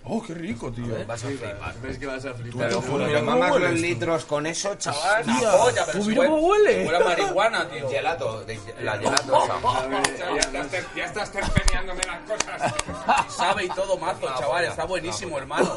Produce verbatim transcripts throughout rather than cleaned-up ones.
Oh, qué rico, tío. Ver, vas a flipar. ¿Ves que vas a flipar? Te lo juro, me mamas los litros con eso, chaval. Hostia, Una polla, pero pues si mira huele- cómo huele. Huele a marihuana, tío. Gelato, de, la gelato. Ya estás terpeneándome las cosas. Sabe y todo mazo, chaval. Está buenísimo, hermano.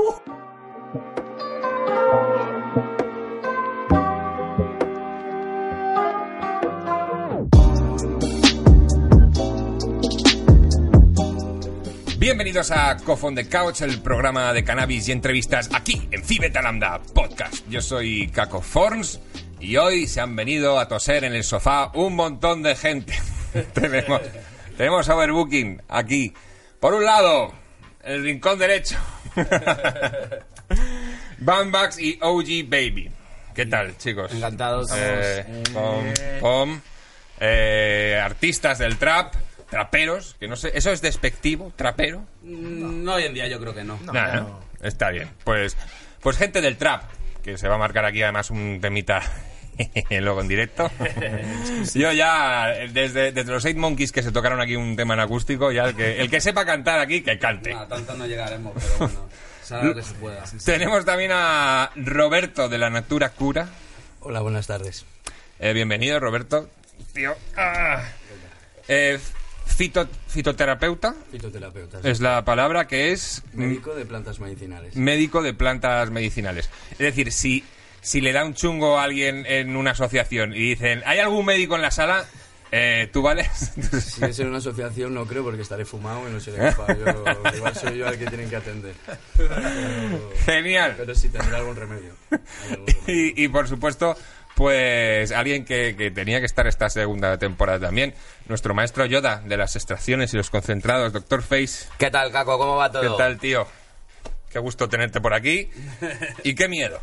Bienvenidos a Cough on the Couch, el programa de cannabis y entrevistas aquí en Phi Beta Lambda Podcast. Yo soy Caco Forns y hoy se han venido a toser en el sofá un montón de gente. tenemos, tenemos overbooking aquí. Por un lado, el rincón derecho. Bambax y O G Baby. ¿Qué tal, chicos? Encantados. Eh, pom, pom. Eh, artistas del trap. Traperos, que no sé, ¿eso es despectivo? ¿Trapero? No, hoy en día yo creo que no. No, Nah, no. ¿no? Está bien. Pues, pues gente del trap, que se va a marcar aquí además un temita luego en directo. Yo ya, desde, desde los Eight Monkeys que se tocaron aquí un tema en acústico, ya el que, el que sepa cantar aquí, que cante. Nah, tanto no llegaremos, pero bueno. Será lo que se pueda. Tenemos también a Roberto de la Natura Cura. Hola, buenas tardes. Eh, bienvenido, Roberto. Tío. Ah. Eh, fito, fitoterapeuta. Fitoterapeuta. Es la palabra que es Médico de plantas medicinales. médico de plantas medicinales. Es decir, si, si le da un chungo a alguien en una asociación y dicen, ¿hay algún médico en la sala? Eh, ¿Tú vales? Si es en una asociación no creo porque estaré fumado y no seré capaz. Yo, igual soy yo al que tienen que atender. Pero, Genial. pero sí tendrá algún remedio. Hay algún remedio. Y, y por supuesto, pues alguien que, que tenía que estar esta segunda temporada también, nuestro maestro Yoda de las extracciones y los concentrados, doctor Face. ¿Qué tal, Caco? ¿Cómo va todo? ¿Qué tal, tío? Qué gusto tenerte por aquí. Y qué miedo.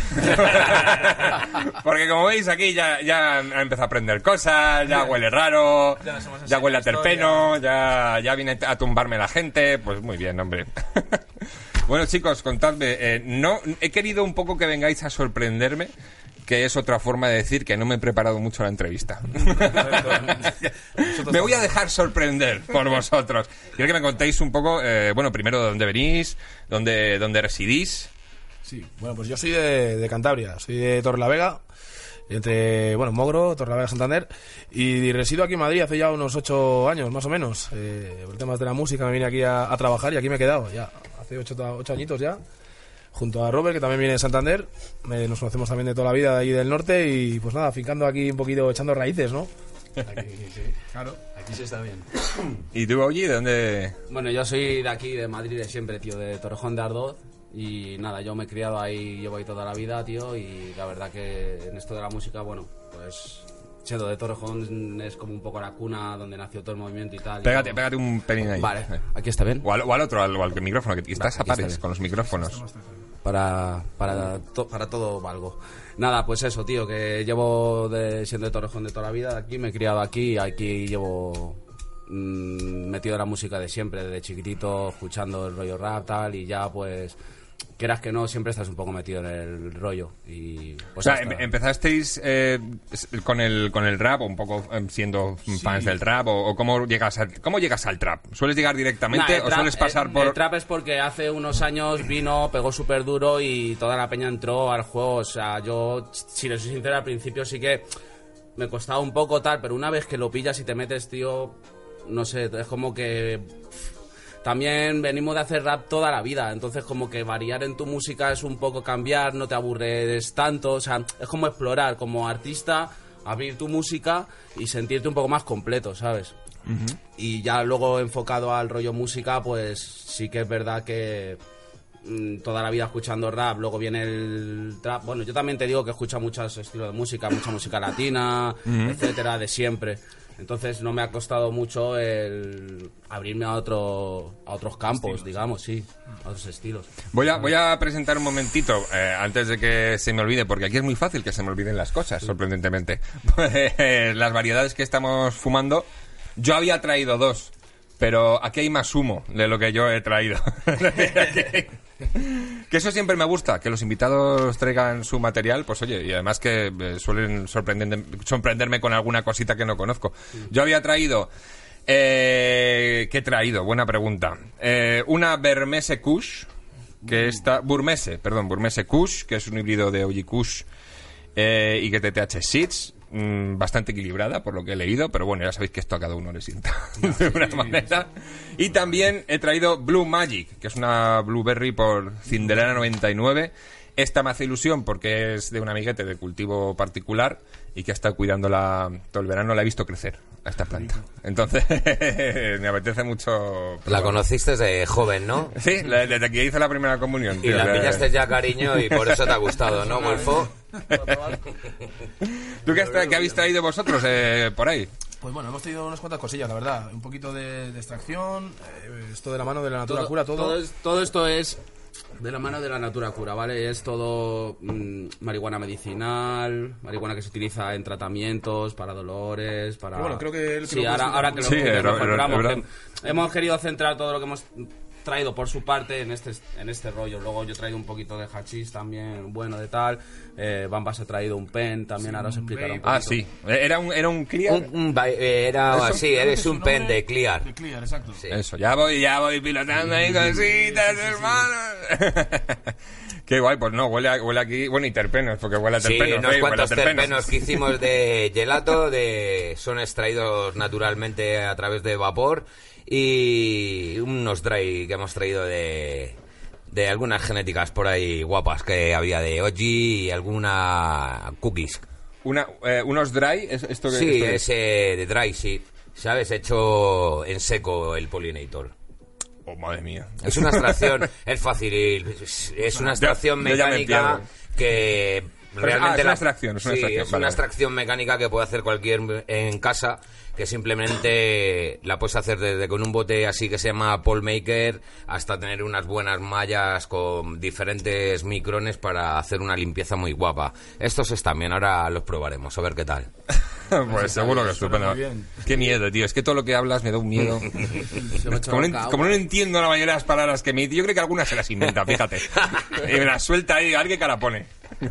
Porque como veis aquí ya, ya ha empezado a aprender cosas, ya huele raro, Ya nos hemos ya huele a enseñado terpeno, ya, ya viene a tumbarme la gente. Pues muy bien, hombre. Bueno, chicos, contadme. Eh, no, he querido un poco que vengáis a sorprenderme, que es otra forma de decir que no me he preparado mucho la entrevista. Me voy a dejar sorprender por vosotros. Quiero que me contéis un poco, eh, bueno, primero de dónde venís, dónde, dónde residís. Sí, bueno, pues yo soy de, de Cantabria, soy de Torrelavega, entre, bueno, Mogro, Torrelavega, Santander, y resido aquí en Madrid hace ya unos ocho años, más o menos. Eh, por temas de la música me vine aquí a, a trabajar y aquí me he quedado, ya, hace ocho, ocho añitos ya, junto a Robert, que también viene de Santander. Eh, nos conocemos también de toda la vida de ahí del norte y pues nada, fincando aquí un poquito, echando raíces, ¿no? Aquí, sí. Claro. Aquí se está bien. ¿Y tú, Oji, de dónde...? Bueno, yo soy de aquí, de Madrid de siempre, tío, de Torrejón de Ardoz. Y nada, yo me he criado ahí, llevo ahí toda la vida, tío. Y la verdad que en esto de la música, bueno, pues siendo de Torrejón es como un poco la cuna donde nació todo el movimiento y tal. y Pégate, todo. pégate un pelín ahí. Vale, aquí está bien. O al, o al otro, al, o al micrófono, que estás Vale, a aquí está pares bien. con los micrófonos. Para, para, to- para todo valgo. Nada, pues eso, tío, que llevo de, siendo de Torrejón de toda la vida, aquí me he criado aquí, aquí llevo mmm, metido en la música de siempre, desde chiquitito, escuchando el rollo rap, tal, y ya pues, quieras que no, siempre estás un poco metido en el rollo. Y, O pues sea, hasta- em- empezasteis eh, con el con el rap, o un poco eh, siendo fans del rap, o, o cómo llegas al, cómo llegas al trap. ¿Sueles llegar directamente Nah, el o trap- sueles pasar el- por...? El trap es porque hace unos años vino, pegó súper duro y toda la peña entró al juego. O sea, yo, si les soy sincero, al principio sí que me costaba un poco tal, pero una vez que lo pillas y te metes, tío, no sé, es como que... También venimos de hacer rap toda la vida, entonces como que variar en tu música es un poco cambiar, no te aburres tanto, o sea, es como explorar como artista, abrir tu música y sentirte un poco más completo, ¿sabes? Y ya luego enfocado al rollo música, pues sí que es verdad que mm, toda la vida escuchando rap, luego viene el trap. Bueno, yo también te digo que escucho muchos estilos de música, mucha música latina, etcétera, de siempre. Entonces no me ha costado mucho el abrirme a otro a otros campos, estilos, digamos, sí, a otros estilos. Voy a, voy a presentar un momentito, eh, antes de que se me olvide, porque aquí es muy fácil que se me olviden las cosas, sí. Sorprendentemente. Pues, las variedades que estamos fumando, yo había traído dos, pero aquí hay más humo de lo que yo he traído. Que eso siempre me gusta, que los invitados traigan su material, pues oye, y además que eh, suelen sorprender, sorprenderme con alguna cosita que no conozco. Yo había traído Eh, ¿Qué he traído? Buena pregunta. Eh, una Burmese Kush, que está... Burmese, perdón, Burmese Kush, que es un híbrido de O G Kush eh, y que T T H Seeds. Bastante equilibrada por lo que he leído, pero bueno, ya sabéis que esto a cada uno le sienta de una manera. Y también he traído Blue Magic, que es una blueberry por Cinderella noventa y nueve. Esta me hace ilusión porque es de un amiguete de cultivo particular y que ha estado cuidándola todo el verano. La he visto crecer a esta planta, entonces me apetece mucho. La conociste de joven, ¿no? Sí, desde que hice la primera comunión, y tío, la que... pillaste ya cariño y por eso te ha gustado, ¿no, Molfo? ¿Tú qué, has tra- qué habéis traído vosotros eh, por ahí? Pues bueno, hemos tenido unas cuantas cosillas, la verdad. Un poquito de, de extracción, eh, esto de la mano de la Natura todo, Cura, todo. Todo, es- todo esto es de la mano de la Natura Cura, ¿vale? Es todo mm, marihuana medicinal, marihuana que se utiliza en tratamientos, para dolores, para... Y bueno, creo que él Sí, creo que ahora, lo ahora que lo Sí, expliques era- mejor, era- pero vamos, era- que hemos querido centrar todo lo que hemos traído por su parte en este en este rollo. Luego yo he traído un poquito de hachís también, bueno, de tal. Eh, Bambas ha traído un pen, también ahora os explicará un poquito. Ah, sí. Era un, era un clear. Un, un ba- eh, era Eso, así, creo que eres su un nombre- pen de Clear. De Clear, exacto. Sí. Eso, ya voy, ya voy pilotando ahí cositas, hermano. Qué guay, pues no, huele, a- huele aquí, bueno, y terpenos, porque huele a Sí, terpenos. unos ¿eh? cuantos Huele a terpenos que hicimos de gelato, de, son extraídos naturalmente a través de vapor, y unos dry que hemos traído de, de algunas genéticas por ahí guapas que había de O G y alguna cookies. Una, eh, unos dry, ¿es- esto que Sí, esto que- ese de dry, sí. ¿Sabes? Hecho en seco el pollinator. Oh, madre mía. Es una extracción, es fácil, es es una extracción yo ya me mecánica pierdo. que Pero, realmente ah, es una la- extracción, es una sí, extracción, es vale, una vale. extracción mecánica que puede hacer cualquier en casa, que simplemente la puedes hacer desde con un bote así que se llama Paul Maker hasta tener unas buenas mallas con diferentes micrones para hacer una limpieza muy guapa. Estos están bien, ahora los probaremos, a ver qué tal. Pues seguro que es estupendo. muy bien. Qué miedo, tío. Es que todo lo que hablas me da un miedo. Se me ha echado Como no, boca como agua. no entiendo la mayoría de las palabras que me dice, yo creo que algunas se las inventa, fíjate. Y me las suelta ahí, a ver qué cara pone.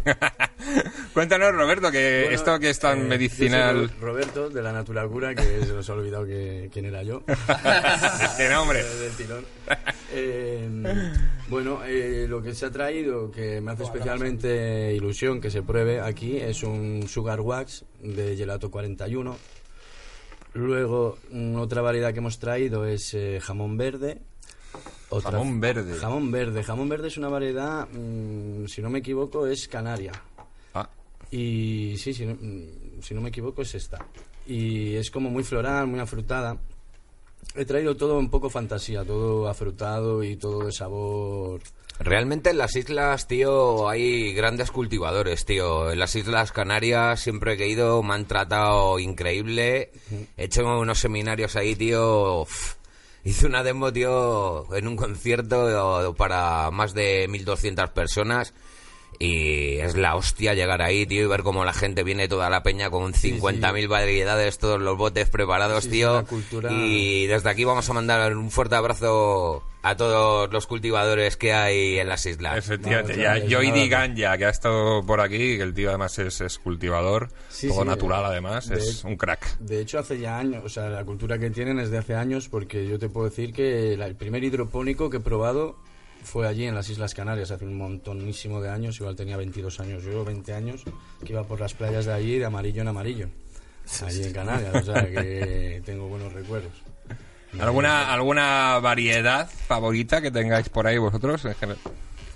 Cuéntanos, Roberto, que Bueno, esto que es tan eh, medicinal. yo soy Ro- Roberto, de la Natura Cura, que se nos ha olvidado que, quién era yo. Qué nombre. Eh, del tirón. Eh, bueno, eh, lo que se ha traído, que me hace especialmente ilusión que se pruebe aquí, es un Sugar Wax de Gelato cuarenta y uno. Luego, mm, otra variedad que hemos traído es eh, jamón verde. Otra- Jamón verde. Jamón verde. Jamón verde es una variedad, mm, si no me equivoco, es canaria. Ah, Y sí, si no, mm, si no me equivoco es esta. Y es como muy floral, muy afrutada. He traído todo un poco fantasía, todo afrutado y todo de sabor. Realmente en las islas, tío, hay grandes cultivadores, tío. En las Islas Canarias siempre que he ido me han tratado increíble. He hecho unos seminarios ahí, tío. Uf. Hice una demo, tío, en un concierto para más de mil doscientas personas. Y es la hostia llegar ahí, tío, y ver cómo la gente viene toda la peña con cincuenta mil variedades, todos los botes preparados, Sí, sí, tío. una cultura- Y desde aquí vamos a mandar un fuerte abrazo a todos los cultivadores que hay en las islas. efectivamente. Nada, Ya, nada, Joy nada. Di Ganja, que ha estado por aquí, que el tío además es, es cultivador, Sí, todo sí, natural de- además, de es hecho- un crack. De hecho, hace ya años, o sea, la cultura que tienen es de hace años, porque yo te puedo decir que la- el primer hidropónico que he probado fue allí en las Islas Canarias, hace un montonísimo de años, igual tenía veintidós años, yo veinte años, que iba por las playas de allí de amarillo en amarillo, allí en Canarias, o sea, que tengo buenos recuerdos. ¿Alguna, ¿Alguna variedad favorita que tengáis por ahí vosotros? En general?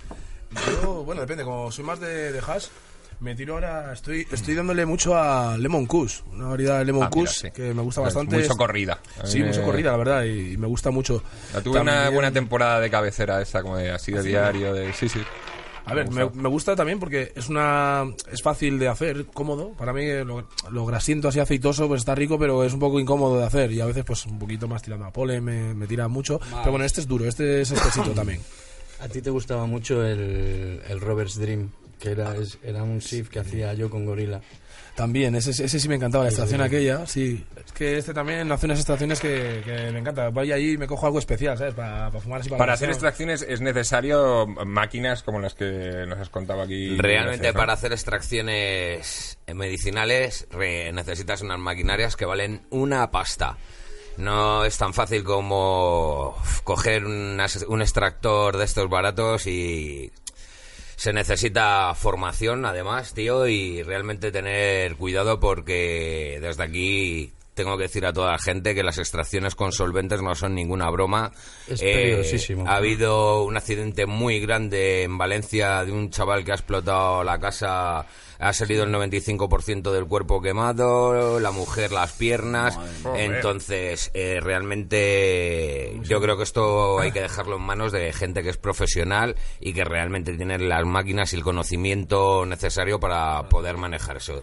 Yo, bueno, depende, como soy más de, de hash, me tiro ahora, estoy estoy dándole mucho a Lemon Kush, una variedad de Lemon Ah, mira, Kush sí. que me gusta Es bastante. muy socorrida. A mí Sí, muy me- socorrida, la verdad, y, y me gusta mucho. La tuve una También- buena temporada de cabecera esa, como de, así de diario, de... Sí, sí. A ver, me, me gusta también porque es una es fácil de hacer, cómodo. Para mí lo, lo grasiento así aceitoso pues está rico, pero es un poco incómodo de hacer y a veces pues un poquito más tirando a polen, me, me tira mucho. Pero bueno, este es duro, este es espesito también. A ti te gustaba mucho el, el Robert's Dream, que era, es- era un sif que hacía yo con Gorila. También, ese, ese sí me encantaba, la extracción aquella, sí. Es que este también hace unas extracciones que, que me encanta. Voy allí y me cojo algo especial, ¿sabes? Para, para fumar así para Para la hacer ocasión. extracciones es necesario máquinas como las que nos has contado aquí. Realmente Gracias, ¿no? para hacer extracciones medicinales re- necesitas unas maquinarias que valen una pasta. No es tan fácil como coger una, un extractor de estos baratos y se necesita formación, además, tío, y realmente tener cuidado porque desde aquí tengo que decir a toda la gente que las extracciones con solventes no son ninguna broma. Es eh, peligrosísimo. Ha habido un accidente muy grande en Valencia de un chaval que ha explotado la casa, ha salido el noventa y cinco por ciento del cuerpo quemado, la mujer las piernas. Entonces, eh, realmente yo creo que esto hay que dejarlo en manos de gente que es profesional y que realmente tiene las máquinas y el conocimiento necesario para poder manejar eso.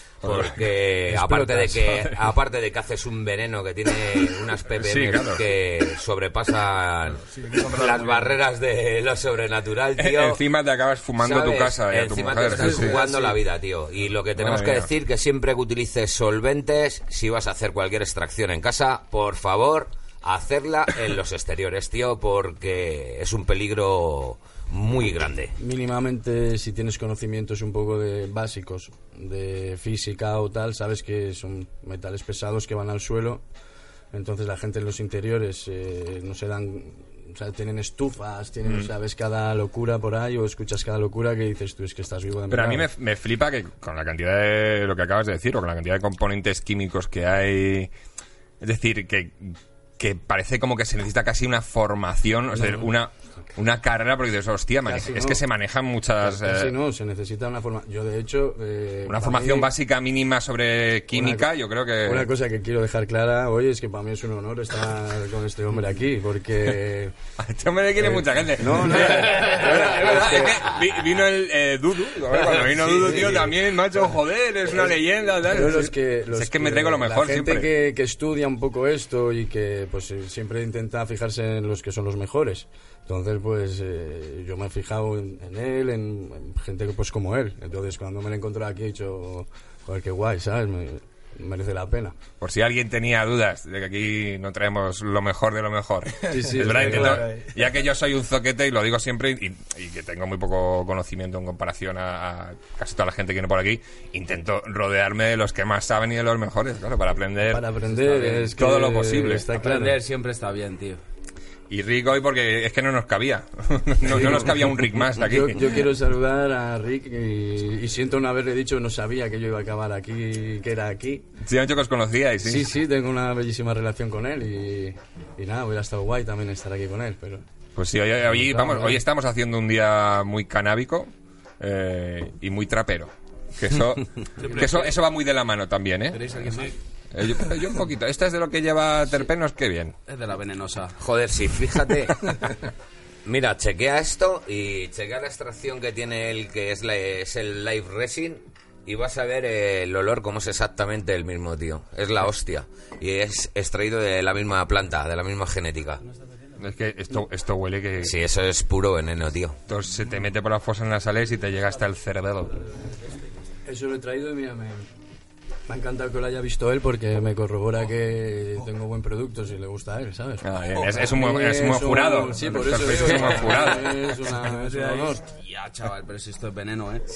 Porque aparte de que aparte de que haces un veneno que tiene unas P P M sí, claro. que sobrepasan sí, las barreras de lo sobrenatural, tío. Encima te acabas fumando ¿sabes? Tu casa y a tu Encima mujer. te estás sí, jugando sí. la vida, tío. Y lo que tenemos Madre que mía. decir que siempre que utilices solventes, si vas a hacer cualquier extracción en casa, por favor, hacerla en los exteriores, tío, porque es un peligro muy grande. Mínimamente, si tienes conocimientos un poco de básicos de física o tal, sabes que son metales pesados que van al suelo. Entonces la gente en los interiores eh, no se dan, o sea, tienen estufas, tienen, mm. sabes cada locura por ahí o escuchas cada locura que dices tú es que estás vivo de Pero milagro. a mí me, me flipa que con la cantidad de lo que acabas de decir o con la cantidad de componentes químicos que hay, es decir, que que parece como que se necesita casi una formación, o sea, no, no. una una carrera, porque dices, hostia, maneja, es no. que se manejan muchas... Casi eh, no, se necesita una forma... Yo, de hecho... Eh, una formación mí, básica mínima sobre química, una, yo creo que... Una cosa que quiero dejar clara hoy es que para mí es un honor estar con este hombre aquí, porque... este hombre le quiere eh, mucha gente. No, no. es verdad, es que vino el eh, Dudu, cuando vino sí, Dudu, tío, sí. también, macho, joder, es una leyenda, tal. Pero los que, los es que, que me traigo lo mejor la gente siempre. Que, que estudia un poco esto y que pues siempre intenta fijarse en los que son los mejores. Entonces, pues, eh, yo me he fijado en, en él, en, en gente pues como él. Entonces, cuando me lo he encontrado aquí, he dicho, joder, qué guay, ¿sabes? Me, merece la pena. Por si alguien tenía dudas de que aquí no traemos lo mejor de lo mejor. Sí, sí, es verdad, sí, intento, claro. ya que yo soy un zoquete y lo digo siempre y, y que tengo muy poco conocimiento en comparación a, a casi toda la gente que viene por aquí, intento rodearme de los que más saben y de los mejores, claro, para aprender, para aprender es todo que lo posible. Está aprender claro. siempre está bien, tío. Y Rick hoy porque es que no nos cabía. no, no nos cabía un Rick más aquí. Yo, yo quiero saludar a Rick y, y siento no haberle dicho, no sabía que yo iba a acabar aquí, que era aquí. Sí, han dicho que os conocíais, sí. Sí, sí, tengo una bellísima relación con él y, y nada, hubiera estado guay también estar aquí con él, pero... Pues sí, hoy, hoy, vamos, hoy estamos haciendo un día muy canábico eh, y muy trapero. Que eso, que eso, eso va muy de la mano también, ¿eh? ¿Queréis alguien más? Eh, yo, yo un poquito. Esta es de lo que lleva terpenos, qué bien. Es de la venenosa. Joder, sí, fíjate. Mira, chequea esto y chequea la extracción que tiene el que es, la, es el Live Resin y vas a ver el olor como es exactamente el mismo, tío. Es la hostia. Y es extraído de la misma planta, de la misma genética. Es que esto, esto huele que... Sí, eso es puro veneno, tío. Entonces se te mete por las fosas nasales y te llega hasta el cerebelo. Eso lo he traído y mira, me... Me ha encantado que lo haya visto él porque me corrobora que tengo buen producto si le gusta a él, ¿sabes? Ah, es, es, un buen, es un buen jurado. Un, sí, por eso digo, es un buen jurado. Es, una, es un honor. Ya, chaval, pero si esto es veneno, ¿eh?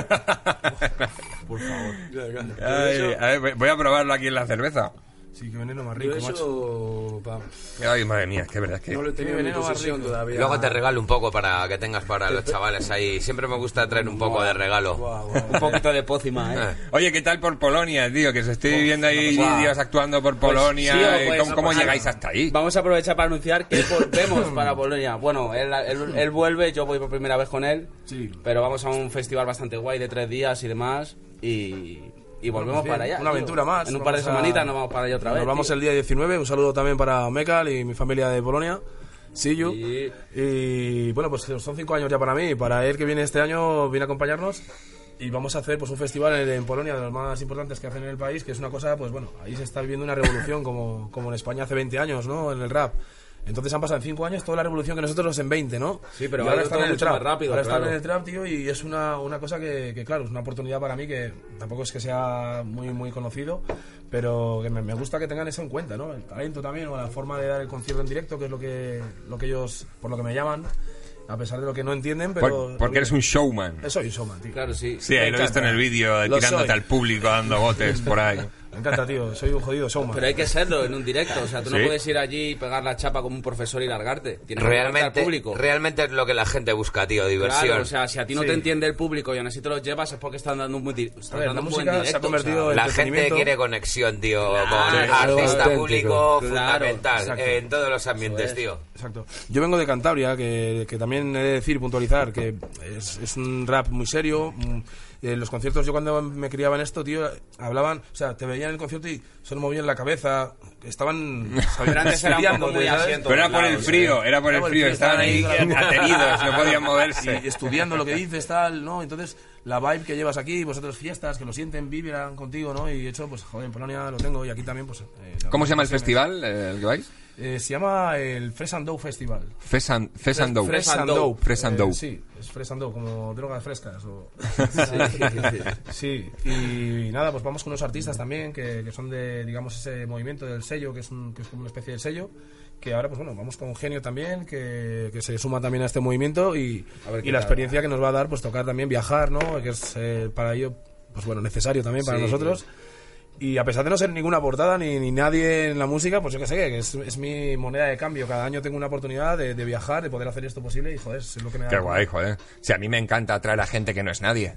Por favor. Ay, a ver, voy a probarlo aquí en la cerveza. Sí, qué veneno más rico, eso, macho. Pa... Ay, madre mía, que verdad es que... No lo he tenido en mi posesión todavía. Luego te regalo un poco para que tengas para los chavales ahí. Siempre me gusta traer un poco de regalo. Wow, wow. Un poquito de pócima, ¿eh? Oye, ¿qué tal por Polonia, tío? Que se estoy viendo ahí wow. vídeos actuando por Polonia. Pues, tío, pues, ¿Cómo, cómo pues, llegáis hasta ahí? Vamos a aprovechar para anunciar que volvemos para Polonia. Bueno, él, él, él vuelve, yo voy por primera vez con él. Sí. Pero vamos a un festival bastante guay de tres días y demás. Y... Y volvemos bueno, para allá. Una tío. aventura más. En un par de semanitas a... nos vamos para allá otra vez. Nos vamos tío. el día diecinueve. Un saludo también para Mekal y mi familia de Polonia. See you. Sí. Y bueno, pues son cinco años ya para mí. Para él que viene este año, viene a acompañarnos. Y vamos a hacer pues un festival en, en Polonia, de los más importantes que hacen en el país, que es una cosa, pues bueno, ahí se está viviendo una revolución como, como en España hace veinte años, ¿no? En el rap. Entonces han pasado en cinco años toda la revolución que nosotros en veinte, ¿no? Sí, pero y ahora están en el trap. Rápido, ahora claro. están en el trap, tío, y es una, una cosa que, que, claro, es una oportunidad para mí que tampoco es que sea muy muy conocido, pero que me, me gusta que tengan eso en cuenta, ¿no? El talento también, o la forma de dar el concierto en directo, que es lo que, lo que ellos, por lo que me llaman, a pesar de lo que no entienden, pero... Por, porque eres un showman. Soy un showman, tío. Claro, sí. Sí, ahí lo he visto en el vídeo, tirándote soy. al público, dando botes por ahí. Me encanta, tío. Soy un jodido showman. Pero hay que serlo en un directo. O sea, tú ¿Sí? no puedes ir allí y pegar la chapa como un profesor y largarte. Tienes que Realmente, al público. realmente es lo que la gente busca, tío, diversión. Claro, o sea, si a ti no Sí. te entiende el público y aún así te los llevas es porque están dando un, buen di- están A ver, dando la un buen música directo. se ha convertido o sea, La gente entretenimiento. quiere conexión, tío, Claro, con algo artista auténtico. público, Claro, fundamental, exacto. en todos los ambientes, tío. Exacto. Yo vengo de Cantabria, que, que también he de decir, puntualizar, que es, es un rap muy serio. mm, En los conciertos, yo cuando me criaba en esto, tío, hablaban, o sea, te veían en el concierto y solo movían la cabeza, estaban Pero antes era un poco muy ¿sabes? asiento. Pero era por el Lados, frío, ¿eh? era por el frío, estaban ahí ateridos, no podían Y moverse. estudiando lo que dices, tal, ¿no? Entonces, la vibe que llevas aquí, vosotros fiestas, que lo sienten, vibran contigo, ¿no? Y de hecho, pues, joder, en Polonia lo tengo y aquí también, pues... eh, ¿Cómo se llama el las festival eh, al que vais? Eh, se llama el Fresh and Dough Festival. Fresh and, Fresh and Dough. Fresh and Dough. Dough. Fresh and Eh, Dough. sí, es Fresh and Dough, como drogas frescas. O... Sí. Sí, y nada, pues vamos con unos artistas también que, que son de, digamos, ese movimiento del sello, que es, un, que es como una especie de sello, que ahora, pues bueno, vamos con Genio también, que, que se suma también a este movimiento y, A ver qué y la tal. experiencia que nos va a dar, pues tocar también, viajar, ¿no? Que es eh, para ello, pues bueno, necesario también para Sí. nosotros. Y a pesar de no ser ninguna portada ni, ni nadie en la música, pues yo que sé, que es, es mi moneda de cambio. Cada año tengo una oportunidad de, de viajar, de poder hacer esto posible y, joder, es lo que me da. Qué guay, joder. Si a mí me encanta atraer a gente que no es nadie.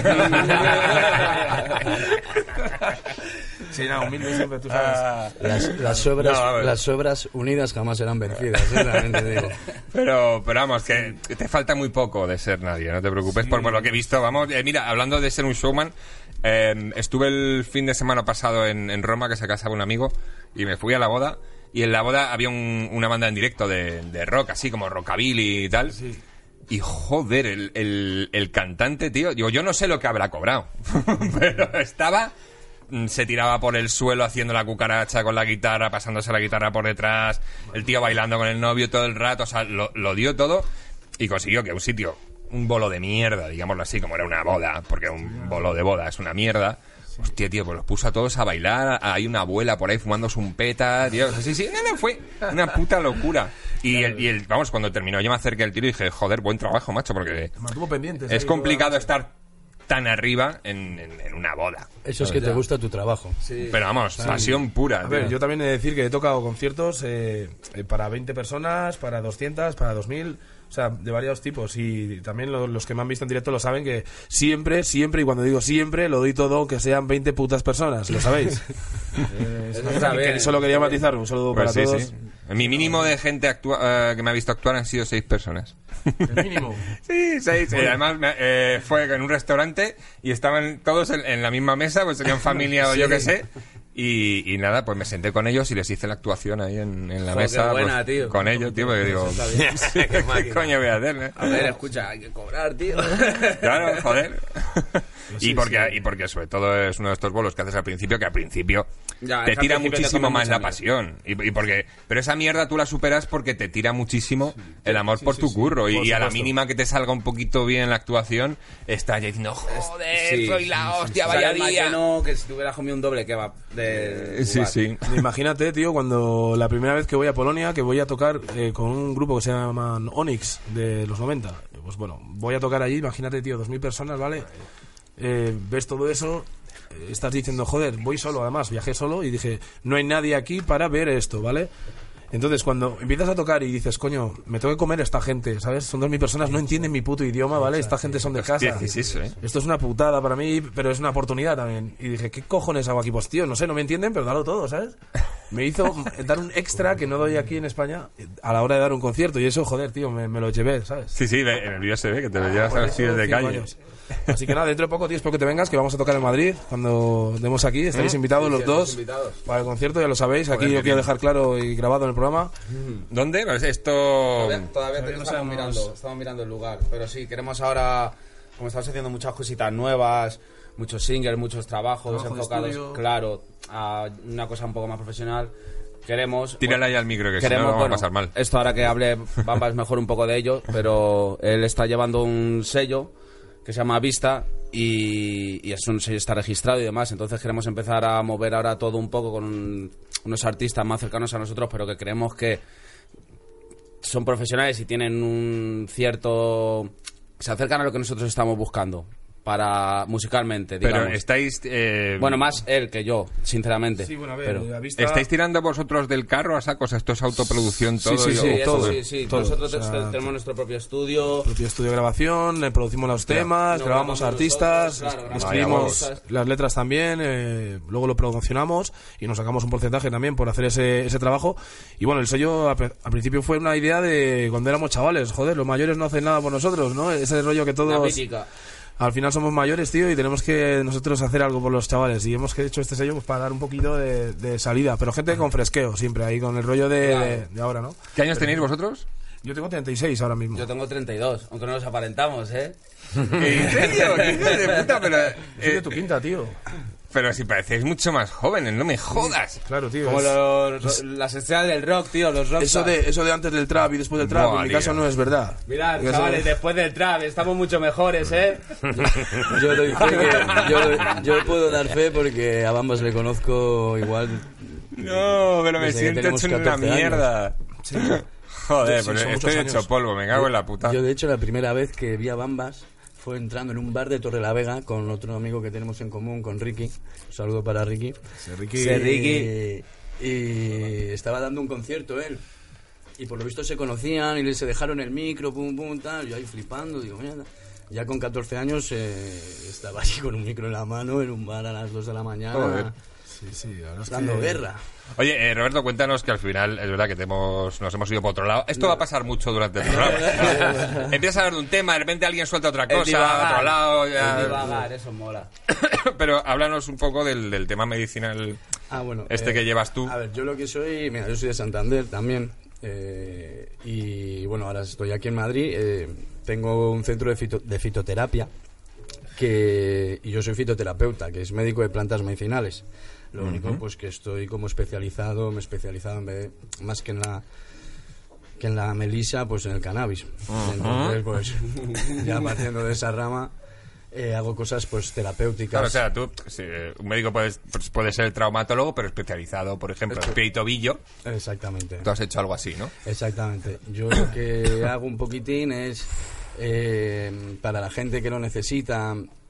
Sí, no, humilde siempre, tú sabes. Las, las, obras, No, a ver. las obras unidas jamás serán vencidas, ¿eh? También te digo. Pero, pero vamos, que te falta muy poco de ser nadie, no te preocupes por, por lo que he visto. Vamos, eh, mira, hablando de ser un showman, eh, estuve el fin de semana pasado en, en Roma, que se casaba un amigo, y me fui a la boda. Y en la boda había un- una banda en directo de, de rock, así como rockabilly y tal. Y joder, el, el, el cantante, tío, digo, yo no sé lo que habrá cobrado, pero estaba... mm, se tiraba por el suelo haciendo la cucaracha con la guitarra, pasándose la guitarra por detrás, el tío bailando con el novio todo el rato, o sea, lo, lo dio todo y consiguió que un sitio, un bolo de mierda, digámoslo así, como era una boda, porque un bolo de boda es una mierda. Hostia, tío, pues los puso a todos a bailar. Hay una abuela por ahí fumándose un peta, tío. Sí, sí, no, no, fue una puta locura. Y, el, y el, vamos, cuando terminó yo me acerqué al tiro y dije, joder, buen trabajo, macho, porque Mantuvo pendientes. es ahí complicado toda- estar tan arriba en, en- en una boda. Eso es que te gusta tu trabajo. Pero vamos, pasión pura. A ver, tío. yo también he de decir que he tocado conciertos eh, eh, para veinte personas, para doscientas, para dos mil, o sea, de varios tipos. Y también lo- los que me han visto en directo lo saben que siempre, siempre, y cuando digo siempre, lo doy todo aunque sean veinte putas personas, lo sabéis. Eh, es una cosa está que bien. solo quería matizar, un saludo Pues para sí, todos. sí. Mi mínimo de gente actua- eh, que me ha visto actuar han sido seis personas. El mínimo. Sí, seis. Eh, además, me- eh, fue en un restaurante y estaban todos en, en la misma mesa, pues serían familia o yo qué sé. Y, y nada, pues me senté con ellos y les hice la actuación ahí en, en la Joder, mesa. qué buena, pues, tío. Con ellos, tío, porque digo, Está bien. sí, ¿qué coño voy a hacer? eh? A ver, escucha, hay que cobrar, tío. Claro, joder. y, porque, y porque sobre todo es uno de estos bolos que haces al principio, que al principio Ya, te es que al tira principio te muchísimo come más mucha la mierda. pasión. Y, y porque, pero esa mierda tú la superas porque te tira muchísimo el amor por sí, tu sí, curro. Y, por y a la supuesto. mínima que te salga un poquito bien la actuación, estás ya diciendo, joder, Sí, soy la hostia, O sea, vaya el más día. lleno que si te hubieras comido un doble kebab de Eh, Sí, lugar. sí. Imagínate, tío, cuando la primera vez que voy a Polonia, que voy a tocar eh, con un grupo que se llaman Onyx de los noventa. Pues bueno, voy a tocar allí, imagínate, tío, dos mil personas, ¿vale? Eh, ves todo eso, eh, estás diciendo, joder, voy solo, además, viajé solo y dije, no hay nadie aquí para ver esto, ¿vale? Entonces, cuando empiezas a tocar y dices, coño, me tengo que comer esta gente, ¿sabes? Son dos mil personas, no entienden mi puto idioma, ¿vale? Esta gente son de casa. Hostia, ¿qué es eso, eh? Esto es una putada para mí, pero es una oportunidad también. Y dije, ¿qué cojones hago aquí? Pues tío, no sé, no me entienden, pero dalo todo, ¿sabes? Me hizo dar un extra que no doy aquí en España a la hora de dar un concierto. Y eso, joder, tío, me, me lo llevé, ¿sabes? Sí, sí, ve- en el vídeo se ve que te lo llevas a Por vestir eso, de cinco calle. años. Así que nada, dentro de poco, tío, espero que te vengas, que vamos a tocar en Madrid. Cuando demos aquí, estaréis invitados los estamos dos invitados. para el concierto, ya lo sabéis. Aquí Joder, lo qué quiero bien. dejar claro y grabado en el programa. ¿Dónde? Pues esto... Todavía, todavía Todavía no estamos sabemos. mirando, estamos mirando el lugar. Pero sí, queremos ahora, como estamos haciendo muchas cositas nuevas, muchos singles, muchos trabajos Trabajo de enfocados, estudio. claro, a una cosa un poco más profesional. Queremos... Tírala ahí al micro, que si no Queremos, lo vamos bueno, a pasar mal. esto ahora que hable Bambas mejor un poco de ello, pero él está llevando un sello que se llama Vista y, y es un sello está registrado y demás, entonces queremos empezar a mover ahora todo un poco con un- unos artistas más cercanos a nosotros, pero que creemos que son profesionales y tienen un cierto... se acercan a lo que nosotros estamos buscando. para musicalmente, digamos. Pero estáis... Eh... Bueno, más él que yo, sinceramente. Sí, bueno, a ver, Pero... la vista... ¿Estáis tirando vosotros del carro a sacos? ¿Esto es autoproducción todo? Sí, sí, Sí, sí, eso todo, sí, sí. todo. Nosotros O sea, tenemos nuestro propio estudio. propio estudio de grabación, eh, producimos los temas, Lo grabamos grabamos artistas, nosotros, claro, grabamos escribimos artistas. las letras también, eh, luego lo promocionamos y nos sacamos un porcentaje también por hacer ese, ese trabajo. Y bueno, el sello a- al principio fue una idea de cuando éramos chavales, joder, los mayores no hacen nada por nosotros, ¿no? Ese rollo que La todos... mítica. Al final somos mayores, tío, y tenemos que nosotros hacer algo por los chavales. Y hemos hecho este sello pues, para dar un poquito de, de salida. Pero gente con fresqueo, siempre ahí, con el rollo de, Claro. de, de ahora, ¿no? ¿Qué años tenéis vosotros? Yo tengo treinta y seis ahora mismo. Yo tengo treinta y dos, aunque no nos aparentamos, ¿eh? ¿En serio? ¿Qué hijo de puta? Pero, Soy de eh, tu quinta, tío. pero si parecéis mucho más jóvenes, no me jodas. Claro, tío. Como es- los, las estrellas del rock, tío, los rock. Eso de, eso de antes del trap y después del trap, Buah, en mi tío. caso no es verdad. Mirad, Eso- chavales, después del trap estamos mucho mejores, ¿eh? Yo doy fe que, yo, doy- yo puedo dar fe porque a Bambas le conozco igual. No, pero me Desde que siento tenemos hecho una catorce años. mierda. Sí. Joder, Sí, pero son muchos estoy años. hecho polvo, me cago en la puta. Yo, de hecho, la primera vez que vi a Bambas fue entrando en un bar de Torrelavega con otro amigo que tenemos en común, con Ricky. Un saludo para Ricky. Ricky. Sí, Ricky. Y estaba dando un concierto él. Y por lo visto se conocían y se dejaron el micro, pum, pum, tal. Yo ahí flipando, digo, mierda. Ya con catorce años eh, estaba allí con un micro en la mano en un bar a las dos de la mañana. Joder. Sí, sí, la verdad es Dando que- guerra. Oye, eh, Roberto, cuéntanos que al final es verdad que te hemos, nos hemos ido por otro lado. Esto va a pasar mucho durante el programa. Empiezas a hablar de un tema, de repente alguien suelta otra El cosa, divagar. otro lado. El ya- divagar, eso mola. Pero háblanos un poco del, del tema medicinal Ah, bueno. este eh, que llevas tú. A ver, yo lo que soy, mira, yo soy de Santander también. eh, y bueno, ahora estoy aquí en Madrid. eh, tengo un centro de, fito- de fitoterapia. Que, y yo soy fitoterapeuta, que es médico de plantas medicinales. Lo único, pues que estoy como especializado, me he especializado en vez de- más que en la que en la melisa, pues en el cannabis. Entonces, pues ya partiendo de esa rama, eh, hago cosas pues terapéuticas. Claro, o sea, tú, sí, eh, un médico puede, pues, puede ser traumatólogo, pero especializado, por ejemplo, en pie y tobillo. Exactamente. Tú has hecho algo así, ¿no? Exactamente. Yo lo que hago un poquitín es eh, para la gente que lo necesita,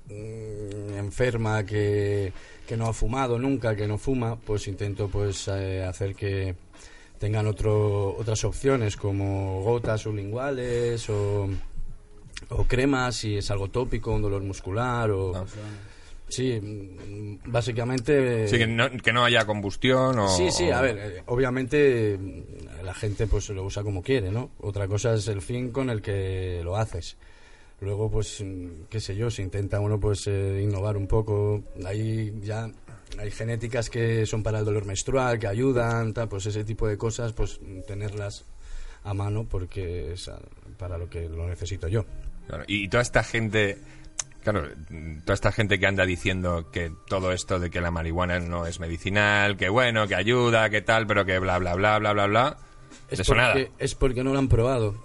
mm, enferma, que, que no ha fumado nunca, que no fuma, pues intento pues eh, hacer que tengan otro, otras opciones como gotas sublinguales o, o cremas si es algo tópico, un dolor muscular o... Ah. Sí, mm, básicamente... Sí, que no, que no haya combustión o... Sí, sí, a ver, eh, obviamente mm, la gente pues lo usa como quiere, ¿no? Otra cosa es el fin con el que lo haces. Luego, pues, mm, qué sé yo, se intenta uno pues eh, innovar un poco. Hay ya hay genéticas que son para el dolor menstrual, que ayudan, tal, pues ese tipo de cosas, pues tenerlas a mano porque es ah, para lo que lo necesito yo. Claro, y toda esta gente... Claro, toda esta gente que anda diciendo que todo esto de que la marihuana no es medicinal, que bueno, que ayuda, que tal, pero que bla, bla, bla, bla, bla, bla... Es de eso nada. porque, es porque no lo han probado.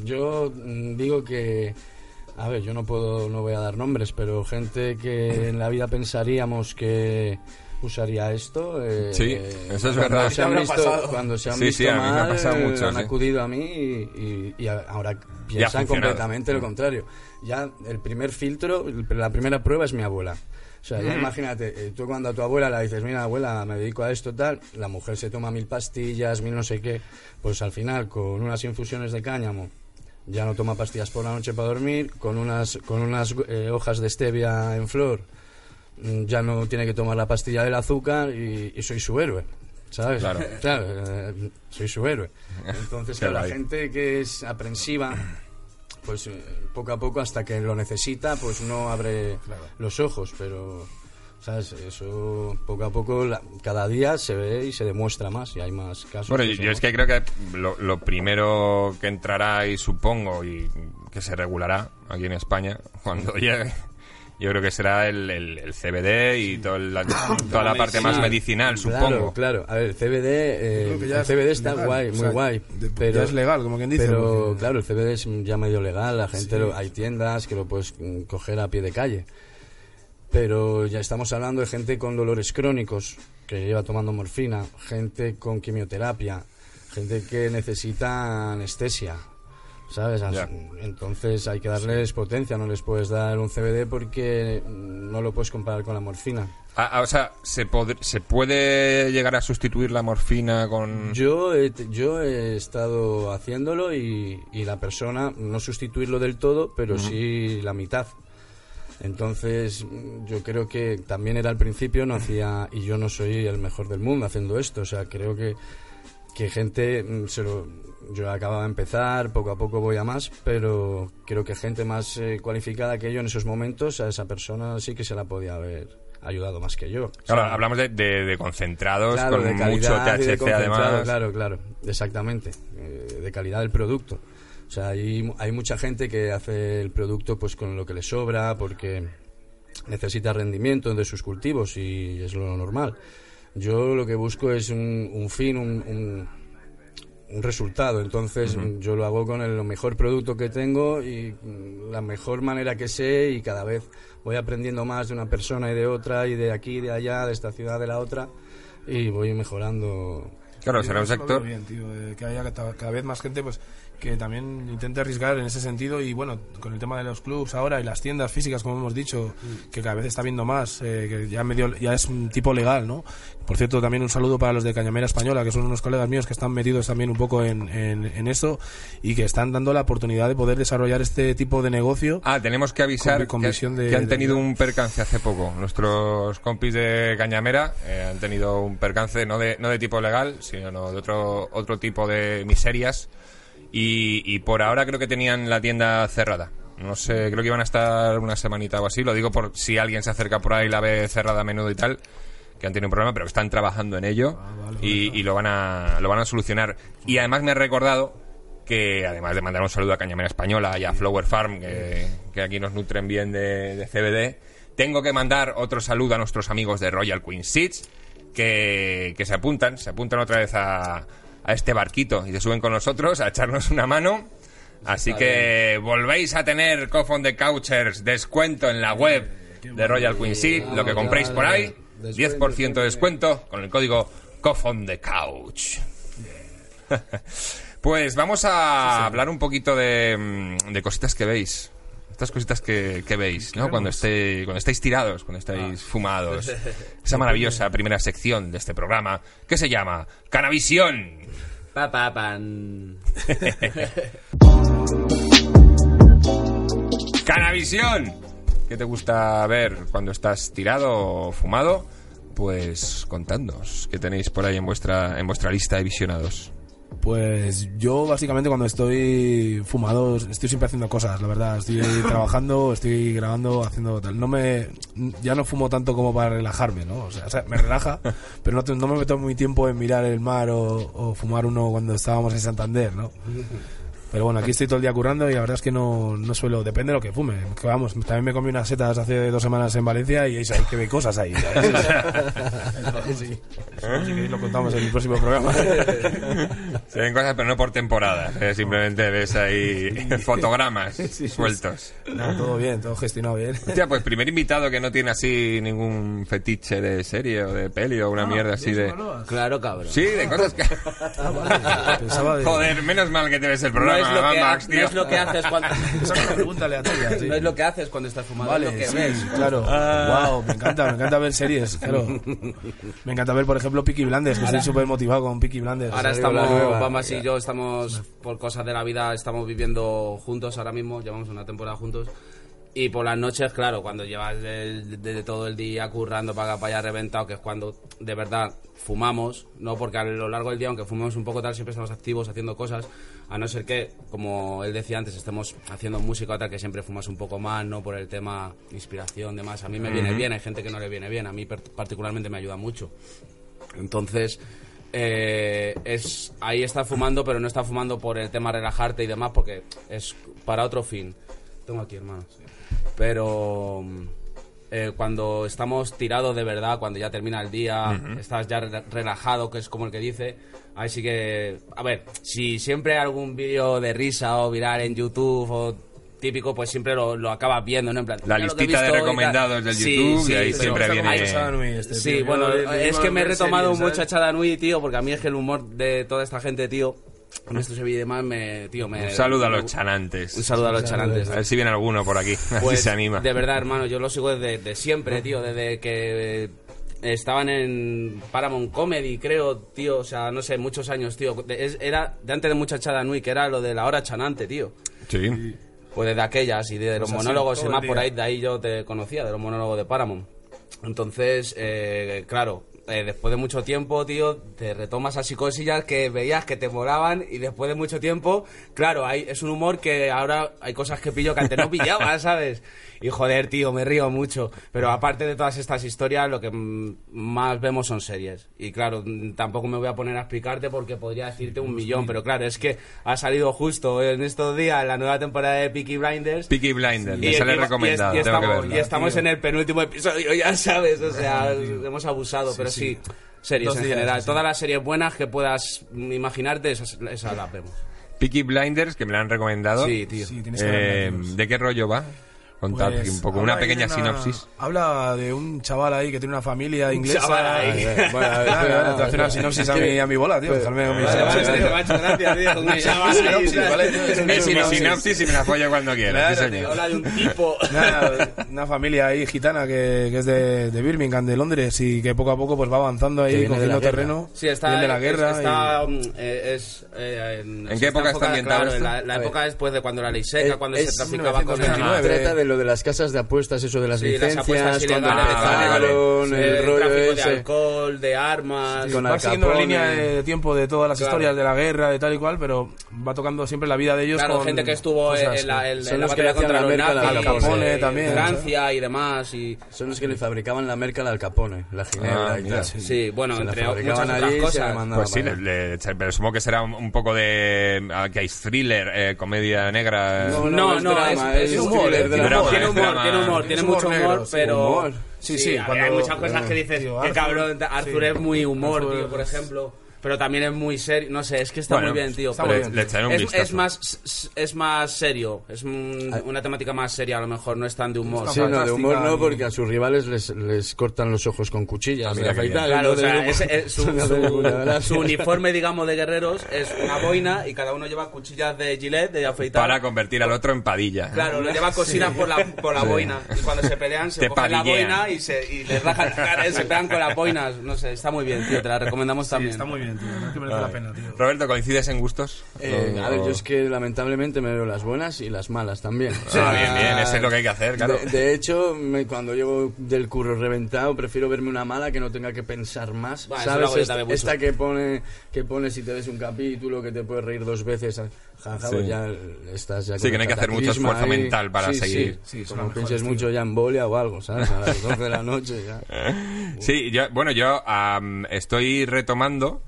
Yo mm, digo que, a ver, yo no puedo, no voy a dar nombres, pero gente que en la vida pensaríamos que usaría esto. eh, Sí, eso es cuando verdad. Se han habrá visto, pasado. cuando se han Sí, visto sí, a mí me ha mal, pasado eh, mucho, han sí. acudido a mí y, y- y a- ahora piensan funcionado. completamente lo Mm. contrario. Ya el primer filtro, el- la primera prueba es mi abuela. O sea, ya imagínate, eh, tú cuando a tu abuela le dices, mira, abuela, me dedico a esto, tal, la mujer se toma mil pastillas, mil no sé qué, pues al final, con unas infusiones de cáñamo, ya no toma pastillas por la noche para dormir, con unas, con unas eh, hojas de stevia en flor, mm, ya no tiene que tomar la pastilla del azúcar y, y soy su héroe. ¿Sabes? Claro. Claro, eh, soy su héroe. Entonces, Qué claro, la guay. gente que es aprensiva, pues eh, poco a poco, hasta que lo necesita, pues no abre los ojos, pero, ¿sabes? Eso poco a poco, la- cada día se ve y se demuestra más, y hay más casos. Bueno, que yo, son yo es que creo que lo, lo primero que entrará, y supongo, y que se regulará aquí en España, cuando llegue, yo creo que será el, el, el C B D y todo el- la- toda la parte más Sí, medicinal, Claro, supongo. claro. A ver, el C B D, eh, Creo que ya el es C B D está legal, guay, o muy sea, guay. de- pero ya es legal, como quien dice, Pero porque- claro, el C B D es ya medio legal, la gente Sí. lo- hay tiendas que lo puedes mm, coger a pie de calle. Pero ya estamos hablando de gente con dolores crónicos, que lleva tomando morfina, gente con quimioterapia, gente que necesita anestesia. ¿sabes? Ya. Entonces hay que darles potencia, no les puedes dar un C B D porque no lo puedes comparar con la morfina. Ah, ah, o sea, ¿se, pod- ¿se puede llegar a sustituir la morfina con...? Yo he, yo he estado haciéndolo y, y la persona, no sustituirlo del todo, pero uh-huh. sí la mitad. Entonces, yo creo que también era al principio, no hacía, y yo no soy el mejor del mundo haciendo esto, o sea, creo que, que gente, se lo, yo acababa de empezar, poco a poco voy a más, pero creo que gente más eh, cualificada que yo en esos momentos, a esa persona sí que se la podía haber ayudado más que yo. Claro, o sea, hablamos de, de, de concentrados, claro, con de mucho calidad T y de H C concentrado, además. Claro, claro, exactamente, eh, de calidad del producto. O sea, hay, hay mucha gente que hace el producto pues con lo que le sobra porque necesita rendimiento de sus cultivos y es lo normal. Yo lo que busco es un, un fin, un, un, un resultado. Entonces uh-huh. yo lo hago con el mejor producto que tengo y la mejor manera que sé y cada vez voy aprendiendo más de una persona y de otra y de aquí, de allá, de esta ciudad, de la otra y voy mejorando. Claro, será un sector... Bien, tío, eh, que haya cada vez más gente pues que también intente arriesgar en ese sentido y bueno, con el tema de los clubs ahora y las tiendas físicas, como hemos dicho, mm. que cada vez está viendo más, eh, que ya medio ya es un tipo legal, ¿no? Por cierto, también un saludo para los de Cañamera Española, que son unos colegas míos que están metidos también un poco en, en, en eso y que están dando la oportunidad de poder desarrollar este tipo de negocio. Ah, tenemos que avisar con, con que, de, que han tenido de... un percance hace poco. Nuestros compis de Cañamera eh, han tenido un percance no de, no de tipo legal, sino de otro, otro tipo de miserias. Y, y por ahora creo que tenían la tienda cerrada. No sé, creo que iban a estar una semanita o así. Lo digo por si alguien se acerca por ahí y la ve cerrada a menudo y tal, que han tenido un problema, pero que están trabajando en ello ah, vale, y, vale. y lo van a lo van a solucionar. Y además me ha recordado que, además de mandar un saludo a Cañamera Española y a Flower Farm, que, que aquí nos nutren bien de, de C B D, tengo que mandar otro saludo a nuestros amigos de Royal Queen Seeds, que, que se apuntan, se apuntan otra vez a... a este barquito y se suben con nosotros a echarnos una mano. Así que volvéis a tener Cough on the Couchers descuento en la web de Royal Queen Seed. Lo que compréis por ahí, diez por ciento de descuento con el código Cough on the Couch. Pues vamos a hablar un poquito de, de cositas que veis. Estas cositas que, que veis, ¿no? Cuando, esté, cuando estáis tirados, cuando estáis fumados. Esa maravillosa primera sección de este programa que se llama Canavisión. Pa, pa, pan. Canavisión. ¿Qué te gusta ver cuando estás tirado o fumado? Pues contadnos qué tenéis por ahí en vuestra, en vuestra lista de visionados. Pues yo básicamente cuando estoy fumado estoy siempre haciendo cosas, la verdad. Estoy trabajando, estoy grabando, haciendo tal. No me, ya no fumo tanto como para relajarme, ¿no? O sea, o sea me relaja, pero no, te, no me meto muy tiempo en mirar el mar o, o fumar uno cuando estábamos en Santander, ¿no? Pero bueno, aquí estoy todo el día currando y la verdad es que no, no suelo, depende de lo que fume. Que vamos, también me comí unas setas hace dos semanas en Valencia y es ahí que ve cosas ahí, ¿sabes? Sí. Si queréis lo contamos en el próximo programa. Se ven cosas, pero no por temporada. ¿eh? Simplemente ves ahí fotogramas sí, sí, sueltos. No, todo bien, todo gestionado bien. Hostia, pues primer invitado que no tiene así ningún fetiche de serie o de peli o una ah, mierda así de... Claro, cabrón. Sí, de cosas que... Ah, vale. Pensaba de... Joder, menos mal que te ves el programa. No es lo, que, Max, no es lo que haces cuando... Esa es una pregunta aleatoria. Sí. No es lo que haces cuando estás fumando, vale, es lo que sí, ves. Claro. Ah. Wow, me encanta, me encanta ver series, claro. Me encanta ver, por ejemplo, Peaky Blinders, que ahora, estoy súper motivado con Peaky Blinders. Ahora estamos, Bamas y yo estamos, por cosas de la vida, estamos viviendo juntos ahora mismo, llevamos una temporada juntos. Y por las noches, claro, cuando llevas de, de, de todo el día currando para acá, para allá reventado, que es cuando de verdad fumamos, no porque a lo largo del día, aunque fumemos un poco tal, siempre estamos activos haciendo cosas, a no ser que, como él decía antes, estemos haciendo música otra que siempre fumas un poco más, no por el tema inspiración, demás. A mí me viene bien, hay gente que no le viene bien, a mí particularmente me ayuda mucho. Entonces... Eh, es ahí está fumando, pero no está fumando por el tema relajarte y demás, porque es para otro fin. Tengo aquí, hermano. Sí. Pero eh, cuando estamos tirados de verdad, cuando ya termina el día, uh-huh. estás ya re- relajado, que es como el que dice, ahí sí que... A ver, si siempre hay algún vídeo de risa o viral en YouTube o típico, pues siempre lo, lo acabas viendo, ¿no? En plan, la listita de recomendados del sí, YouTube sí, y ahí siempre viene... Nui, este, sí, tío. bueno, Yo, es que me he retomado series, mucho a Chada Nui, tío, porque a mí es que el humor de toda esta gente, tío, con esto se ve y demás, me, tío, me... Un saludo a los chanantes. Un saludo a los chanantes. A ver si viene alguno por aquí, a ver Pues, si se anima. De verdad, hermano, yo lo sigo desde, desde siempre, tío, desde que estaban en Paramount Comedy, creo, tío, o sea, no sé, muchos años, tío. De- es- era de antes de Muchachada Nui, que era lo de la hora chanante, tío. Sí. Pues desde aquellas y de los Pues así, monólogos y todo más el por día. ahí, de ahí yo te conocía, de los monólogos de Paramount. Entonces, eh, claro, eh, después de mucho tiempo, tío, te retomas así cosillas que veías que te molaban y después de mucho tiempo, claro, hay, es un humor que ahora hay cosas que pillo que antes no pillaba, ¿sabes? Y joder, tío, me río mucho. Pero aparte de todas estas historias, lo que mm, más vemos son series. Y claro, mm, tampoco me voy a poner a explicarte porque podría decirte un millón, pero claro, es que ha salido justo en estos días la nueva temporada de Peaky Blinders. Peaky Blinders, Y me sale encima- recomendado, y es- y tengo que estamos, verlo. y estamos en el penúltimo episodio, ya sabes, o sea, hemos abusado, pero sí, series Dos en días, general. sí. Todas las series buenas que puedas imaginarte, esas, esas las vemos. Peaky Blinders, que me la han recomendado. Sí, tío. Sí, tienes que Eh, verla, tío. ¿De qué rollo va? Contad Pues, un poco, habla una ahí de pequeña una- sinopsis. Habla de un chaval ahí que tiene una familia inglesa. chaval ahí. Ay, Bueno, a ver, Claro, espera, claro, te hace una espera. sinopsis a Es que- mi, a mi bola, tío. Dejarme con mi Vale, sinopsis, vale, tío. macho, gracias, tío. Un chaval ahí, sinopsis, ¿sabes? ¿vale? Es Es un mi sinopsis. sinopsis y me la follo cuando quiera. Claro, sí, tío. señor. Habla de un tipo. Nada, una familia ahí gitana que, que es de, de Birmingham, de Londres, y que poco a poco pues va avanzando Que ahí, viene de la cogiendo guerra. terreno. Sí, está. viene de la es- guerra. Está, mm, eh, es, eh, en, ¿En qué época está enfocada, ambientado claro, en esto? la, la A ver. época después de cuando la ley seca, Eh, cuando es se traficaba con mil novecientos veintinueve. Trata de lo de las casas de apuestas, eso de las Sí, las apuestas licencias, cuando ilegales, empezaron, vale, el el rollo tráfico de ese. alcohol, de armas. Sí, con va Al siguiendo la Capone. línea de tiempo de todas las Claro. historias de la guerra, de tal y cual, pero va tocando siempre la vida de ellos. Claro, con gente que estuvo en, cosas, en la, en, Son en la los que batalla hacían contra la los merca nazis, Al Capone eh, también, Francia y demás. Y, Son los que le fabricaban la merca al Capone, la ginebra Ah, y mira. tal. sí, bueno, Se la entre fabricaban muchas allí otras y se la cosas. mandaban Pues sí, para le- allá. le- pero supongo que será un, un poco de... ah, que hay thriller, eh, comedia negra... eh. No, No, es no, drama, es, es es humor, thriller, eh, drama. tiene humor, tiene Es humor, drama. tiene humor, tiene Es mucho humor humor, negro, sí, pero... humor. Sí, Sí, sí, a ver, cuando- hay muchas cosas que dices, Tío, qué Arthur, cabrón, Arthur sí. es muy humor, Arthur, tío, por sí. ejemplo. Pero también es muy serio, no sé, es que está Bueno, muy bien, tío. está pero muy bien. Le echaré un es, vistazo. es más es más serio, es un- una temática más seria, a lo mejor no es tan de humor. Está Sí, no, de fantástica humor no, y- porque a sus rivales les, les cortan los ojos con cuchillas. Ah, mira de qué afeitar, Claro, o entonces, sea, humor- ese- es su, no hace ninguna su, gracia. su uniforme, digamos, de guerreros es una boina y cada uno lleva cuchillas de Gillette, de afeitar. Para convertir al otro en padilla. Claro, lo lleva cosidas por la, por la boina. Y cuando se pelean, se Te cogen la padillean. boina y, se, y les rajan la cara y se pegan con las boinas. No sé, está muy bien, tío, te la recomendamos Sí, también. está muy bien, tío. Es que merece la pena, tío. Roberto, ¿coincides en gustos? Eh, O- a ver, yo es que lamentablemente me veo las buenas y las malas también. Ah, bien, bien, eso es lo que hay que hacer, claro. De, de hecho, me- cuando llego del curro reventado, prefiero verme una mala que no tenga que pensar más. Bueno, eso lo ¿Sabes? hago yo Esta, también mucho. esta que pone que pone si te ves un capítulo que te puedes reír dos veces, janja, pues Sí. ya estás ya Sí, con que no hay el que hacer mucho cataclisma esfuerzo ahí. mental para Sí, seguir. Sí, Sí, son como las pienses mejores, mucho ya en bolia o algo, ¿sabes? A las doce de la noche ya. Sí, yo, bueno, yo am, estoy retomando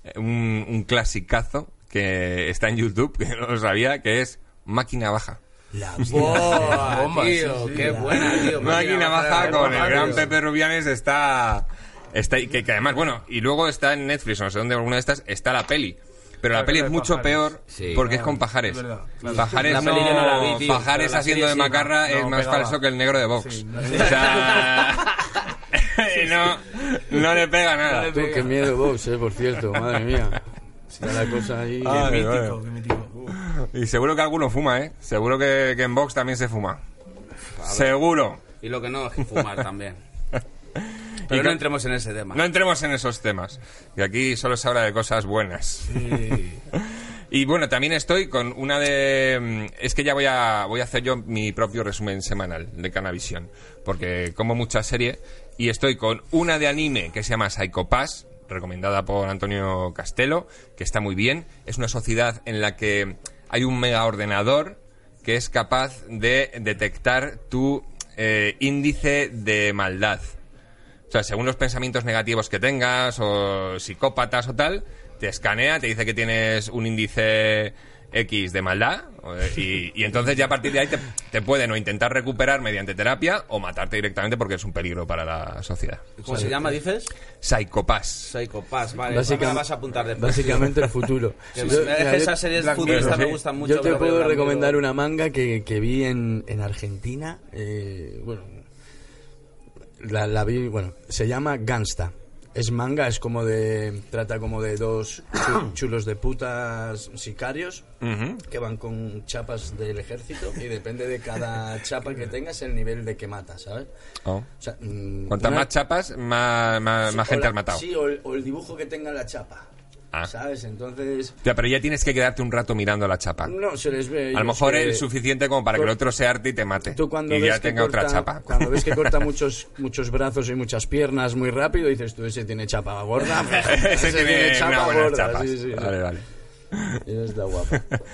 un, un clasicazo que está en YouTube, que no lo sabía, que es Máquina Baja. ¡Buah, Bomba, tío! sí, sí. ¡Qué buena, tío! Máquina Baja de con Baja, el gran tío. Pepe Rubianes está... está ahí, que, que además, bueno, y luego está en Netflix, o no sé dónde, alguna de estas, está la peli. Pero la La peli cara es de mucho Pajares. peor Sí. porque es con Pajares. Es verdad, claro. Pajares La no, peli yo no la vi, tío, Pajares pero la haciendo de serie sí, Macarra no, es más pegaba. falso que el negro de Vox. Sí. O sea, no, no le pega nada. Tú, qué miedo vos, eh, por cierto, madre mía. Está la cosa ahí. Ah, Qué vale, mítico, vale. qué mítico. Uf. Y seguro que alguno fuma, ¿eh? Seguro que, que en Vox también se fuma. Seguro. Y lo que no es fumar también. Y Pero no con- entremos en ese tema. No entremos en esos temas. Que aquí solo se habla de cosas buenas. Sí. Y bueno, también estoy con una de... mm, Es que ya voy a, voy a hacer yo mi propio resumen semanal de Canavisión. Porque como mucha serie. Y estoy con una de anime que se llama Psycho Pass, recomendada por Antonio Castelo, que está muy bien. Es una sociedad en la que hay un mega ordenador que es capaz de detectar tu eh, índice de maldad. O sea, según los pensamientos negativos que tengas, o psicópatas o tal, te escanea, te dice que tienes un índice X de maldad, o de- y, y entonces ya a partir de ahí te, te pueden o intentar recuperar mediante terapia o matarte directamente porque es un peligro para la sociedad. ¿Cómo se llama, dices? Psycho Pass. Psycho Pass, vale. Básicam- me la vas a apuntar después. Básicamente el futuro. Que Yo- me- mira, es que yo- esas series Black futuristas Mirror, me sí. gustan mucho. Yo te pero puedo Black recomendar Mirror- una manga que, que vi en, en Argentina. eh, bueno, la, la vi, bueno, se llama Gangsta. Es manga, es como de... Trata como de dos chu- chulos de putas sicarios Ujú. que van con chapas del ejército y depende de cada chapa que tengas el nivel de que matas, ¿sabes? Oh. O sea, mm, Cuantas una- más chapas, más, más, sí, más o gente la- has matado. Sí, o el, o el dibujo que tenga la chapa, Ah. ¿sabes? Entonces... Ya, pero ya tienes que quedarte un rato mirando la chapa. No, se les ve... A lo ellos mejor que- es suficiente como para que el Cor- otro se arte y te mate. Tú cuando y ves ya que tenga corta, otra chapa. Cuando ves que corta muchos muchos brazos y muchas piernas muy rápido, dices tú, ese tiene chapa gorda. Ese tiene una buena gorda, chapa. sí, sí, sí. Vale, vale. Ese está guapo.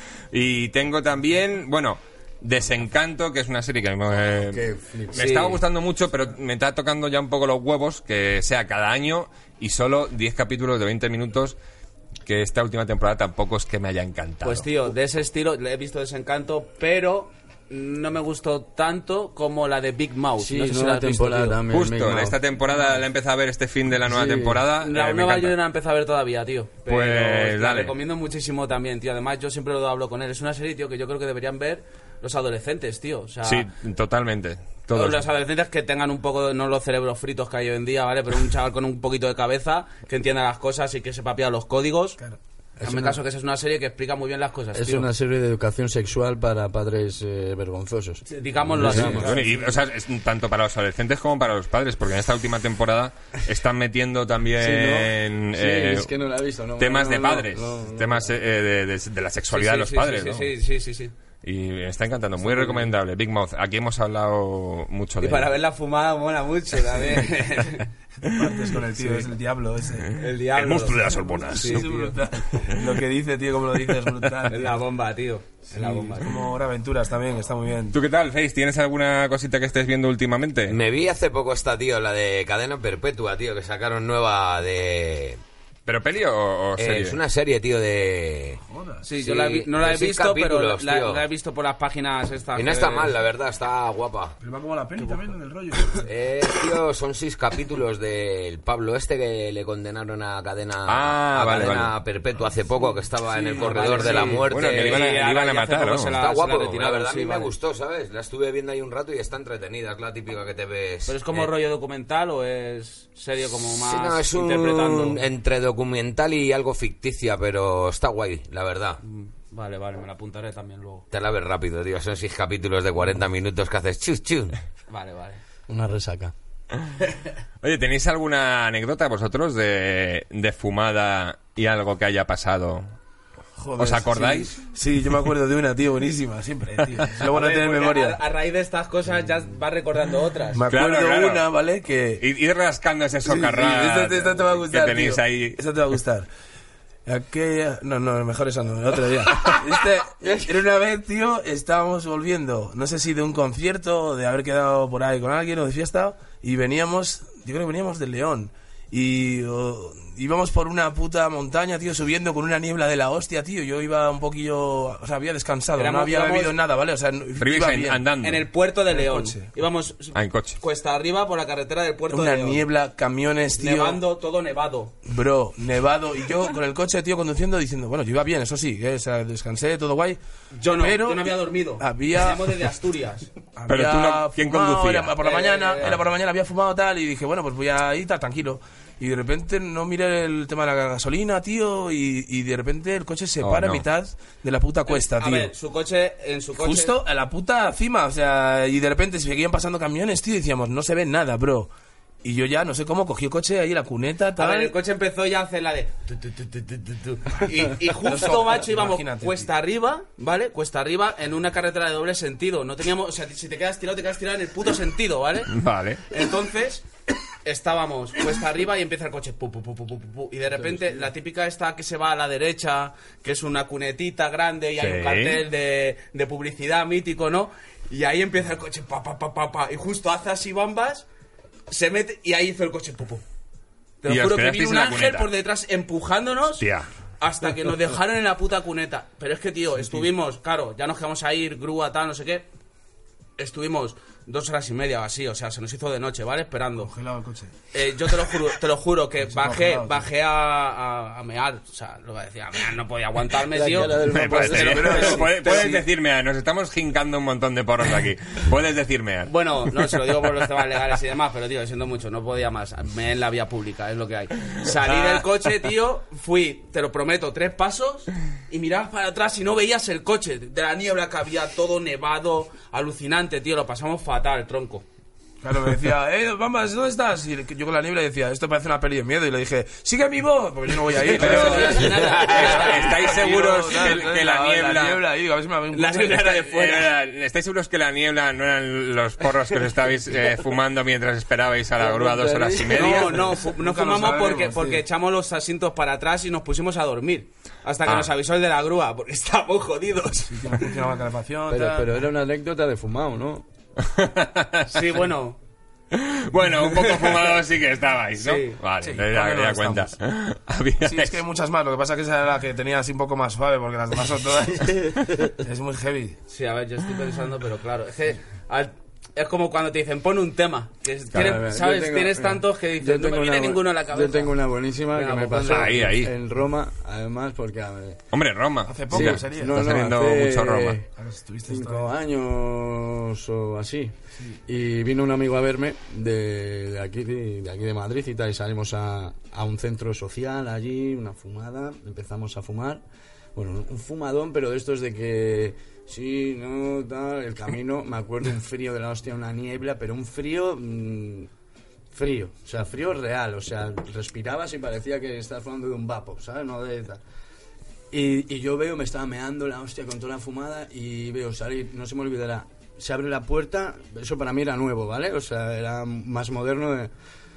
Y tengo también, bueno, Desencanto, que es una serie que me, Qué flip. me Sí. estaba gustando mucho, pero me está tocando ya un poco los huevos, que sea cada año y solo diez capítulos de veinte minutos, que esta última temporada tampoco es que me haya encantado. Pues tío, de ese estilo le he visto Desencanto, pero no me gustó tanto como la de Big Mouth. Sí, no sé si nueva la has visto, temporada tío. también. Big Justo, Mouth. esta temporada la he empezado a ver este fin de la nueva Sí. temporada. La eh, me nueva encanta. yo no la he empezado a ver todavía, tío. Pero Pues, la dale. recomiendo muchísimo también, tío. Además, yo siempre lo hablo con él. Es una serie, tío, que yo creo que deberían ver los adolescentes, tío. O sea, Sí, totalmente. Todos. los adolescentes que tengan un poco, de- no los cerebros fritos que hay hoy en día, ¿vale? Pero un chaval con un poquito de cabeza, que entienda las cosas y que sepa pillar los códigos. Claro. Hazme caso que esa es una serie que explica muy bien las cosas, Es tío. una serie de educación sexual para padres eh, vergonzosos. Digámoslo así. Bueno, y, o sea, es tanto para los adolescentes como para los padres, porque en esta última temporada están metiendo también Sí, ¿no? Sí, eh, es que no la he visto. No, temas no, de no, padres, no, no. temas eh, de, de- de la sexualidad Sí, de los sí, padres, sí, ¿no? sí, sí, sí, sí. Y me está encantando, muy recomendable. Big Mouth, aquí hemos hablado mucho de Y para ella. ver la fumada mola mucho también. Partes con el tío, es el diablo ese. El diablo. El monstruo de las hormonas. Sí, es tío. brutal. Lo que dice, tío, como lo dice, es brutal. Es tío. la bomba, tío. Es la bomba. Sí, tío. como Hora Aventuras también, que está muy bien. ¿Tú qué tal, Face? ¿Tienes alguna cosita que estés viendo últimamente? Me vi hace poco esta, tío, la de Cadena Perpetua, tío, que sacaron nueva de... ¿Pero peli o, o Eh, serie? es una serie, tío, de... Sí, Sí, yo la vi- no la de he seis visto, pero capítulos, la, tío. la he visto por las páginas estas. Y no que- está mal, la verdad, está guapa. Pero va como la peli también en el rollo. Eh, tío, son seis capítulos del Pablo este que le condenaron a cadena, Ah, a vale, cadena vale. perpetua hace poco, que estaba en el Sí, corredor vale, de la sí. muerte. Bueno, que le iban a- Y le ahora iban a ya hace matar, poco ¿no? se la- Está se guapo, la retiraron, verdad, sí, a mí vale. me gustó, ¿sabes? La estuve viendo ahí un rato y está entretenida, es la típica que te ves. ¿Pero es como eh, rollo documental o es serie como más Sí, no, es interpretando? un entre documental y algo ficticia, pero está guay, la verdad. Vale, vale, me la apuntaré también luego. Te la ves rápido, tío. Son seis capítulos de cuarenta minutos que haces chus, chus. Vale, vale. Una resaca. Oye, ¿tenéis alguna anécdota vosotros de, de fumada y algo que haya pasado? Joder, ¿Os acordáis? Sí, sí, yo me acuerdo de una, tío, buenísima, siempre, tío. Es lo bueno A ver, tener porque memoria. A, a raíz de estas cosas ya vas recordando otras. Me acuerdo Claro, claro. una, ¿vale? Que... Ir, ir rascando ese Sí, sí, socarrat esta, esta te va a gustar, que tenéis tío. ahí. Esta te va a gustar. Aquella... No, no, mejor esa no, el otro día. Este, era una vez, tío, estábamos volviendo, no sé si de un concierto, o de haber quedado por ahí con alguien o de fiesta, y veníamos, yo creo que veníamos de León, y o, íbamos por una puta montaña, tío, subiendo con una niebla de la hostia, tío. Yo iba un poquillo, o sea, había descansado, Éramos- no había íbamos- bebido nada, ¿vale? O sea, Pero iba ibais bien. andando. En el puerto de En el León. coche. Íbamos Ah, en coche. cuesta arriba por la carretera del puerto Una de León. niebla, camiones, tío. Nevando, todo nevado. Bro, nevado. Y yo con el coche, tío, conduciendo, diciendo, bueno, yo iba bien, eso sí, que, o sea, descansé, todo guay. Yo no, pero yo no había dormido. Había... Veníamos desde Asturias. Pero había tú no- ¿quién fumado, conducía? Era por la Eh, mañana, eh, era por la mañana, había fumado tal, y dije, bueno, pues voy a ir tal, tranquilo. Y de repente no miré el tema de la gasolina, tío, y, y de repente el coche se Oh, para no. en mitad de la puta cuesta, A tío. ver, su coche, en su coche... Justo a la puta cima, o sea, y de repente se seguían pasando camiones, tío, y decíamos, no se ve nada, bro. Y yo ya, no sé cómo, cogí el coche ahí, la cuneta, A tal. ver, el coche empezó ya a hacer la de... tu, tu, tu, tu, tu, tu, tu. Y, y justo, macho, íbamos Imagínate, cuesta arriba, ¿vale? Cuesta arriba en una carretera de doble sentido. No teníamos... O sea, si te quedas tirado, te quedas tirado en el puto sentido, ¿vale? Vale. Entonces, estábamos cuesta arriba y empieza el coche. Pu, pu, pu, pu, pu, pu, y de repente, la típica esta que se va a la derecha, que es una cunetita grande y hay Sí. un cartel de, de publicidad mítico, ¿no? Y ahí empieza el coche, pa, pa, pa, pa, pa. Y justo hace así bambas, se mete y ahí hizo el coche, pu, pu. Te Y lo os juro que quedasteis vino un en la ángel cuneta. por detrás empujándonos. Tía. Hasta que nos dejaron en la puta cuneta. Pero es que, tío, estuvimos, claro, ya nos quedamos a ir, grúa, tal, no sé qué. estuvimos dos horas y media o así, o sea, se nos hizo de noche, ¿vale? Esperando. Congelado el coche. Eh, yo te lo juro, te lo juro que bajé, congelado, bajé a, a, a mear, o sea, lo que decía, a mear, no podía aguantarme, La tío. cara del Me Pues, parece- pero- pero- pero- puedes puedes sí. decirme, ah, nos estamos jincando un montón de porros aquí. Puedes decirme. ah. Bueno, no, se lo digo por los temas legales y demás, pero tío, lo siento mucho, no podía más. Me en la vía pública, es lo que hay. Salí del coche, tío, fui, te lo prometo, tres pasos y mirabas para atrás y no veías el coche. De la niebla que había, todo nevado, alucinante, tío, lo pasamos fatal, tronco. Claro, me decía, eh, Bambas, ¿dónde estás? Y yo con la niebla decía, esto parece una peli de miedo. Y le dije, sigue mi voz, porque yo no voy a ir. Pero, Nada. ¿estáis seguros que, que la niebla... La niebla ahí, digo, a ver si me La niebla era de fuera. Eh, ¿Estáis seguros que la niebla no eran los porros que os estabais eh, fumando mientras esperabais a la grúa dos horas y media? No, no, fu- no Nunca lo fumamos porque, sabremos, porque tío. echamos los asientos para atrás y nos pusimos a dormir. Hasta que Ah. nos avisó el de la grúa, porque estábamos jodidos. Sí, que no funcionaba la calefacción. Pero, tal. pero era una anécdota de fumado, ¿no? Sí, bueno. Bueno, un poco fumado sí que estabais, ¿no? Sí. Vale, Sí, ya, ¿por ya qué no ya cuenta. estamos? Había- Sí, es que hay muchas más. Lo que pasa es que esa era la que tenía así un poco más suave, porque las demás son todas. Es muy heavy. Sí, a ver, yo estoy pensando, pero claro, es que al- es como cuando te dicen pon un tema, que es- Claro, tienes- a ver, ¿sabes? yo tengo- Tienes mira, tantos que yo dices, no me tengo viene una bu- ninguno a la cabeza. Yo tengo una buenísima Venga, que me pues pasó ahí, ahí. en Roma, además, porque... A ver, Hombre, Roma. Hace poco Sí, sería. Está saliendo mucho Roma. A ver si estuviste cinco todavía. años o así. Y vino un amigo a verme de, de aquí de, de aquí de Madrid y tal, y salimos a, a un centro social allí, una fumada, empezamos a fumar. Bueno, un fumadón, pero de estos de que sí, no, tal, el camino, me acuerdo un frío de la hostia, una niebla, pero un frío mmm, frío, o sea, frío real, o sea, respirabas y parecía que estabas fumando de un vapo, ¿sabes? No de tal. Y, y yo veo, me estaba meando la hostia con toda la fumada y veo salir, no se me olvidará, se abre la puerta, eso para mí era nuevo, ¿vale? O sea, era más moderno. De,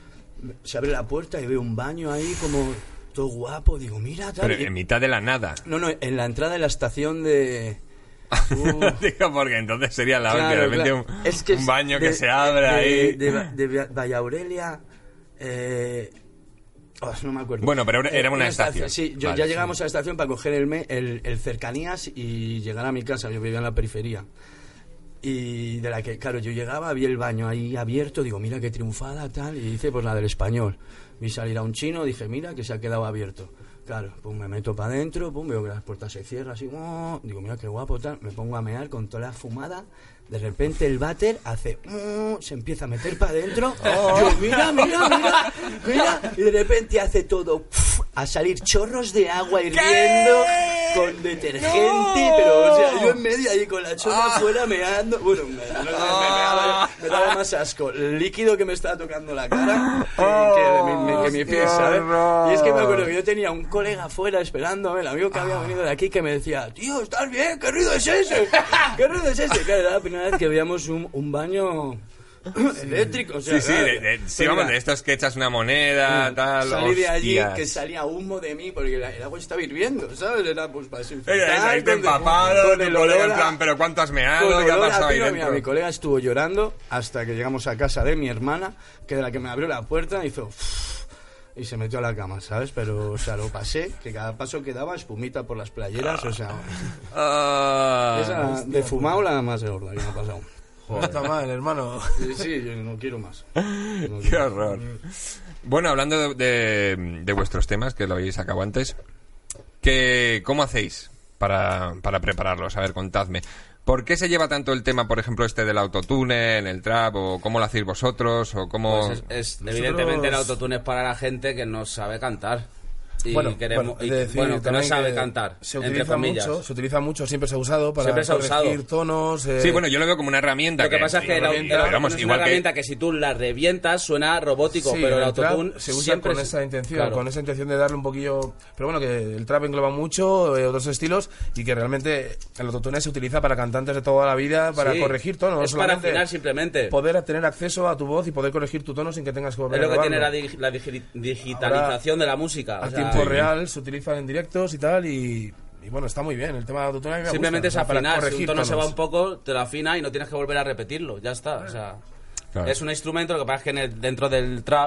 se abre la puerta y veo un baño ahí como todo guapo, digo, mira, tal. Pero y- en mitad de la nada. no, no, en la entrada de la estación de... Uh, Digo, porque entonces sería la hostia, claro, de repente claro. un, Es que un es baño de- que se abre de, ahí. De, de, de Valla Aurelia... Eh, oh, no me acuerdo. Bueno, pero era- era Eh, una estación. Sí, yo, Vale, ya sí. llegamos a la estación para coger el, me- el, el cercanías y llegar a mi casa. Yo vivía en la periferia. Y de la que, claro, yo llegaba, vi el baño ahí abierto, digo, mira qué triunfada, tal, y dice, pues la del español. Vi salir a un chino, dije, mira que se ha quedado abierto. Claro, pues me meto para adentro, pum, veo que las puertas se cierran así, ¡oh! Digo, mira qué guapo, tal, me pongo a mear con toda la fumada. De repente el váter hace, ¡oh! Se empieza a meter para adentro. Yo, mira, mira, mira, mira, y de repente hace todo, ¡puf! A salir chorros de agua hirviendo con detergente, pero o sea, yo en medio ahí con la chorra afuera meando, bueno, me, no sé, me, me daba, me daba más asco el líquido que me estaba tocando la cara que, que, mi, mi- que mi pie, ¿sabes? Y es que me acuerdo que yo tenía un colega afuera esperándome, el amigo que había venido de aquí, que me decía, tío, ¿estás bien? ¿Qué ruido es ese? ¿Qué ruido es ese? Claro, era la primera vez que veíamos un, un baño eléctrico, o sea, Sí, sí, claro, de, de- sí, pero vamos, mira, de estos que echas una moneda, tal. salí de allí hostias. que salía humo de mí porque la- el agua estaba hirviendo, ¿sabes? Era pues para Eh, desinfectar, ahí te con- empapado, con tu el colega en olor a- plan, pero ¿cuánto has con meado? el ¿Qué ha olor a pasado ahí pino. Mira, dentro? mi colega estuvo llorando hasta que llegamos a casa de mi hermana, que de la que me abrió la puerta hizo "Uff", y se metió a la cama, ¿sabes? Pero, o sea, lo pasé, que cada paso que daba espumita por las playeras, o sea, Ah, esa de fumado la más gorda que me ha pasado. No está mal, hermano. Sí, sí, yo no quiero más. No Qué quiero. horror. Bueno, hablando de, de- de vuestros temas, que lo habéis sacado antes, que, ¿cómo hacéis para, para prepararlos? A ver, contadme. ¿Por qué se lleva tanto el tema, por ejemplo, este del autotune en el trap? ¿O cómo lo hacéis vosotros? ¿O cómo...? Pues es, es- Nosotros- evidentemente el autotune es para la gente que no sabe cantar. Y Bueno, queremos, bueno, y es que- decir, bueno, que no también sabe que cantar, se entre utiliza comillas. mucho, se utiliza mucho, siempre se ha usado para Siempre se ha corregir usado. tonos. eh, Sí, bueno, yo lo veo como una herramienta. Lo que pasa es que el, au- el herramienta, autotune vamos, es igual una que- herramienta que si tú la revientas suena robótico, sí, pero el el trap autotune se usa siempre con es- esa intención, claro. con esa intención de darle un poquillo. Pero bueno, que el trap engloba mucho, eh, otros estilos, y que realmente el autotune se utiliza para cantantes de toda la vida, para Sí, corregir tonos. no es para solamente afinar simplemente. poder tener acceso a tu voz y poder corregir tu tono sin que tengas que volver Es lo a que tiene la, grabarlo. dig- la digi- digitalización de la música. o Al sea, tiempo real se utilizan en directos y tal, y, y bueno, está muy bien. El tema de autotune a mí me simplemente gusta, es o sea, para afinar. Si un corregir tono se va tonos. un poco, te lo afina y no tienes que volver a repetirlo. Ya está. O sea, Claro. es un instrumento. Lo que pasa es que en el- dentro del trap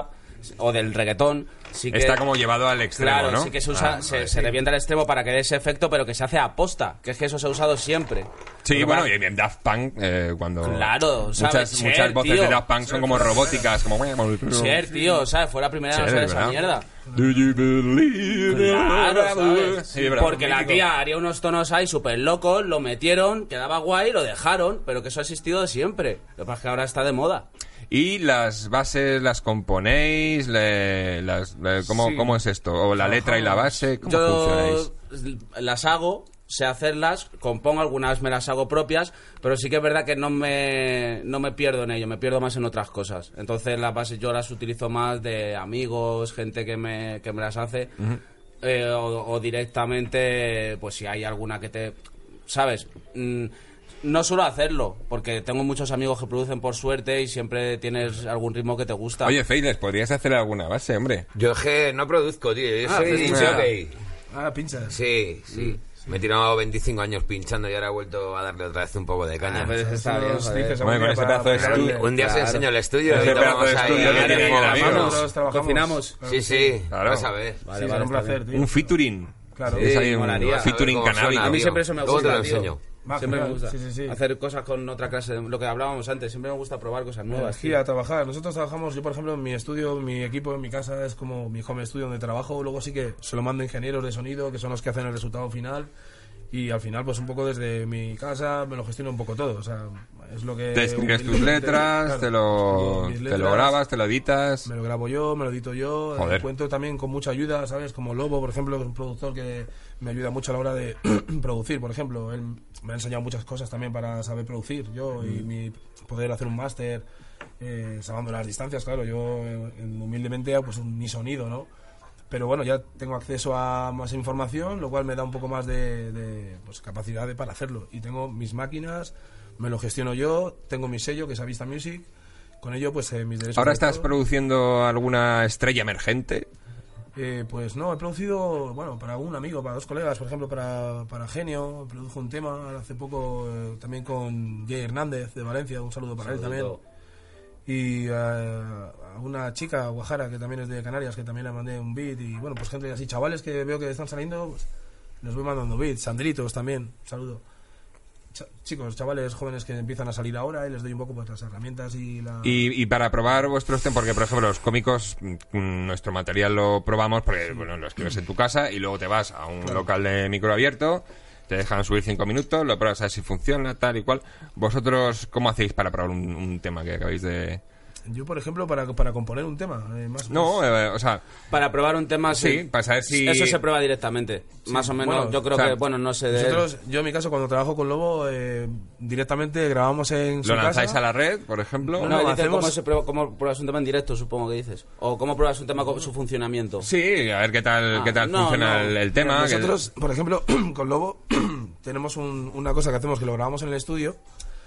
o del reggaetón, sí que... Está como llevado al extremo, claro, ¿no? sí que se usa, Ah, se, vale, se sí. revienta al extremo para que dé ese efecto, pero que se hace a posta, que es que eso se ha usado siempre. Sí, Porque bueno, va- y en Daft Punk, eh, cuando... Claro, muchas, ¿sabes? muchas Cher, voces tío. de Daft Punk son como robóticas, como... Cher, tío, ¿sabes? Fue la primera en Cher, hacer es esa verdad. mierda. Do you believe Claro, ¿sabes? Sí, es verdad, Porque la mítico. tía haría unos tonos ahí súper locos, lo metieron, quedaba guay, lo dejaron, pero que eso ha existido de siempre. Lo que pasa es que ahora está de moda. ¿Y las bases las componéis? Le- las, le- ¿cómo, Sí. ¿Cómo es esto? ¿O la letra y la base? ¿Cómo Yo funcionáis? las hago, sé hacerlas, compongo, algunas me las hago propias, pero sí que es verdad que no me, no me pierdo en ello, me pierdo más en otras cosas. Entonces las bases yo las utilizo más de amigos, gente que me, que me las hace, eh, o, o directamente, pues si hay alguna que te... ¿Sabes? Mm, no suelo hacerlo, porque tengo muchos amigos que producen por suerte y siempre tienes algún ritmo que te gusta. Oye, Feides, ¿podrías hacer alguna base, hombre? Yo es que no produzco, tío. Yo Ah, soy haces D J. música. Ah, pinchas. Sí, sí. Me he tirado veinticinco años pinchando y ahora he vuelto a darle otra vez un poco de caña. Ah, pero es que está bien, Nos joder. dices Bueno, con algún ese día pedazo de para- estudio. para- Un día os Claro. enseño el estudio Ese y pedazo vamos de ahí. estudio que a ver tiene cómo el amigo. vamos. Nosotros trabajamos. Cocinamos. Claro Sí, que sí. Claro. Vas a ver. Vale, Sí, vale, será un está placer, bien. tío. Un featuring. Claro. Es ahí Sí, un molaría. featuring A ver cómo canábico. suena, A mí tío. siempre eso me Luego gusta, te lo tío. enseño. Va, Siempre me genial. gusta Sí, sí, sí. hacer cosas con otra clase de... Lo que hablábamos antes, siempre me gusta probar cosas nuevas. Energía, tío. a trabajar. Nosotros trabajamos, yo por ejemplo, en mi estudio, mi equipo en mi casa es como mi home studio donde trabajo. Luego sí que se lo mando a ingenieros de sonido, que son los que hacen el resultado final. Y al final, pues un poco desde mi casa me lo gestiono un poco todo. O sea, es lo que... Te escribes tus humildemente, letras, claro, te, lo, mis te letras, lo grabas, te lo editas. Me lo grabo yo, me lo edito yo. Joder. eh, Cuento también con mucha ayuda, ¿sabes? Como Lobo, por ejemplo, que es un productor que me ayuda mucho a la hora de producir, por ejemplo. Él me ha enseñado muchas cosas también para saber producir. Yo y mi poder hacer un máster, eh, salvando las distancias, claro. Yo eh, humildemente, pues un- mi sonido, ¿no? Pero bueno, ya tengo acceso a más información, lo cual me da un poco más de, de, pues, capacidad de, para hacerlo. Y tengo mis máquinas, me lo gestiono yo, tengo mi sello, que es Avista Music. Con ello, pues eh, mis derechos. ¿Ahora de estás autor. produciendo alguna estrella emergente? Eh, pues no, he producido, bueno, para un amigo, para dos colegas, por ejemplo, para, para Genio, produjo un tema hace poco eh, también con Jay Hernández de Valencia, un saludo para él también. Y eh, a una chica, Guajara, que también es de Canarias, que también le mandé un beat. Y bueno, pues gente así, chavales que veo que están saliendo, pues les voy mandando beats. Sandritos también, un saludo. Ch- chicos, chavales jóvenes que empiezan a salir ahora y les doy un poco pues las herramientas y la... Y, y para probar vuestros temas, porque por ejemplo los cómicos, mm, nuestro material lo probamos porque bueno, lo escribes en tu casa y luego te vas a un local de micro abierto, te dejan subir cinco minutos, lo pruebas a ver si funciona, tal y cual. ¿Vosotros cómo hacéis para probar un, un tema que acabáis de...? Yo, por ejemplo, para, para componer un tema, eh, más No, eh, o sea, Para probar un tema, sí. sí, para saber si... Eso se prueba directamente. Más o menos, bueno, yo creo o sea, que, bueno, no sé de... Nosotros, yo en mi caso, cuando trabajo con Lobo, eh, directamente grabamos en su ¿Lo lanzáis casa. a la red, por ejemplo? No, No, dice hacemos- cómo, se prueba, cómo pruebas un tema en directo, supongo que dices. O cómo pruebas un tema con su funcionamiento. Sí, a ver qué tal, Ah, qué tal no, funciona no. el, el tema. que- Nosotros, por ejemplo, con Lobo, tenemos un- una cosa que hacemos que lo grabamos en el estudio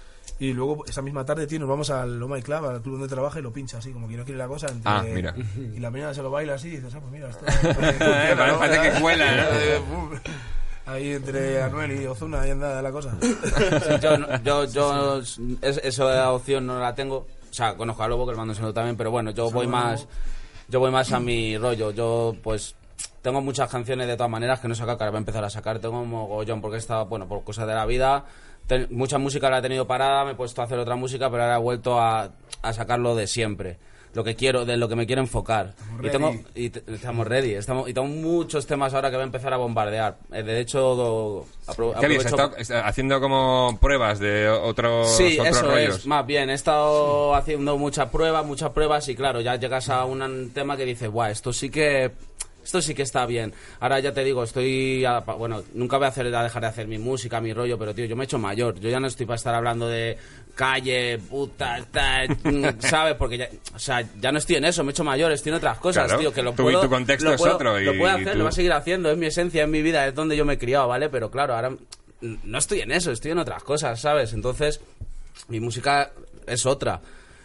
y luego esa misma tarde, tío, nos vamos al Oh My Club, al club donde trabaja y lo pincha así, como que no quiere la cosa. Entre, Ah, mira. Y la peña se lo baila así y dices, ah, pues mira, esto... Eh, parece- parece que cuela, ¿no? Eh, pum. Ahí entre Anuel y Ozuna ahí anda la cosa. Sí, yo, no- yo, yo es- esa opción no la tengo. O sea, conozco a Lobo, que el mando solo también, pero bueno, yo voy más yo voy más a mi rollo. Yo, pues, tengo muchas canciones de todas maneras que no he sacado, que ahora voy a empezar a sacar. Tengo un mogollón, porque he estado, bueno, por cosas de la vida. Ten- mucha música la he tenido parada, me he puesto a hacer otra música, pero ahora he vuelto a, a sacarlo de siempre. Lo que quiero, de lo que me quiero enfocar. Y ready. tengo, y te- estamos ready. Estamos, y tengo muchos temas ahora que voy a empezar a bombardear. Eh, De hecho, do- apro- ¿Qué habéis aprovecho- estado está haciendo como pruebas de otros, Sí, otros eso rollos? es. Más bien, he estado haciendo muchas pruebas, muchas pruebas y claro, ya llegas a un tema que dices, guau, esto sí que... Esto sí que está bien. Ahora ya te digo, estoy... a- pa- bueno, nunca voy a, hacer, a dejar de hacer mi música, mi rollo, pero tío, yo me he hecho mayor. Yo ya no estoy para estar hablando de calle, puta, tal, ¿sabes? Porque ya... O sea, ya no estoy en eso, me he hecho mayor, estoy en otras cosas, Claro, tío, que lo tú y puedo... tu contexto lo es puedo- otro y- Lo puedo y hacer, tú- lo voy a seguir haciendo, es mi esencia, es mi vida, es donde yo me he criado, ¿vale? Pero claro, ahora no estoy en eso, estoy en otras cosas, ¿sabes? Entonces, mi música es otra.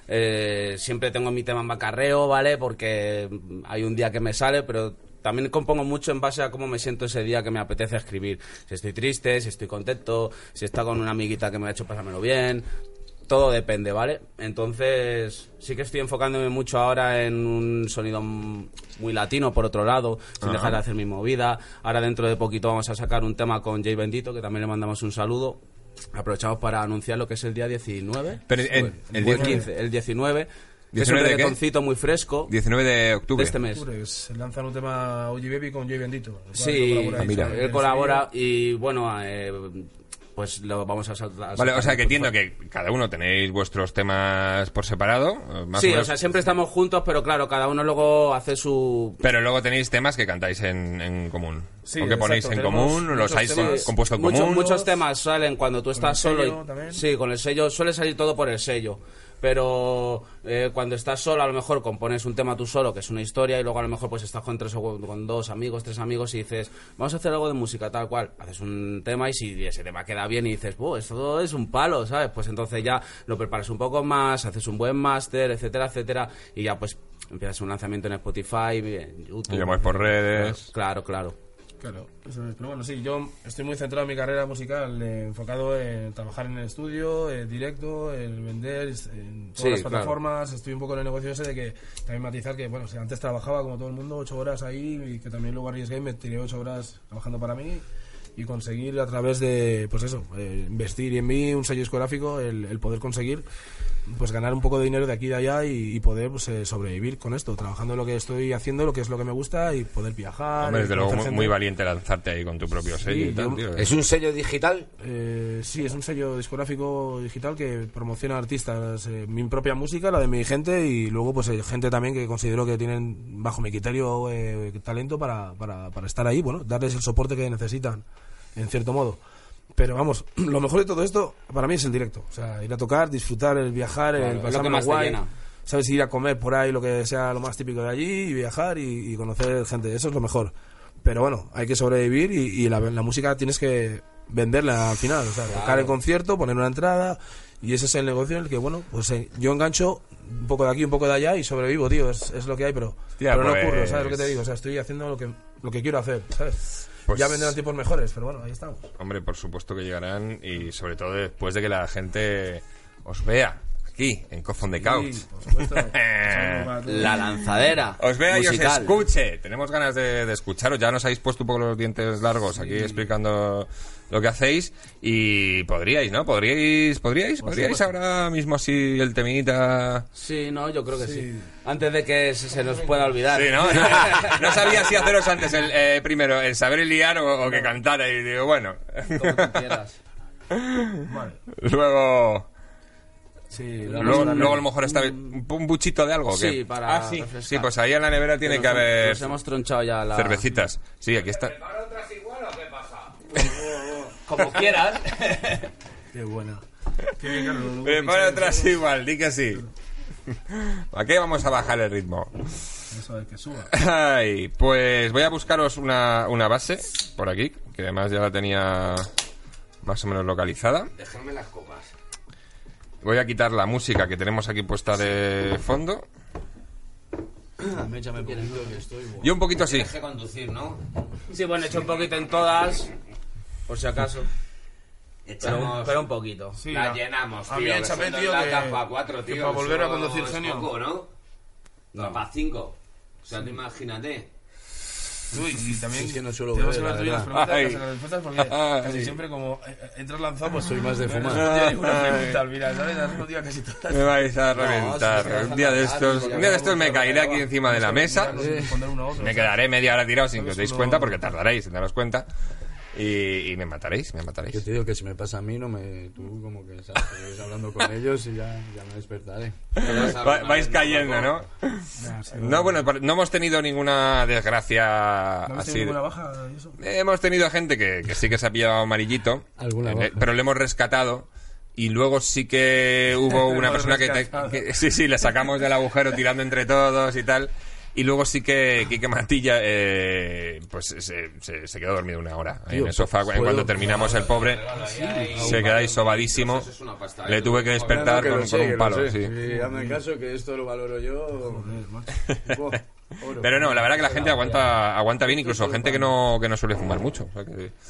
Eh, siempre tengo mi tema en macarreo, ¿vale? Porque hay un día que me sale, pero también compongo mucho en base a cómo me siento ese día que me apetece escribir. Si estoy triste, si estoy contento, si está con una amiguita que me ha hecho pasármelo bien. todo depende, ¿vale? Entonces, sí que estoy enfocándome mucho ahora en un sonido muy latino, por otro lado, sin Ajá. dejar de hacer mi movida. Ahora dentro de poquito vamos a sacar un tema con Jay Bendito, que también le mandamos un saludo. Aprovechamos para anunciar lo que es el día diecinueve. Pero, el- el o el diecinueve. quince, el diecinueve. Que es un ¿diecinueve de qué? reggaetoncito muy fresco diecinueve de de octubre. este mes. Se lanzan un tema O G Baby con Jay Bendito. Sí, Ah, mira. él colabora y bueno, eh, pues lo vamos a saltar. Vale, o sea que entiendo que cada uno tenéis vuestros temas por separado. Más Sí, o menos, o sea, siempre estamos juntos, pero claro, cada uno luego hace su... pero luego tenéis temas que cantáis en, en común. Sí, o que ponéis exacto, en tenemos común, los muchos habéis temas. compuesto en Muchos, común. muchos temas salen cuando tú estás el solo. sello Y, también. sí, con el sello suele salir todo por el sello. Pero eh, cuando estás solo, a lo mejor compones un tema tú solo, que es una historia, y luego a lo mejor pues estás con tres o con dos amigos, tres amigos, y dices, vamos a hacer algo de música, tal cual. Haces un tema y si ese tema queda bien y dices, "Buh, esto es un palo", ¿sabes? Pues entonces ya lo preparas un poco más, haces un buen máster, etcétera, etcétera, y ya pues empiezas un lanzamiento en Spotify, en YouTube. Y lo mueves por redes. Claro, claro. Claro, eso es. Pero bueno, sí, yo estoy muy centrado en mi carrera musical, eh, enfocado en trabajar en el estudio, en directo, en vender, en todas Sí, las claro. plataformas. Estoy un poco en el negocio ese de que también matizar que, bueno, si antes trabajaba como todo el mundo, ocho horas ahí, y que también luego arriesgué y me tiré ocho horas trabajando para mí y conseguir a través de, pues eso, eh, investir en mí, un sello discográfico, el, el poder conseguir pues ganar un poco de dinero de aquí y de allá y, y poder pues, eh, sobrevivir con esto, trabajando en lo que estoy haciendo, lo que es lo que me gusta y poder viajar. Hombre, y desde luego conocer muy, muy gente. valiente lanzarte ahí con tu propio sello y tal, yo- tío. ¿Es un sello digital? Eh, sí, es un sello discográfico digital que promociona artistas, eh, mi propia música, la de mi gente y luego pues eh, gente también que considero que tienen bajo mi criterio eh, talento para, para, para estar ahí, bueno, darles el soporte que necesitan, en cierto modo. Pero vamos, lo mejor de todo esto para mí es el directo, o sea, ir a tocar, disfrutar, el viajar, Claro, el es lo que pasarlo más te guay, llena. sabes, ir a comer por ahí, lo que sea lo más típico de allí y viajar y, y conocer gente, eso es lo mejor. Pero bueno, hay que sobrevivir y, y la, la música tienes que venderla al final, o sea, tocar el concierto, poner una entrada y ese es el negocio en el que, bueno, pues eh, yo engancho un poco de aquí, un poco de allá y sobrevivo, tío, es, es lo que hay, pero, Hostia, pero no pues- ocurre, ¿sabes lo que te digo? O sea, estoy haciendo lo que, lo que quiero hacer, ¿sabes? Pues- Ya vendrán tiempos mejores, pero bueno, ahí estamos. Hombre, por supuesto que llegarán y sobre todo después de que la gente os vea aquí en Cough on the Couch. Sí, por supuesto. Un saludo para todos. La lanzadera Os vea y os musical. escuche. Tenemos ganas de, de escucharos. Ya nos habéis puesto un poco los dientes largos aquí explicando lo que hacéis y podríais, ¿no? Podríais, podríais, podríais ahora mismo así el temita. Sí, no, yo creo que sí. Antes de que se, se nos pueda olvidar. Sí, ¿no? No, no sabía si haceros antes el eh, primero el saber liar o, o que cantara y digo, bueno. Como tú quieras. Vale. Luego, Sí, luego, luego a lo mejor está un, un buchito de algo. ¿o qué? Sí, para Ah, sí. refrescar. Sí, pues ahí en la nevera tiene Nos que hemos- haber Nos hemos tronchado ya la... cervecitas. Sí, aquí está. Como quieras. Qué buena. Qué bien, Carlos, luego Prepara pincháis, otras igual, di que sí. ¿A qué vamos a bajar el ritmo? Eso es que suba. Ay, pues voy a buscaros una, una base por aquí, que además ya la tenía más o menos localizada. Dejadme las copas. Voy a quitar la música que tenemos aquí puesta de fondo. Yo un poquito así. Deje conducir, ¿no? Sí, bueno, he hecho un poquito en todas, por si acaso. Pero, Echamos... pero un poquito. Sí, la a- llenamos, tío. a mí que échame, son dos tío, latas que- para cuatro, que tío. para volver a eso conducir es genio. poco, ¿no? No, para cinco. O sea, tú imagínate. Uy, y también Es que no suelo tenemos beber, que la hablar tú y las verdad. preguntas, Ay. las respuestas, porque Ay. casi siempre como eh, eh, entras lanzado, pues Soy más de no fumar. responde a ninguna pregunta al final, ¿sabes? Has respondido a casi todas. Me vais a No, reventar. si me Un día de vas a estos, matar, un día de estos me caeré aquí encima de la mesa. No sé responder uno a otro, Me o sea, quedaré media hora tirado sin que os deis Uno- cuenta, porque tardaréis en daros cuenta. Y, y me mataréis, me Yo mataréis. te digo que si me pasa a mí, no me... Tú como que, ¿sabes? Que vais hablando con ellos y ya, ya me despertaré. Va- vais cayendo, ¿no? ya, sí, No, bueno, no hemos tenido ninguna desgracia ¿no habéis así. tenido ninguna baja y eso? Hemos tenido gente que, que sí que se ha pillado amarillito, Alguna eh, baja. pero le hemos rescatado. Y luego sí que hubo una Hemos persona que, te- rescatado. que- sí, sí, le sacamos del agujero tirando entre todos y tal. Y luego sí que Quique Matilla eh, pues se, se, se quedó dormido una hora ahí Tío, en el sofá. En ¿puedo? cuando terminamos el pobre se queda ahí sobadísimo. Eso es una pasta, Le ¿eh? tuve que despertar Que lo con, sé, con que un lo palo. sé. Sí. Y hazme caso que esto lo valoro yo. Buah, oro. Pero no, la verdad que la gente aguanta aguanta bien, incluso gente que no, que no suele fumar mucho. O sea que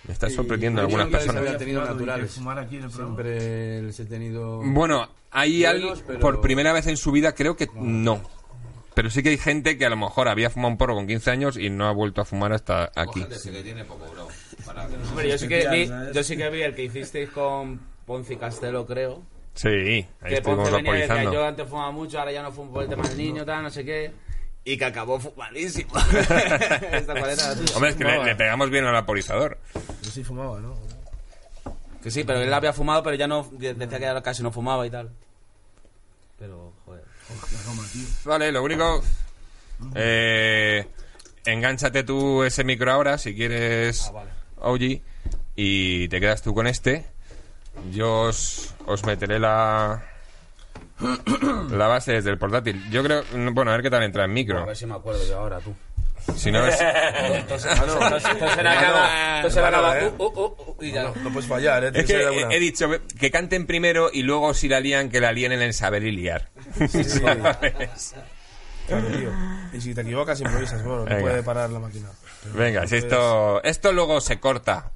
Me está Y sorprendiendo yo algunas nunca les personas. había tenido Fumado y que naturales. fumar aquí en el programa. Siempre les he tenido... Bueno, hay Buenos, alguien, pero- por primera vez en su vida, creo que no. Pero sí que hay gente que a lo mejor había fumado un porro con quince años y no ha vuelto a fumar hasta aquí. Gente sí que tiene poco, bro. Para que no- Hombre, yo sí que vi, yo sí que vi el que hicisteis con Ponce y Castelo, creo. Sí, ahí Que estuvimos Ponce venía y decía, vaporizando. yo antes fumaba mucho, ahora ya no fumo por el tema del niño, tal, no sé qué. Y que acabó fumadísimo. Esta cual era la tuya. Hombre, es que le, le pegamos bien al vaporizador. Yo sí fumaba, ¿no? Que sí, pero él había fumado, pero ya no, decía que ya casi no fumaba y tal. Pero, joder. Vale, lo único... Eh, engánchate tú ese micro ahora, si quieres, Ah, vale. O G, y te quedas tú con este. Yo os, os meteré la... la base desde el portátil. Yo creo... Bueno, a ver qué tal entra en A micro. ver si me acuerdo yo ahora, tú. Si no es... Entonces, entonces era acaba, entonces era acaba, ¿eh? uh, uh, uh, uh, y ya. No, no puedes fallar, ¿eh? Es Tienes que dar he, alguna. he dicho que canten primero y luego si la lían, que la líen en el saber y liar. ¿Sabes? Claro, tío. Y si te equivocas, improvisas, bueno, no Venga. puede parar la máquina. Pero Venga, no si puedes- esto, esto luego se corta.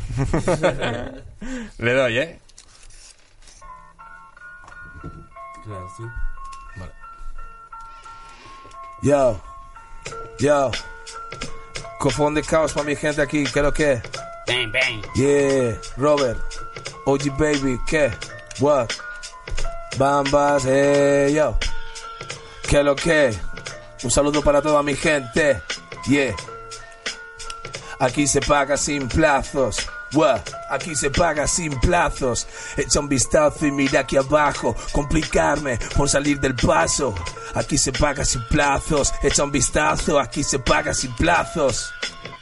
Le doy, ¿eh? Claro, sí. Yo, yo. Cofón de caos para mi gente aquí, ¿qué es lo que? Bang, bang. Yeah, Robert, O G Baby, ¿qué? What? Bambas, hey, yo. ¿Qué es lo que? Un saludo para toda mi gente, yeah. Aquí se paga sin plazos. What? Aquí se paga sin plazos. Echa un vistazo y mira aquí abajo. Complicarme por salir del paso. Aquí se paga sin plazos. Echa un vistazo. Aquí se paga sin plazos.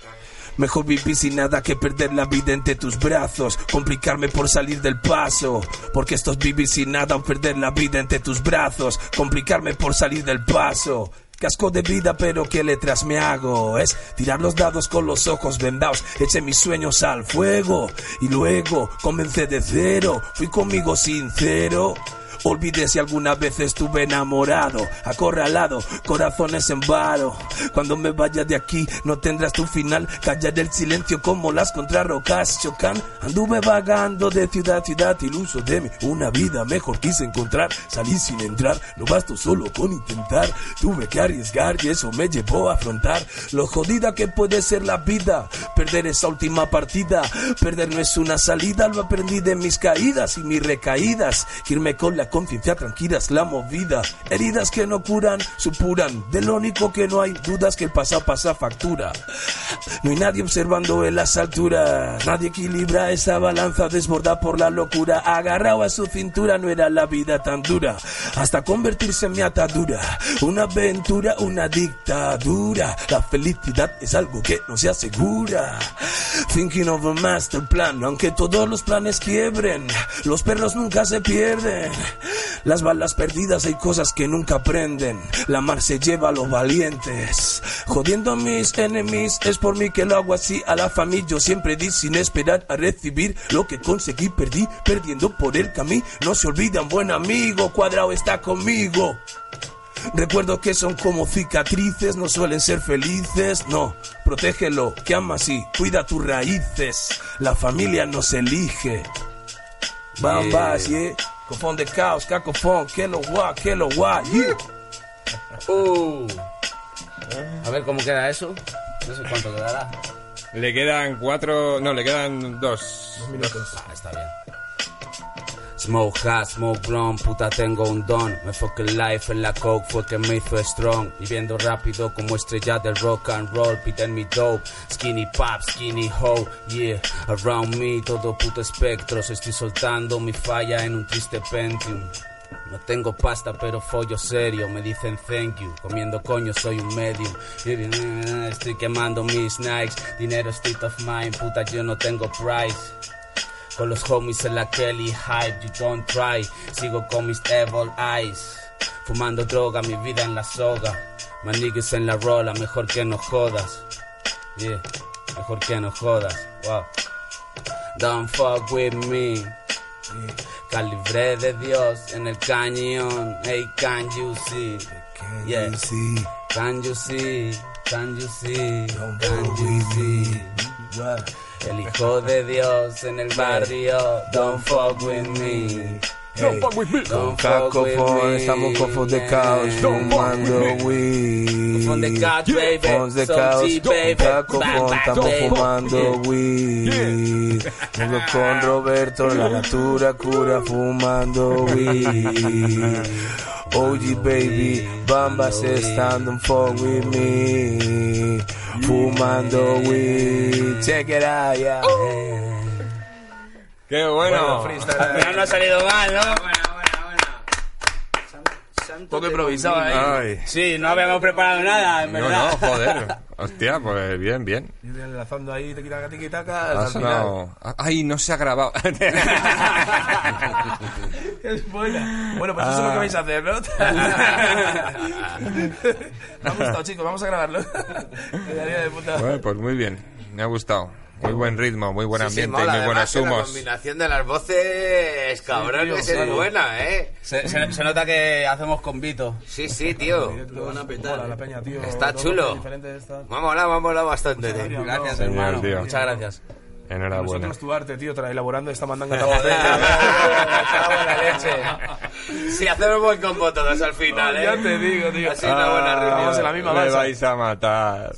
Mejor vivir sin nada que perder la vida entre tus brazos. Complicarme por salir del paso. Porque esto es vivir sin nada o perder la vida entre tus brazos. Complicarme por salir del paso. Casco de vida, pero ¿qué letras me hago? Es tirar los dados con los ojos vendados. Eché mis sueños al fuego y luego comencé de cero. Fui conmigo sincero. Olvidé si alguna vez estuve enamorado, acorralado, corazones en varo. Cuando me vaya de aquí no tendrás tu final. Callaré el silencio como las contrarrocas chocan. Anduve vagando de ciudad a ciudad, iluso de mí una vida mejor quise encontrar. Salí sin entrar, no bastó solo con intentar. Tuve que arriesgar y eso me llevó a afrontar lo jodida que puede ser la vida. Perder esa última partida, perder no es una salida. Lo aprendí de mis caídas y mis recaídas. Irme con la conciencia tranquila es la movida. Heridas que no curan, supuran. De lo único que no hay dudas que el pasado pasa factura. No hay nadie observando en las alturas. Nadie equilibra esa balanza desbordada por la locura. Agarrado a su cintura no era la vida tan dura. Hasta convertirse en mi atadura. Una aventura, una dictadura. La felicidad es algo que no se asegura. Thinking of a master plan. Aunque todos los planes quiebren, los perros nunca se pierden. Las balas perdidas hay cosas que nunca aprenden. La mar se lleva a los valientes. Jodiendo a mis enemigos es por mí que lo hago así. A la familia yo siempre di sin esperar a recibir. Lo que conseguí perdí perdiendo por el camino. No se olvidan, buen amigo, Cuadrado está conmigo. Recuerdo que son como cicatrices, no suelen ser felices, no, protégelo, que ama así, cuida tus raíces, la familia no se elige. Bambas, yeah, cofón de caos, cacofón, que lo guay, que lo guay, yeah. Uh. A ver cómo queda eso. No sé cuánto quedará. Le quedan cuatro... No, le quedan dos. Ah, está bien. Smoke hot, smoke blonde, puta tengo un don. Me fucking life en la coke fue que me hizo strong. Viviendo rápido como estrella del rock and roll. Piden mi dope, skinny pop, skinny hoe. Yeah, around me todo puto espectros. Estoy soltando mi falla en un triste Pentium. No tengo pasta pero follo serio. Me dicen thank you, comiendo coño soy un medium. Estoy quemando mis Nikes. Dinero state of mind, puta yo no tengo price. Con los homies en la Kelly hype, you don't try. Sigo con mis evil eyes. Fumando droga, mi vida en la soga. My niggas en la rola, mejor que no jodas. Yeah, mejor que no jodas. Wow. Don't fuck with me. Yeah. Calibre de Dios en el cañón. Hey, can you see? Can Yeah. you see? Can you see? Can you see? Don't Can fuck you with see? me. What? El hijo de Dios en el barrio. Don't fuck with me. Hey, con Cacofón, estamos con Fons de Caos, fumando weed. Fons de Caos, baby. Fons de Caos, con Cacofón, estamos fumando weed. Vengo con Roberto, la natura cura, fumando weed. O G baby, Bambas estando en phone with me. Fumando weed, check it out, yeah. ¡Qué bueno! Bueno, al final no ha salido mal, ¿no? Buena, buena, buena. Un poco improvisado ahí. Ay. Sí, no habíamos preparado nada, en No, verdad. no, joder. Hostia, pues bien, bien. Y enlazando ahí, te quita tiki taca, Ha al sonado... Ay, no se ha grabado. Es buena. Bueno, pues eso es lo que vais a hacer, ¿no? Me ha gustado, chicos, vamos a grabarlo. Quedaría de puta. Bueno, pues muy bien, me ha gustado. Muy buen ritmo, muy buen Sí, sí, ambiente mola. y muy buenos Además, que la humos. combinación de las voces, cabrón, tío, es es claro. buena, ¿eh? Se, se- se nota que hacemos convito. Sí, sí, tío. Lo van a petar. La peña, tío. Está Dos chulo. voces diferentes, está. Me ha molado, me ha molado bastante, tío. Gracias, Gracias, Señor, hermano. tío. Muchas gracias. Enhorabuena. Nosotros tu arte, tío, tra- elaborando esta mandanga tan potente. Me cago en la leche. Sí, hacemos buen combo todos al final, ¿eh? Ya te digo, tío. Ha sido una buena Ah, reunión. vamos en la misma Me balsa. vais a matar.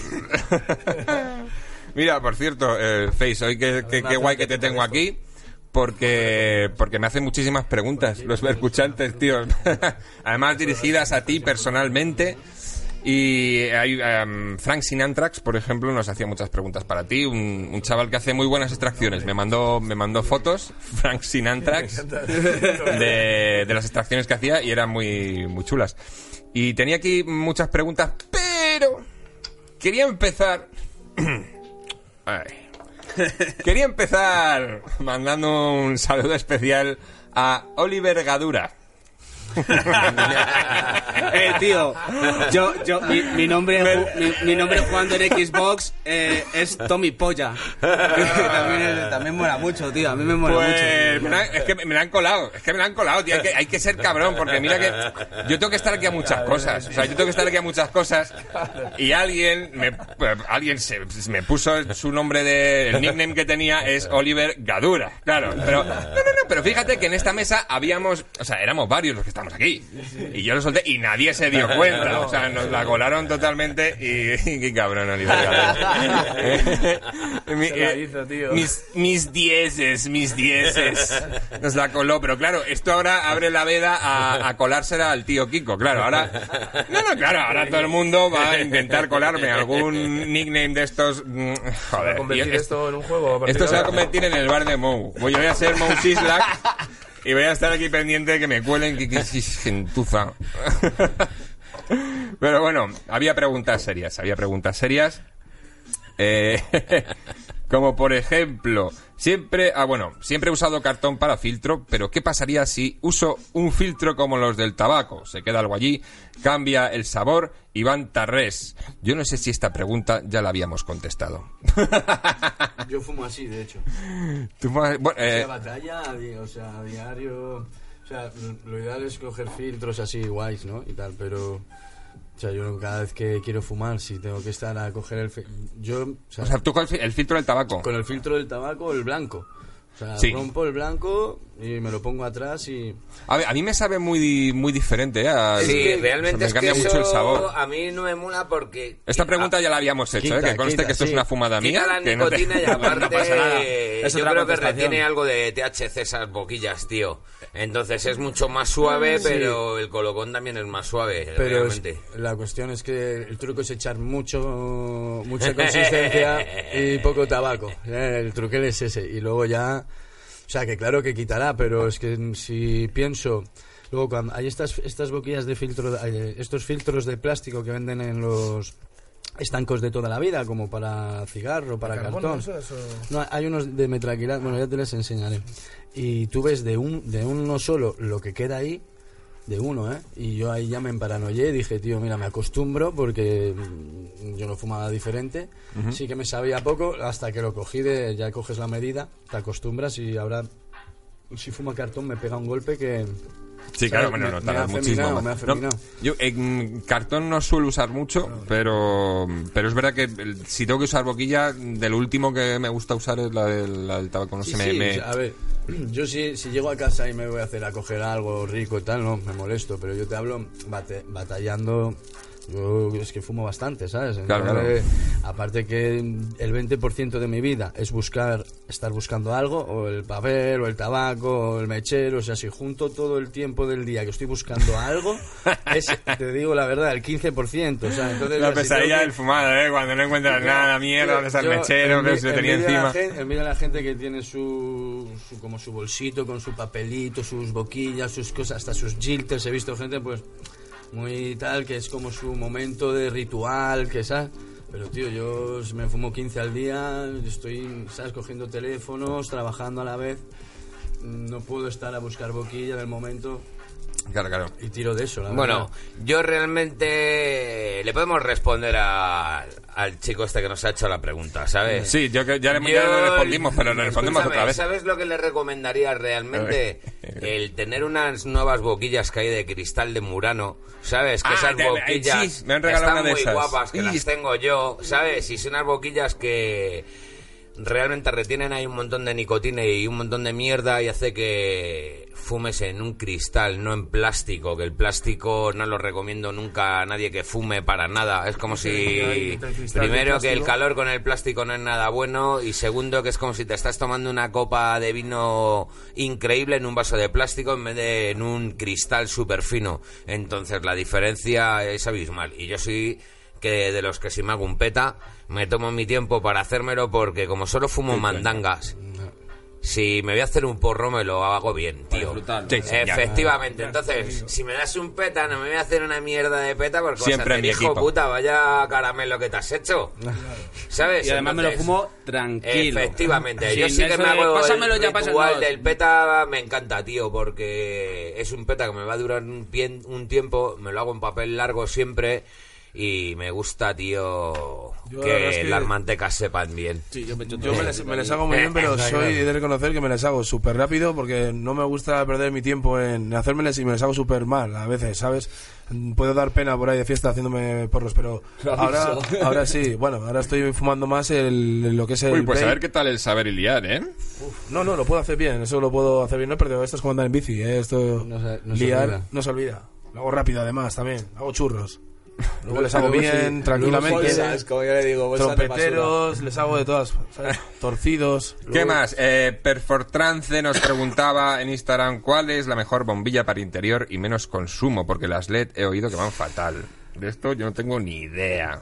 Mira, por cierto, eh, Face, hoy que, que- qué guay que te tengo aquí, porque porque me hacen muchísimas preguntas los escuchantes, tío. Además dirigidas a ti personalmente. Y hay em, Frank Sinatrax, por ejemplo, nos hacía muchas preguntas para ti, un, un chaval que hace muy buenas extracciones. Me mandó me mandó fotos, Frank Sinatrax, de, de las extracciones que hacía y eran muy muy chulas. Y tenía aquí muchas preguntas, pero quería empezar Ay. Quería empezar mandando un saludo especial a Oliver Gadura. Eh, tío, yo, yo, mi, mi nombre, mi, mi nombre jugando en Xbox eh, es Tommy Polla. también, es- también mola mucho, tío. A mí me mola Pues mucho. me la han- es que me la han colado, es que me la han colado, tío. Hay que, hay que ser cabrón, porque mira que yo tengo que estar aquí a muchas cosas. O sea, yo tengo que estar aquí a muchas cosas. Y alguien me, alguien se, me puso su nombre de. El nickname que tenía es Oliver Gadura. Claro, pero. No, no, no, pero fíjate que en esta mesa habíamos. O sea, éramos varios los que estamos aquí. Y yo lo solté y nadie se dio cuenta. O sea, nos la colaron totalmente y. y qué cabrón, Oliver Gadura. Mi- Se la eh, hizo, tío. mis, mis dieces, mis dieces. Nos la coló, pero claro, esto ahora abre la veda a, a colársela al tío Kiko, claro, ahora... No, no, claro, ahora todo el mundo va a intentar colarme algún nickname de estos... mm, Joder, Convertir y es- esto en un juego. a partir esto de se va a ahora. convertir en el bar de Mou. Voy, voy a ser Mou Sislak y voy a estar aquí pendiente de que me cuelen que, que, que gentuza. Pero bueno, había preguntas serias, había preguntas serias. Eh, como por ejemplo, siempre, ah bueno, siempre he usado cartón para filtro, pero ¿qué pasaría si uso un filtro como los del tabaco? Se queda algo allí, cambia el sabor y van tarrés. Yo no sé si esta pregunta ya la habíamos contestado. Yo fumo así, de hecho. Tú, bueno, eh, La batalla, a di- o sea, a diario. O sea, lo ideal es coger filtros así guays, ¿no? Y tal, pero. O sea, yo cada vez que quiero fumar, si tengo que estar a coger el. fi- Yo. O sea, o sea, tú con el fi- el filtro del tabaco. con el filtro del tabaco, el blanco. O sea, Sí. rompo el blanco y me lo pongo atrás y. A, ver, a mí me sabe muy, muy diferente, ¿eh? A- Sí, o sea, realmente me es que cambia mucho el eso sabor. a mí no me mola porque... Esta pregunta ya la habíamos hecho, ¿eh? Quita, Que conste quita, que esto es sí. una fumada mía. Quita la que no te- nicotina y aparte No pasa nada. Es yo otra creo que contestación. retiene algo de T H C esas boquillas, tío. Entonces es mucho más suave, pero el colocón también es más suave, Pero es- realmente. la cuestión es que el truco es echar mucho mucha consistencia y poco tabaco. Eh, El truquel es ese. Y luego ya... O sea, que claro que quitará, pero es que si pienso... Luego cuando hay estas, estas boquillas de filtro, eh, estos filtros de plástico que venden en los estancos de toda la vida, como para cigarro, para Carbono, cartón. eso, eso. No, hay unos de metraquilato, bueno, ya te les enseñaré. Y tú ves de un de uno solo lo que queda ahí, de uno, ¿eh? Y yo ahí ya me emparanoyé y dije, tío, mira, me acostumbro porque mm, yo no fumaba diferente. Sí que me sabía poco, hasta que lo cogí de, ya coges la medida, te acostumbras y ahora, si fuma cartón me pega un golpe que, Sí, claro, bueno, no tardas muchísimo. Me ha no, yo en cartón no suelo usar mucho, pero pero es verdad que el, si tengo que usar boquilla, del último que me gusta usar es la del, la del tabaco. No sí, sé, sí, me, me... O sea, a ver, yo si, si llego a casa y me voy a hacer a coger algo rico y tal, no, me molesto, pero yo te hablo bate, batallando. Yo es que fumo bastante, ¿sabes? Claro, Entonces, claro. Aparte que el veinte por ciento de mi vida es buscar, estar buscando algo, o el papel, o el tabaco, o el mechero, o sea, si junto todo el tiempo del día que estoy buscando algo, es, te digo la verdad, el quince por ciento, o sea, entonces... La pesadilla que... del fumado, ¿eh? Cuando no encuentras nada, mierda, ves al mechero, que se tenía encima. Envidia a la gente que tiene su, su, como su bolsito con su papelito, sus boquillas, sus cosas, hasta sus jilters, he visto gente, pues... muy tal, que es como su momento de ritual, que sabes, pero tío, yo me fumo quince al día, estoy, sabes, cogiendo teléfonos, trabajando a la vez, no puedo estar a buscar boquilla del momento. Claro, claro. Y tiro de eso, la bueno, verdad. yo realmente le podemos responder a, al chico este que nos ha hecho la pregunta, ¿sabes? Sí, yo que ya, le, yo, ya le respondimos, pero le respondemos otra vez. ¿Sabes lo que le recomendaría realmente? El tener unas nuevas boquillas que hay de cristal de Murano, ¿sabes? Que ah, esas de, boquillas sí, me han regalado están una de muy esas. guapas, que y... las tengo yo, ¿sabes? Y son unas boquillas que realmente retienen ahí un montón de nicotina y un montón de mierda y hace que fumes en un cristal, no en plástico, que el plástico no lo recomiendo nunca a nadie que fume para nada. Es como si, primero, que el calor con el plástico no es nada bueno, y segundo, que es como si te estás tomando una copa de vino increíble en un vaso de plástico en vez de en un cristal súper fino. Entonces la diferencia es abismal, y yo soy... que de los que si me hago un peta me tomo mi tiempo para hacérmelo, porque como solo fumo mandangas, si me voy a hacer un porro me lo hago bien, tío. Sí, sí, efectivamente. Entonces, si me das un peta, no me voy a hacer una mierda de peta, porque siempre vas a decir, hijo puta, vaya caramelo que te has hecho, ¿sabes? Y además Entonces, me lo fumo tranquilo. Efectivamente. Sí, Yo sí que me hago pásamelo el ya, ritual pásamelo. del peta, me encanta, tío, porque es un peta que me va a durar un, pie- un tiempo, me lo hago en papel largo siempre. Y me gusta, tío, Yo, que, es que las mantecas sepan bien. Sí, yo me, yo Yo me les, me les hago muy bien, pero soy de reconocer que me les hago súper rápido, porque no me gusta perder mi tiempo en hacérmeles, y me les hago súper mal a veces, ¿sabes? Puedo dar pena por ahí de fiesta haciéndome porros, pero ahora, ahora sí, bueno, ahora estoy fumando más el, lo que es el... Uy, pues a vape. ver qué tal el saber y liar, ¿eh? Uf, no, no, lo puedo hacer bien, eso lo puedo hacer bien, no he perdido, esto es como andar en bici, ¿eh? Esto, No se- no se liar, olvida. no se olvida. Lo hago rápido además también, hago churros. Luego les hago Luego bien, sí, tranquilamente. luego bolsas, como yo le digo, bolsas de Trompeteros, les hago de todas, ¿sabes? Torcidos. ¿Qué Luego- más? Eh, Perfortrance nos preguntaba en Instagram cuál es la mejor bombilla para interior y menos consumo, porque las L E D he oído que van fatal. De esto yo no tengo ni idea.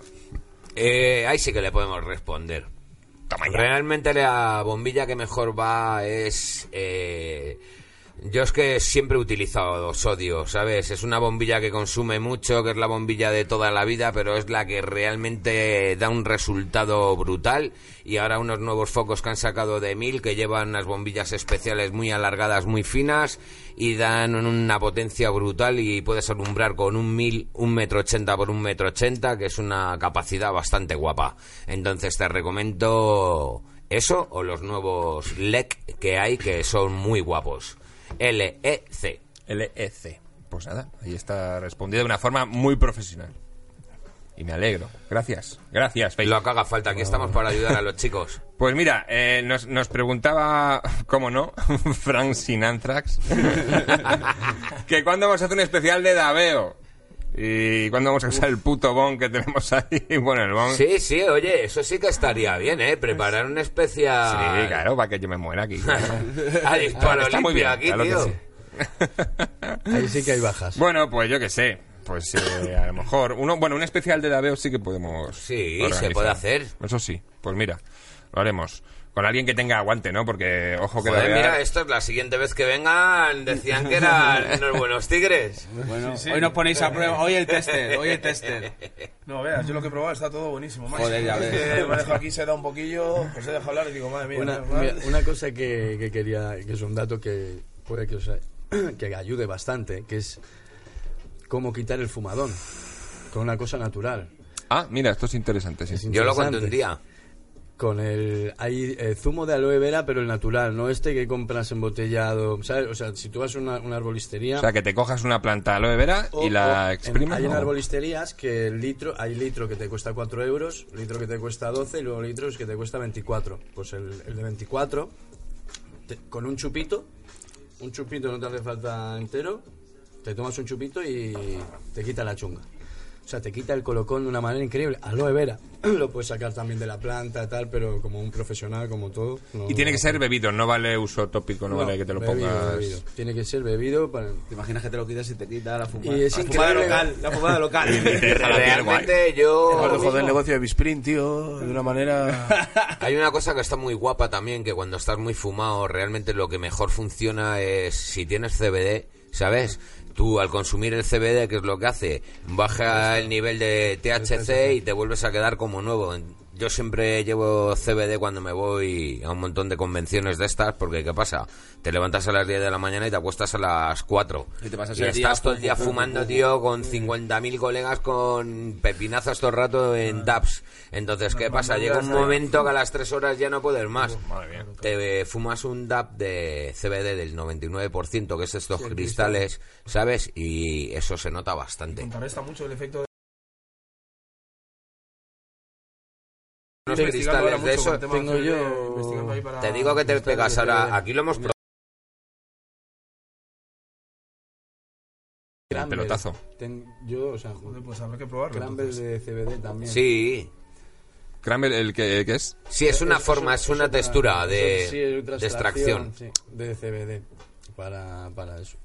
Eh, ahí sí que le podemos responder. Toma ya. Realmente la bombilla que mejor va es... Eh, yo es que siempre he utilizado sodio, ¿sabes? Es una bombilla que consume mucho, que es la bombilla de toda la vida, pero es la que realmente da un resultado brutal. Y ahora unos nuevos focos que han sacado de mil, que llevan unas bombillas especiales muy alargadas, muy finas, y dan una potencia brutal, y puedes alumbrar con un mil, un metro ochenta por un metro ochenta, que es una capacidad bastante guapa. Entonces te recomiendo eso, o los nuevos L E C que hay, que son muy guapos. L E C. L E C. Pues nada, ahí está respondido de una forma muy profesional. Y me alegro. Gracias. Gracias, Faith. Lo que haga falta, aquí estamos para ayudar a los chicos. Pues mira, eh, nos, nos preguntaba, ¿cómo no? Frank Sinanthrax. que cuándo vamos a hacer un especial de Daveo. Y cuándo vamos a usar el puto bon que tenemos ahí. Bueno, el bon. Sí, sí, oye, eso sí que estaría bien, ¿eh? Preparar un especial... Sí, claro, para que yo me muera aquí. a disparo Está muy limpio bien, aquí, claro que tío. sí. Ahí sí que hay bajas. Bueno, pues yo qué sé. Pues eh, a lo mejor uno, bueno, un especial de Daveo sí que podemos. Sí, organizar. se puede hacer. Eso sí. Pues mira, lo haremos con alguien que tenga aguante, ¿no? Porque ojo que Joder, Daveo- mira, esto es la siguiente vez que vengan, decían que eran unos buenos tigres. Bueno, hoy nos ponéis a prueba. Hoy el tester, hoy el tester. No, veas, yo lo que he probado está todo buenísimo, macho. Joder, ya Es ves. que me ha dejado aquí, se da un poquillo, pues he dejado hablar y digo, madre mía. Una, menos mal. mira, una cosa que, que quería, que es un dato que puede que, os, que ayude bastante, que es cómo quitar el fumadón con una cosa natural. Ah, mira, esto es interesante, sí. Es Yo lo conté un interesante. día. con el hay eh, zumo de aloe vera, pero el natural, no este que compras embotellado, ¿sabes? O sea, si tú vas a una, una arbolistería... O sea, que te cojas una planta aloe vera o, y la o exprimes. En, hay en ¿no? arbolisterías que el litro, hay litro que te cuesta cuatro euros, litro que te cuesta doce y luego litros que te cuesta veinticuatro. Pues el, el de veinticuatro, te, con un chupito, un chupito no te hace falta entero, te tomas un chupito y te quita la chunga. O sea, te quita el colocón de una manera increíble. Aloe vera. Lo puedes sacar también de la planta, tal, pero como un profesional, como todo. No, Y tiene no, que ser bebido, no vale uso tópico, no, no, vale que te lo bebido, pongas... bebido. Tiene que ser bebido para... ¿Te imaginas que te lo quitas y te quita la fumada? Y es la fumada increíble. local, la fumada local. Te deja la piel guay. Realmente yo... Eduardo, joder, el negocio de Bisprin, tío, de una manera... Hay una cosa que está muy guapa también, que cuando estás muy fumado, realmente lo que mejor funciona es si tienes C B D, ¿sabes? Tú al consumir el C B D, ¿qué es lo que hace? Baja el nivel de T H C y te vuelves a quedar como nuevo. Yo siempre llevo C B D cuando me voy a un montón de convenciones de estas, porque ¿qué pasa? Te levantas a las diez de la mañana y te acuestas a las cuatro. Y te pasas Y el estás día todo el día fu- fu- fumando, fu- tío, con cincuenta mil colegas con pepinazos todo el rato en dabs. Entonces, ¿qué pasa? Llega un momento que a las tres horas ya no puedes más. Madre mía. Te fumas un dab de C B D del noventa y nueve por ciento, que es estos cristales, ¿sabes? Y eso se nota bastante. Contrarresta mucho el efecto de... Unos Estoy investigando ahora cristales de mucho eso. con el tema tengo de- yo- investigando ahí para- Te digo que te cristales pegas de ahora. C B D. Aquí lo hemos probado. El Cranberry. pelotazo. Ten- yo, o sea, Joder, pues habrá que probarlo. Cranberry entonces. de C B D también. Sí. Cranberry, ¿el que, que es? Sí, es una Es- forma, es- es una es otra- textura de, sí, es otra de extracción. sí, de C B D para, para eso.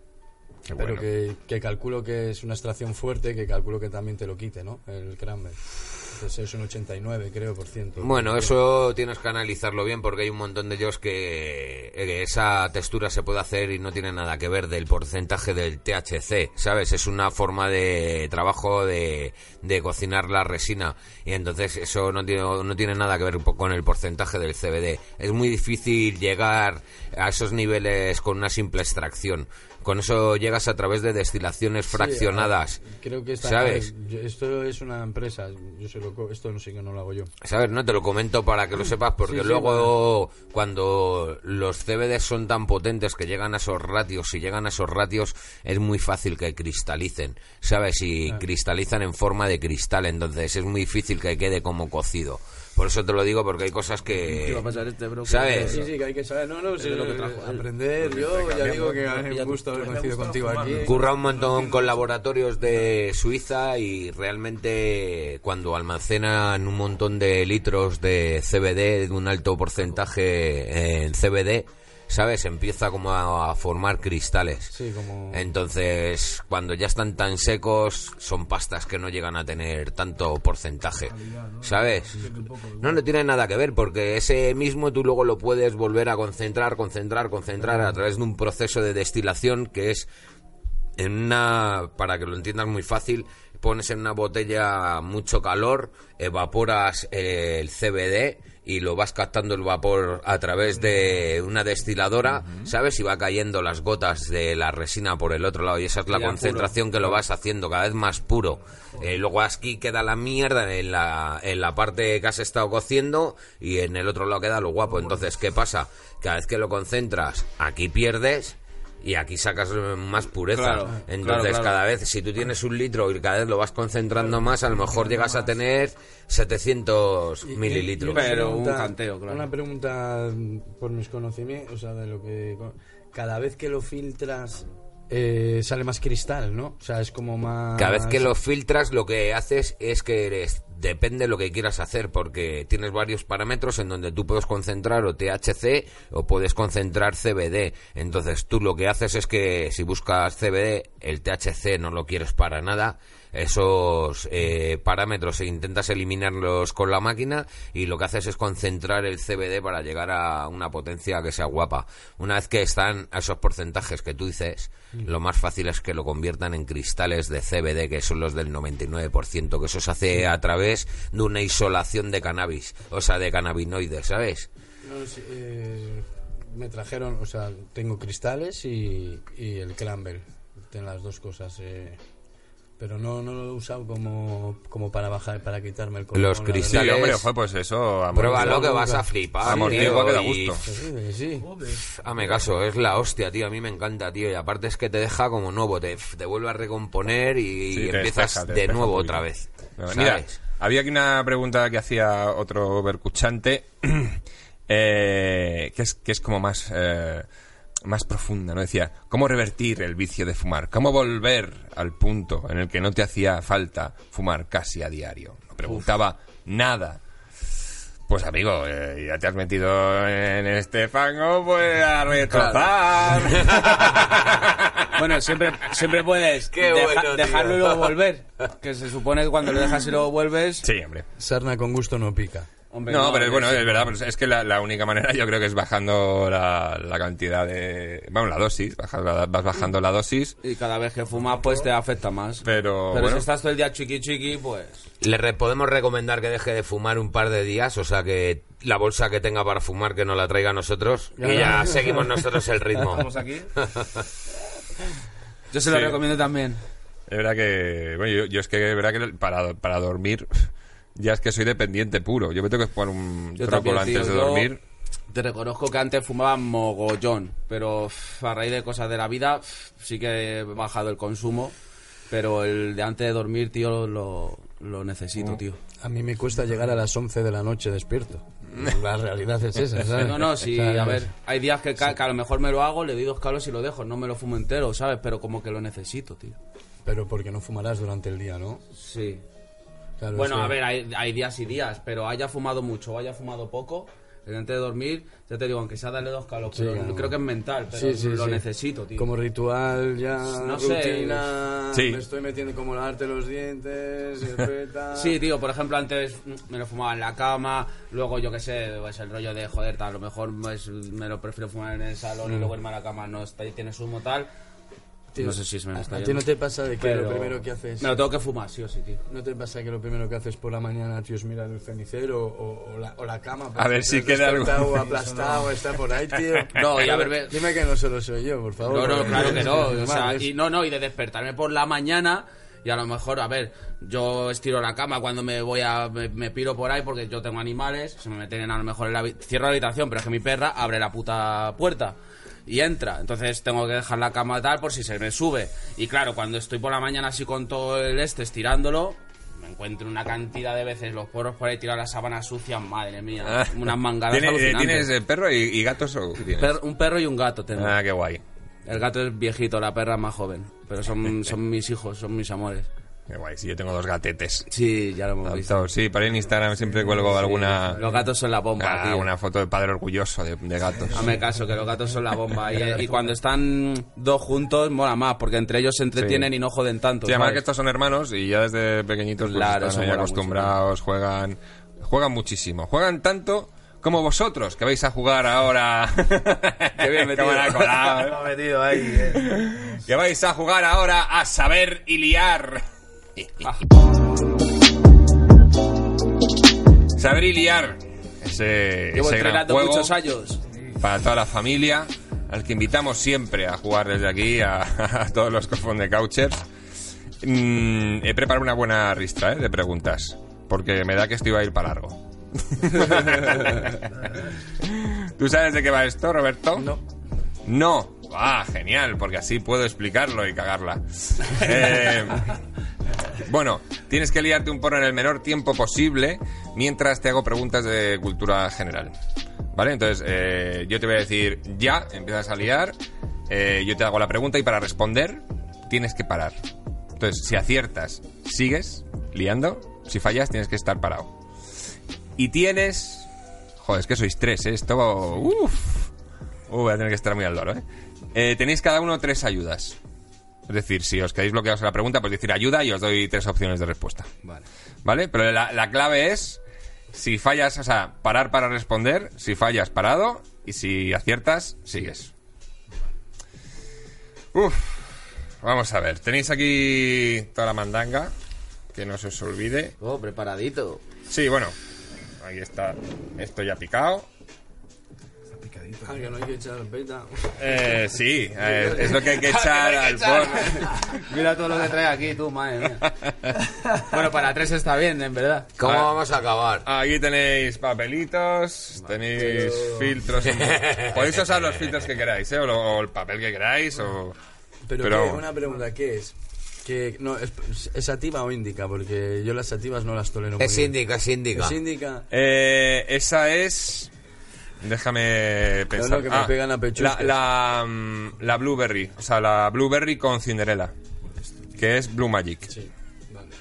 Qué Pero bueno. que, que calculo que es una extracción fuerte, que calculo que también te lo quite, ¿no? El Cranberry. Entonces es un ochenta y nueve, creo, por ciento. Bueno, eso tienes que analizarlo bien porque hay un montón de ellos que, que esa textura se puede hacer y no tiene nada que ver del porcentaje del T H C, ¿sabes? Es una forma de trabajo de, de cocinar la resina y entonces eso no tiene, no tiene nada que ver con el porcentaje del C B D. Es muy difícil llegar a esos niveles con una simple extracción. Con eso llegas a través de destilaciones fraccionadas. Sí, creo que esta, ¿sabes? a ver, yo- esto es una empresa. Yo se lo co- esto no sé que no lo hago yo. ¿Sabes? No te lo comento para que lo sepas porque Sí, sí, luego cuando los C B D son tan potentes que llegan a esos ratios, si llegan a esos ratios es muy fácil que cristalicen, ¿sabes? Y Ah. cristalizan en forma de cristal, entonces es muy difícil que quede como cocido. Por eso te lo digo porque hay cosas ¿Qué que... va a pasar este, bro? ¿Sabes? Sí, sí, que hay que saber. No, no, sí, de lo que trajo. aprender. Yo ya digo que es un gusto haber coincidido contigo aquí. Curra un montón con laboratorios de Suiza y realmente cuando almacenan un montón de litros de C B D, de un alto porcentaje en C B D, ¿sabes? Empieza como a, a formar cristales. Sí, como... Entonces, cuando ya están tan secos, son pastas que no llegan a tener tanto porcentaje, ¿sabes? No, no tiene nada que ver, porque ese mismo tú luego lo puedes volver a concentrar, concentrar, concentrar a través de un proceso de destilación que es en una, para que lo entiendas muy fácil, pones en una botella mucho calor, evaporas eh, el C B D y lo vas captando el vapor a través de una destiladora, ¿sabes? Y va cayendo las gotas de la resina por el otro lado y esa es la Ya, concentración puro. que lo vas haciendo cada vez más puro. Eh, luego aquí queda la mierda en la, en la parte que has estado cociendo y en el otro lado queda lo guapo. Entonces, ¿qué pasa? Cada vez que lo concentras, aquí pierdes y aquí sacas más pureza. Claro, Entonces, claro, claro. cada vez, si tú tienes un litro y cada vez lo vas concentrando más, a lo mejor llegas a tener setecientos mililitros. Pero Una un pregunta- canteo, claro. Una pregunta mm, por mis conocimientos, o sea, de lo que... Cada vez que lo filtras eh, sale más cristal, ¿no? O sea, es como más... Cada vez que lo filtras, lo que haces es que eres, depende de lo que quieras hacer, porque tienes varios parámetros en donde tú puedes concentrar o T H C o puedes concentrar C B D. Entonces tú lo que haces es que si buscas C B D, el T H C no lo quieres para nada. Esos eh, parámetros e intentas eliminarlos con la máquina y lo que haces es concentrar el C B D para llegar a una potencia que sea guapa. Una vez que están a esos porcentajes que tú dices, lo más fácil es que lo conviertan en cristales de C B D, que son los del noventa y nueve por ciento, que eso se hace a través de una isolación de cannabis, o sea, de cannabinoides, ¿sabes? No, sí, eh, me trajeron, o sea, tengo cristales y, y el Cranberry. Tengo las dos cosas. Eh, Pero no, no lo he usado como, como para bajar, para quitarme el color. Los la cristales. Sí, hombre, ojo, pues eso... Pruébalo que vas a flipar, Amortigua tío, que da y- gusto. Sí, sí. Hazme caso, es la hostia, tío. A mí me encanta, tío. Y aparte es que te deja como nuevo. Te, te vuelve a recomponer y, Sí, y te empiezas despeja, te de despeja nuevo un poquito. otra vez. Bueno, ¿sabes? mira, había aquí una pregunta que hacía otro bercuchante, eh, que, es, que es como más... Eh, más profunda, ¿no? Decía, ¿cómo revertir el vicio de fumar? ¿Cómo volver al punto en el que no te hacía falta fumar casi a diario? No preguntaba nada. Pues amigo, eh, ya te has metido en este fango, pues a retrozar. Bueno, siempre, siempre puedes Qué deja- bueno, tío. dejarlo y luego volver. Que se supone que cuando lo dejas y luego vuelves... Sí, hombre. Sarna con gusto no pica. Hombre, No, pero es es- bueno, es verdad, pues es que la, la única manera yo creo que es bajando la, la cantidad de... Bueno, la dosis, bajas la- vas bajando la dosis, Y cada vez que fumas, pues te afecta más. pero, Pero bueno, si estás todo el día chiqui chiqui, pues... Le re- podemos recomendar que deje de fumar un par de días, o sea que la bolsa que tenga para fumar que nos la traiga a nosotros y ya seguimos nosotros el ritmo. Estamos aquí. Yo se lo Sí. recomiendo también. es verdad que... Bueno, yo, yo es que es verdad que para, para dormir ya es que soy dependiente puro. Yo me tengo que poner un Yo trócolo también, antes tío, de yo dormir. Te reconozco que antes fumaba mogollón, pero uf, a raíz de cosas de la vida uf, sí que he bajado el consumo, pero el de antes de dormir, tío, lo, lo necesito, tío. A mí me cuesta llegar a las once de la noche despierto. La realidad es esa, ¿sabes? No, no, sí, O sea, a ver, hay días que, ca- que a lo mejor me lo hago, le doy dos calos y lo dejo, no me lo fumo entero, ¿sabes? Pero como que lo necesito, tío. Pero porque no fumarás durante el día, ¿no? Sí. Claro, Bueno, es que- a ver, hay, hay días y días, pero haya fumado mucho o haya fumado poco, el antes de dormir, ya te digo, aunque sea darle dos calos, Sí, pero claro. creo que es mental, pero Sí, sí, lo sí. necesito, tío. Como ritual ya, No sé. rutina, Sí. me estoy metiendo como lavarte los dientes, etcétera. Sí, tío, por ejemplo, antes mm, me lo fumaba en la cama, luego yo qué sé, pues el rollo de joder, tal, a lo mejor pues, me lo prefiero fumar en el salón y luego irme a la cama, no está, tienes humo tal. Tío, no sé si se me a, está a ti yendo. no te pasa de que Pero lo primero que haces... Me lo tengo que fumar, sí o sí, tío. ¿No te pasa que lo primero que haces por la mañana, tío, es mirar el cenicero o, o la, o la cama? A ver porque si te has queda algo. despertado aplastado, está por ahí, tío. No, y a ver, ve- Dime que no solo soy yo, por favor. No, no, claro que no. O sea, Normal, es- y no, no, y de despertarme por la mañana y a lo mejor, a ver, yo estiro la cama cuando me voy a, me, me piro por ahí porque yo tengo animales, se me meten a lo mejor en la habi- cierro la habitación, pero es que mi perra abre la puta puerta y entra, entonces tengo que dejar la cama tal por si se me sube. Y claro, cuando estoy por la mañana así con todo el este estirándolo, me encuentro una cantidad de veces los porros por ahí tirados las sábanas sucias, madre mía, Ah. unas mangadas ¿Tienes, eh, alucinantes. ¿Tienes eh, perro y, y gatos o qué tienes? Per- un perro y un gato tengo. Ah, qué guay. El gato es viejito, la perra es más joven. Pero son, son mis hijos, son mis amores. Qué guay, sí, yo tengo dos gatetes. Sí, ya lo hemos visto. Adoptados. Sí, para en Instagram siempre cuelgo alguna... Los gatos son la bomba, ah, tío. una foto de padre orgulloso de, de gatos. Hazme caso, que los gatos son la bomba. Y, y cuando están dos juntos, mola más, porque entre ellos se entretienen Sí. y no joden tanto. Sí, además ¿sabes? que estos son hermanos y ya desde pequeñitos pues, Claro, están eso ahí mola acostumbrados, juegan, juegan muchísimo. Juegan tanto como vosotros, que vais a jugar ahora... Qué bien metido. Cómo la ha colado, ¿eh? Me ha metido ahí, eh. Que vais a jugar ahora a saber y liar. Saber y liar. Ese, Llevo ese gran entrenando juego muchos años. para toda la familia, al que invitamos siempre a jugar desde aquí a, a todos los cofón de Couchers. Mm, he preparado una buena ristra, ¿eh? De preguntas, porque me da que esto iba a ir para largo. ¿Tú sabes de qué va esto, Roberto? No. No. Ah, genial, porque así puedo explicarlo y cagarla. Eh, bueno, tienes que liarte un porro en el menor tiempo posible mientras te hago preguntas de cultura general. ¿Vale? Entonces, eh, yo te voy a decir ya, empiezas a liar, eh, yo te hago la pregunta y para responder tienes que parar. Entonces, si aciertas, sigues liando, si fallas, tienes que estar parado. Y tienes... Joder, es que sois tres, ¿eh? Esto... Uff. Uh, voy a tener que estar muy al loro, ¿eh? Eh, tenéis cada uno tres ayudas. Es decir, si os quedáis bloqueados en la pregunta, pues decir ayuda y os doy tres opciones de respuesta. Vale. ¿Vale? Pero la, la clave es, si fallas, o sea, parar para responder, si fallas, parado, y si aciertas, sigues. Uf. Vamos a ver, tenéis aquí toda la mandanga, que no se os olvide. Oh, preparadito. Sí, bueno, ahí está, esto ya picado. Ah, que no hay que echar peta. Eh, sí, eh, es lo que hay que echar al porro. Mira todo lo que trae aquí, tú, madre mía. Bueno, para tres está bien, en verdad. ¿Cómo Ah. vamos a acabar? Aquí tenéis papelitos, tenéis filtros. Podéis usar los filtros que queráis, ¿eh? O, lo- o el papel que queráis, o... Pero, Pero- ¿qué? Una pregunta, ¿qué es? Que no, ¿es, ¿Es sativa o índica? Porque yo las sativas no las tolero muy Es bien. índica, es índica. Es índica. Eh, esa es... Déjame pensar. No, no, que me pegan a pechusques. la, la, mm, la Blueberry, o sea, la Blueberry con Cinderella, que es Blue Magic. Sí, vale.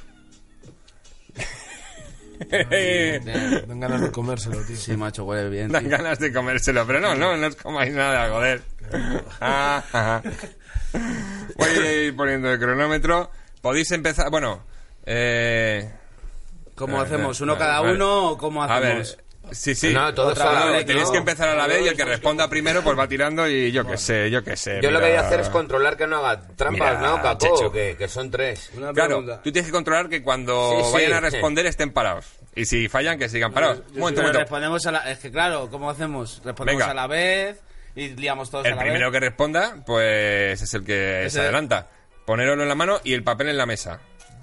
Dan ganas de comérselo, tío. Sí, macho, huele bien. Dan tío. ganas de comérselo, pero no, no, no os comáis nada, joder. Ah, ajá. Voy a ir poniendo el cronómetro. Podéis empezar, bueno, eh... ¿Cómo eh, hacemos? eh, ¿Uno cada vale. uno o cómo A ver, hacemos? sí, sí. No, todos Otra a la vez, vez, Tenéis ¿no? que empezar a la vez y el que responda primero pues va tirando y yo qué sé, yo qué sé. Yo lo que voy a mira. hacer es controlar que no haga trampas, Mira, ¿no, Caco? Checho. ¿O qué? Que son tres. Una Claro, pregunta. tú tienes que controlar que cuando Sí, sí. vayan a responder estén parados. Y si fallan, que sigan parados. Un momento, un Pero momento. respondemos a la... Es que claro, ¿cómo hacemos? Respondemos Venga. a la vez y liamos todos a El la primero vez. que responda, pues es el que Ese- se adelanta. Ponéroslo en la mano y el papel en la mesa.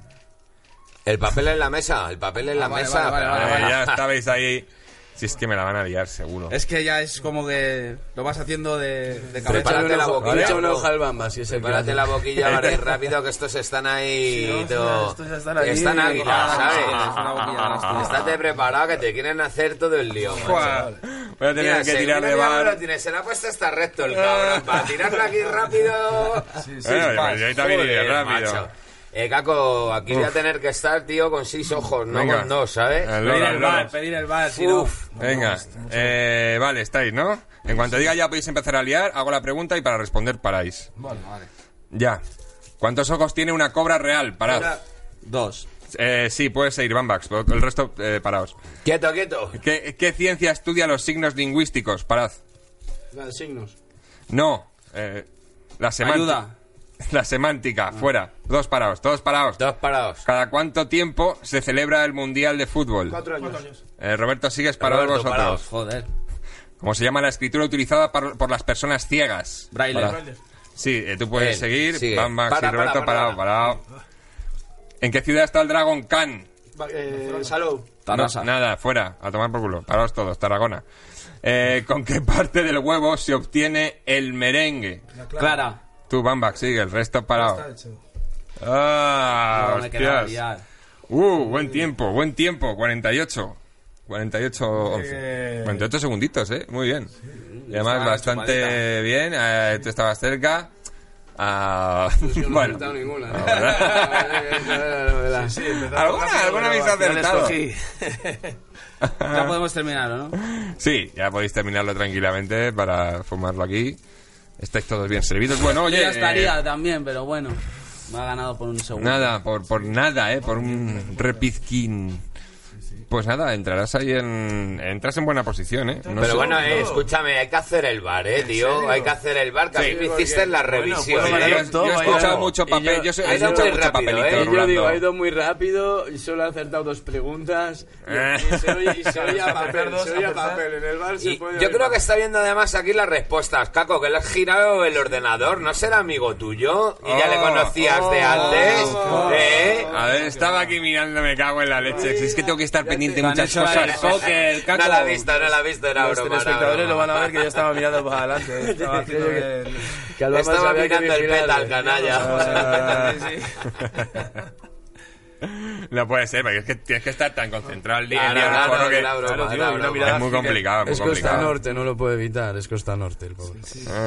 El papel en la mesa, el papel en la Ah, vale, mesa. vale, vale, pero- vale, Eh, ya estabais ahí. Si es que me la van a liar, seguro. Es que ya es como que lo vas haciendo de, de cabeza. Prepárate la boquilla, Echa una bro. hoja al bamba, si es el que Prepárate hace. la boquilla, vale, rápido, que estos están ahí. Sí, todo- estos ya están ahí. Están águilas, Ah, ¿sabes? sí, es una boquilla de las tuyas. Estate preparado, que te quieren hacer todo el lío. macho. Buah, voy a tener Mira, que se- tirar mira, de mira cómo bar. lo tiene, se la ha puesto hasta recto el cabrón. Para tirarla aquí rápido. Bueno, pues ahí también iré Joder, rápido. macho. Eh, Caco, aquí voy a tener que estar, tío, con seis ojos, no Venga. con dos, ¿sabes? Al Pedir loro, al el loro. bar, pedir el bar, si no... Uf. Venga, eh, vale, estáis, ¿no? En cuanto diga ya podéis empezar a liar, hago la pregunta y para responder paráis. Vale. Ya. ¿Cuántos ojos tiene una cobra real? Parad. Dos. Eh, sí, puede seguir, Bambax, pero el resto, eh, paraos. Quieto, quieto. ¿Qué, ¿Qué ciencia estudia los signos lingüísticos? Parad. Los signos. No, eh, la semántica. Ayuda. La semántica, fuera. Dos paraos, todos paraos. Dos parados. ¿Cada cuánto tiempo se celebra el Mundial de Fútbol? Cuatro años. Eh, Roberto, sigues parado Roberto, vosotros. paraos. Joder. ¿Cómo se llama la escritura utilizada por, por las personas ciegas? Braille. Para- Sí, eh, tú puedes Bien, seguir. sigue. Bambax Para, y Roberto, para, para, parado, parado. ¿En qué ciudad está el Dragon Khan? Eh, Salou. Tarrasa. No, nada, fuera, a tomar por culo. Paraos todos, Tarragona. Eh, ¿Con qué parte del huevo se obtiene el merengue? Clara. Tú, Bambax, sigue, el resto parado. Está hecho. Ah, No, me he quedado hostias. liar. Uh, buen tiempo, buen tiempo, cuarenta y ocho. cuarenta y ocho, once. Eh. cuarenta y ocho segunditos, ¿eh? Muy bien. Y además estaba bastante chupadita. bien, eh, tú estabas cerca. Ah, Yo no he bueno. acertado ninguna. La verdad. Sí, empezamos ¿Alguna, rápido, alguna pero habéis al final acertado? escogí. Ya podemos terminarlo, ¿no? Sí, ya podéis terminarlo tranquilamente para fumarlo aquí. Estáis todos bien servidos. Bueno, oye. ya estaría eh, también, pero bueno. Me ha ganado por un segundo. nada, por, por nada, ¿eh? Por un repizquín. Pues nada, entrarás ahí en... Entras en buena posición, ¿eh? No Pero sé- bueno, eh, escúchame, hay que hacer el bar, eh, tío. Hay que hacer el bar, que a mí me hiciste la revisión. pues, eh. Yo, Bueno, todo, yo he vaya. escuchado mucho Y papel, yo- yo, sé- ha he ido escuchado muy mucho rápido, papelito ¿eh? Y yo digo, rulando. ha ido muy rápido y solo ha acertado dos preguntas. Y, Eh. y se oye, y se oye a papel, dos, se oye a acertar. papel. En el bar se Y puede yo oír creo que papel. está viendo además aquí las respuestas. Caco, que le has girado el ordenador. ¿No será amigo tuyo? Y ya le Oh, conocías de antes. oh, ¿Eh? A ver, estaba aquí mirando, me cago en la leche. Si es que tengo que estar pendiente de te han muchas hecho la cosas. del póker, Caco. No la ha visto, no la ha visto, era Los broma. era telespectadores broma. lo van a ver que yo estaba mirando para adelante. Estaba haciendo el... Que al Bamba Estaba sabía que mirando el vigilarle. peta al canalla. No puede ser, porque es que tienes que estar tan concentrado el día, el Claro, día del claro, foro que... era broma, Claro, tío, era y una broma. mirada Es muy fija. complicado, muy Es Costa complicado. Norte, no lo puede evitar. Es Costa Norte, el pobre.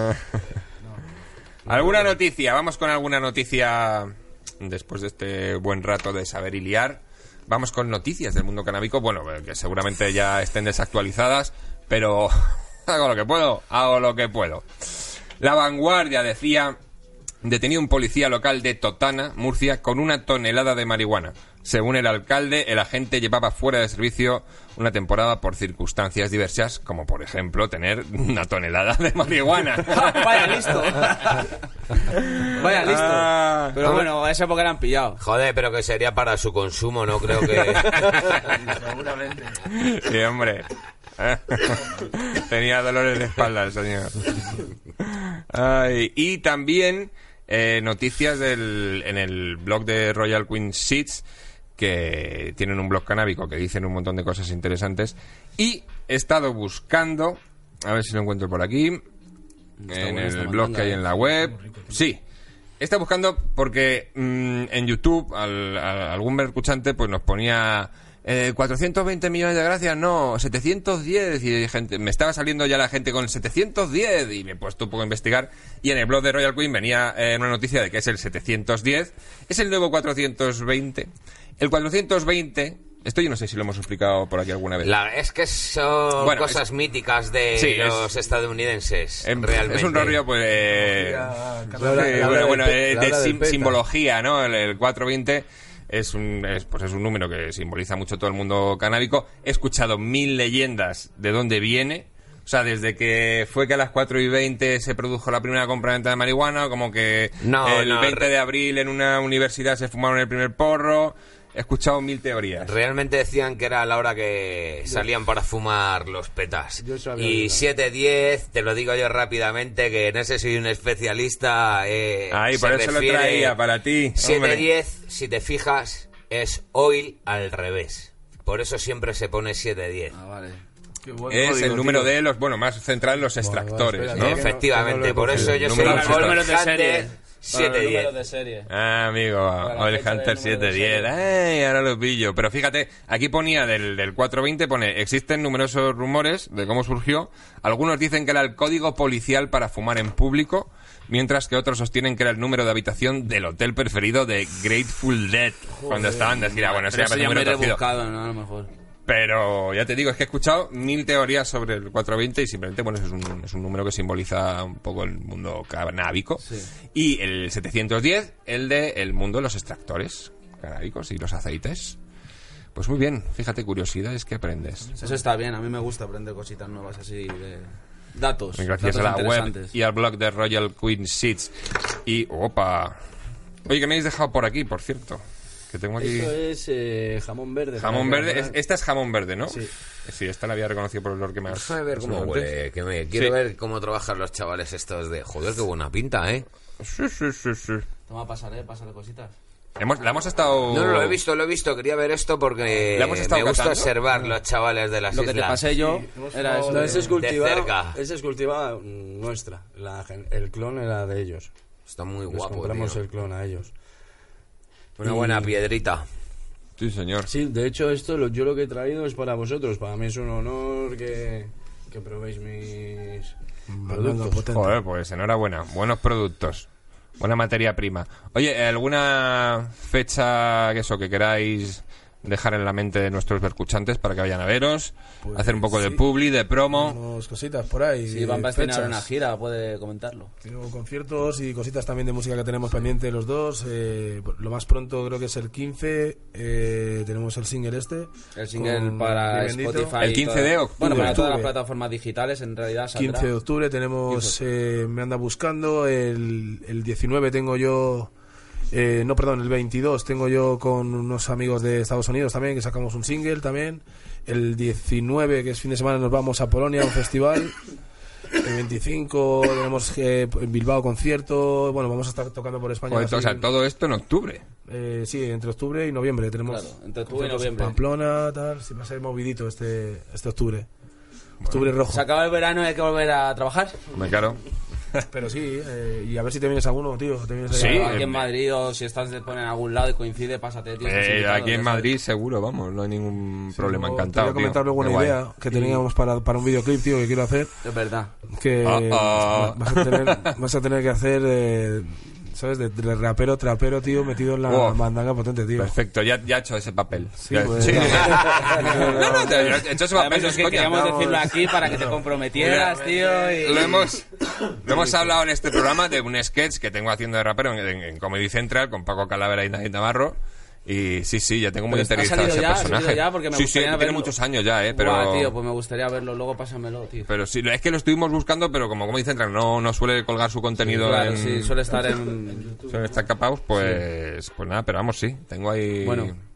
¿Alguna noticia? Vamos con alguna noticia después de este buen rato de saber y liar. Vamos con noticias del mundo canábico. Bueno, que seguramente ya estén desactualizadas, pero hago lo que puedo, hago lo que puedo. La Vanguardia decía: detenido un policía local de Totana, Murcia, con una tonelada de marihuana. Según el alcalde, el agente llevaba fuera de servicio una temporada por circunstancias diversas, como por ejemplo tener una tonelada de marihuana. Vaya listo. Vaya listo. Ah. Pero bueno, a esa época eran pillado. Joder, pero que sería para su consumo, no creo que... Seguramente. Sí, hombre. Tenía dolores de espalda el señor. Ay, y también eh, noticias del, en el blog de Royal Queen Seeds, que tienen un blog canábico que dicen un montón de cosas interesantes. Y he estado buscando, a ver si lo encuentro por aquí, Está en buena el esta blog mandanga, que hay en la web. Sí. Está buscando porque mmm, en YouTube al, a, algún escuchante pues nos ponía eh, cuatrocientos veinte millones de gracias, no, setecientos diez, y gente, me estaba saliendo ya la gente con setecientos diez y me he puesto un poco a investigar y en el blog de Royal Queen venía eh, una noticia de que es el setecientos diez, es el nuevo cuatrocientos veinte. El cuatrocientos veinte, esto yo no sé si lo hemos explicado por aquí alguna vez. La, es que son Bueno, cosas es- míticas de Sí, los es- estadounidenses, Em, realmente. Es un rollo, pues. Eh, La- sí, la- la- la- bueno, la- bueno, la- eh, la- de la del sim- peta. simbología, ¿no? El, el cuatrocientos veinte es un, es, pues es un número que simboliza mucho todo el mundo canábico. He escuchado mil leyendas de dónde viene. O sea, desde que fue que a las cuatro y veinte se produjo la primera compra-venta de marihuana, como que No, el no, veinte re- de abril en una universidad se fumaron el primer porro. He escuchado mil teorías. Realmente decían que era a la hora que salían para fumar los petas. Yo sabía Y eso. siete diez, te lo digo yo rápidamente, que en ese soy un especialista. Eh, Ahí, se por eso lo refiere- traía, para ti. siete hombre. diez, si te fijas, es oil al revés. Por eso siempre se pone siete diez. Ah, vale. Qué buen Es código, el número tío. de los, bueno, más central los extractores, espera, ¿no? que no- Efectivamente, que no lo he por eso cogido. yo soy Número un de números de Hunter serie. siete diez. Números de serie. Ah, amigo, Para o el la fecha Hunter del número siete de diez. Ay, ahora lo pillo. Pero fíjate, aquí ponía del, del cuatrocientos veinte, pone, existen numerosos rumores de cómo surgió. Algunos dicen que era el código policial para fumar en público, mientras que otros sostienen que era el número de habitación del hotel preferido de Grateful Dead. Cuando estaban de gira, bueno, eso Pero ya eso parece ya muy me he retorcido. rebuscado, ¿no? A lo mejor. Pero ya te digo, es que he escuchado mil teorías sobre el cuatrocientos veinte y simplemente, bueno, es un, es un número que simboliza un poco el mundo canábico. Y el setecientos diez, el de el mundo de los extractores canábicos y los aceites. Pues muy bien, fíjate, curiosidades que aprendes. Eso está bien, a mí me gusta aprender cositas nuevas así de datos. Gracias a datos la web interesantes. y al blog de Royal Queen Seeds. Y, opa. Oye, que me habéis dejado por aquí, por cierto. Que tengo aquí... Esto es eh, jamón verde. Jamón para verde. que- Es- esta es jamón verde, ¿no? Sí. Sí, esta la había reconocido por el olor que me has... Déjame ver cómo antes. huele, que me quiero Sí. ver cómo trabajan los chavales estos de... Joder, qué buena pinta, ¿eh? Sí, sí, sí, sí. Toma, pasaré, pasaré cositas. Hemos, la hemos estado... No, no, lo he visto, lo he visto. Quería ver esto porque ¿La hemos estado me gusta catando? observar los chavales de las Lo que te islas. pasé yo Hemos era probado- eso. No, de- ese es de cultivado. cerca. Ese es cultivado mm, nuestra. La gen- el clon era de ellos. Está muy Les guapo, compramos tío. el clon a ellos. Una buena piedrita. Sí, señor. Sí, de hecho esto lo- yo lo que he traído es para vosotros. Para mí es un honor que, que probéis mis Mandanga productos. potente. Joder, pues enhorabuena. Buenos productos. Buena materia prima. Oye, ¿alguna fecha que eso que queráis dejar en la mente de nuestros escuchantes para que vayan a veros? Pues hacer un poco de sí. publi, de promo. Tenemos cositas por ahí. Si van a estrenar fechas. una gira, puede comentarlo. Tengo conciertos y cositas también de música que tenemos pendiente los dos. Eh, lo más pronto creo que es el quince. Eh, tenemos el single este. El single con para Bien Bendito. Spotify. El y quince toda- de octubre. Bueno, para todas las Octubre. plataformas digitales, en realidad saldrá. quince de octubre tenemos eh, Me anda buscando. El, el diecinueve tengo yo. Eh, no, perdón, el veintidós tengo yo con unos amigos de Estados Unidos también, que sacamos un single también. El diecinueve, que es fin de semana, nos vamos a Polonia a un festival. El veinticinco tenemos eh, en Bilbao concierto. Bueno, vamos a estar tocando por España. Joder, así o sea, en- todo esto en octubre. eh, sí, entre octubre y noviembre tenemos. Claro, entre octubre y conciertos en noviembre. Pamplona, tal. Sí, va a ser movidito este, este octubre. Octubre rojo. Se acaba el verano y hay que volver a trabajar. Me caro. Pero sí, eh, y a ver si te vienes alguno, tío. Te vienes Sí, ahí. Claro, aquí eh, en Madrid o si estás de poner en algún lado y coincide, pásate, tío. estás Eh, invitado, aquí en ya Madrid seguro, vamos, no hay ningún problema, Luego encantado. Te voy a comentar tío. luego Qué una guay. idea que teníamos para, para un videoclip, tío, que quiero hacer. sabes. Es verdad. Que Ah, ah. vas, a tener, vas a tener que hacer, eh, ¿sabes? De, de rapero, trapero, tío, metido en la Oh. mandanga potente, tío. Perfecto, ya, ya he hecho ese papel. Sí, Ya- pues. sí. no, no, te- he hecho ese papel. Además, no es es que coña. queríamos Vamos. decirlo aquí para que te comprometieras, tío. Y... Lo hemos, lo hemos hablado en este programa de un sketch que tengo haciendo de rapero en, en- en Comedy Central con Paco Calavera y David Navarro. Y sí, sí, ya tengo muy Pero ¿ha interiorizado salido ese ya? ¿Ha personaje. salido ya? Porque me sí, sí, gustaría tiene verlo. muchos años ya, ¿eh? Pero, Buah, tío, pues me gustaría verlo. Luego pásamelo, tío. pero sí, es que lo estuvimos buscando, pero como Comedy Central no, no suele colgar su contenido Claro, en... sí, suele estar en... suele estar capados, pues, pues nada, pero vamos, sí, tengo ahí... Bueno.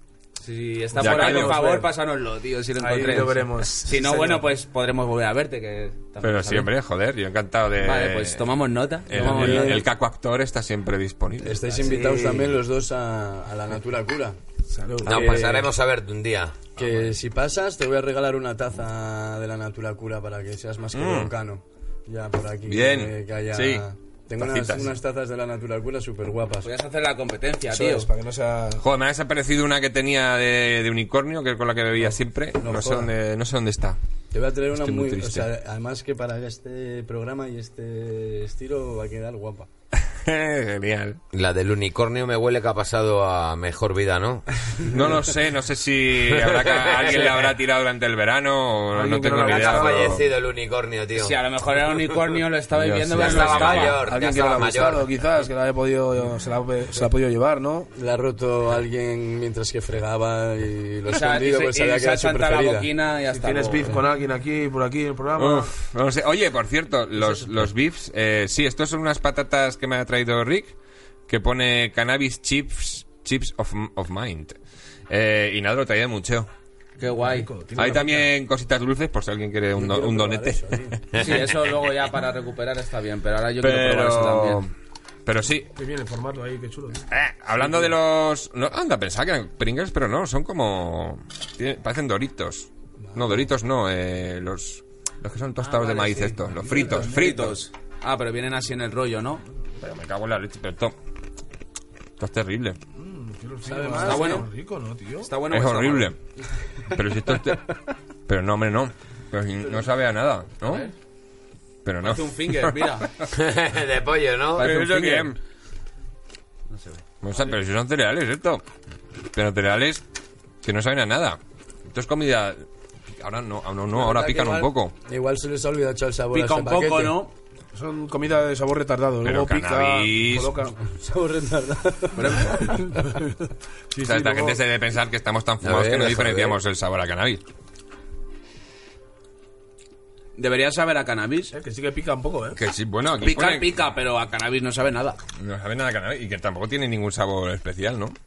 Si está Ya por ahí, por queremos favor, ver. pásanoslo, tío, si lo Ahí encontréis. lo veremos. Si no, Sí, bueno, señor. pues podremos volver a verte, que también Pero está siempre, joder, yo encantado de... bien. Vale, pues tomamos nota. El, tomamos el- nota. el Caco actor está siempre disponible. Estáis invitados también los dos a, a la Natura Cura. Salud. No, Que- pasaremos a verte un día. Que si pasas, te voy a regalar una taza de la Natura Cura para que seas más que broncano. Ya por aquí. Bien, Que, que haya... sí. Tengo unas, Tacitas. unas tazas de la Natura Cura súper guapas. Podrías hacer la competencia, Eso tío. es, para que no sea... Joder, me ha desaparecido una que tenía de, de unicornio, que es con la que bebía siempre. No, no sé jodas. dónde, no sé dónde está. Te voy a traer una Estoy muy muy... O triste. sea, además que para este programa y este estilo va a quedar guapa. Genial. La del unicornio me huele que ha pasado a mejor vida, ¿no? No lo sé, no sé si habrá que- alguien le habrá tirado durante el verano o no, Alguien que tengo no ni le Ya idea. ha gustado. pero- fallecido el unicornio, tío. Si a lo mejor era un unicornio, lo estaba Yo viviendo, sé. pero Ya no estaba estaba. mayor. Alguien Ya que lo ha estaba gustado, mayor. quizás, que la haya podido, se la, ha- se la ha podido llevar, ¿no? La ha roto alguien mientras que fregaba y lo ha O sea, y escondido se, pues y sabía se que era ha su chantado la preferida. boquina y Si hasta tienes luego. beef con alguien aquí, por aquí, en el programa... Uf, no sé. Oye, por cierto, los, los beefs, eh, sí, estos son unas patatas que me ha traído Rick, que pone cannabis chips, chips of, of mind. Eh, y nada, lo traía de mucheo. Qué guay. Tiene Hay una también cositas dulces por si alguien quiere un, do- Quiero un probar donete. eso, tío. Sí, eso luego ya para recuperar está bien, pero ahora yo quiero probar eso Pero, también. pero sí. Qué bien el formato ahí, qué chulo. tío. Eh, hablando de los... No, anda, pensaba que eran Pringles, pero no, son como... tiene- parecen Doritos. No, Doritos no, eh, los... Los que son tostados Ah, de vale, maíz sí. estos, los fritos, fritos. Ah, pero vienen así en el rollo, ¿no? Pero me cago en la leche, pero esto... Esto es terrible. Sabe más, Está bueno. rico, ¿no, tío? Está bueno. Es o está horrible. malo? Pero si esto es... te- Pero no, hombre, no. Pero si no sabe a nada, ¿no? Pero no. Hace un finger, mira. De pollo, ¿no? Parece un ¿Eso qué? finger. No se ve. O sea, pero si son cereales esto. Pero cereales que no saben a nada. Esto es comida... Ahora no, ahora no, ahora La verdad pican que un igual- poco. Igual se les ha olvidado echar el sabor Pica a ese un poco, paquete. ¿no? Son comida de sabor retardado. Pero Luego pica, cannabis. coloca... Sabor retardado. Sí, O sea, sí, esta luego- gente se debe pensar que estamos tan fumados ver, que no a diferenciamos el sabor a cannabis. Debería saber a cannabis. Eh, que sí que pica un poco, ¿eh? Que sí, bueno, aquí Picar pone- pica, pero a cannabis no sabe nada. no sabe nada a cannabis y que tampoco tiene ningún sabor especial, ¿no?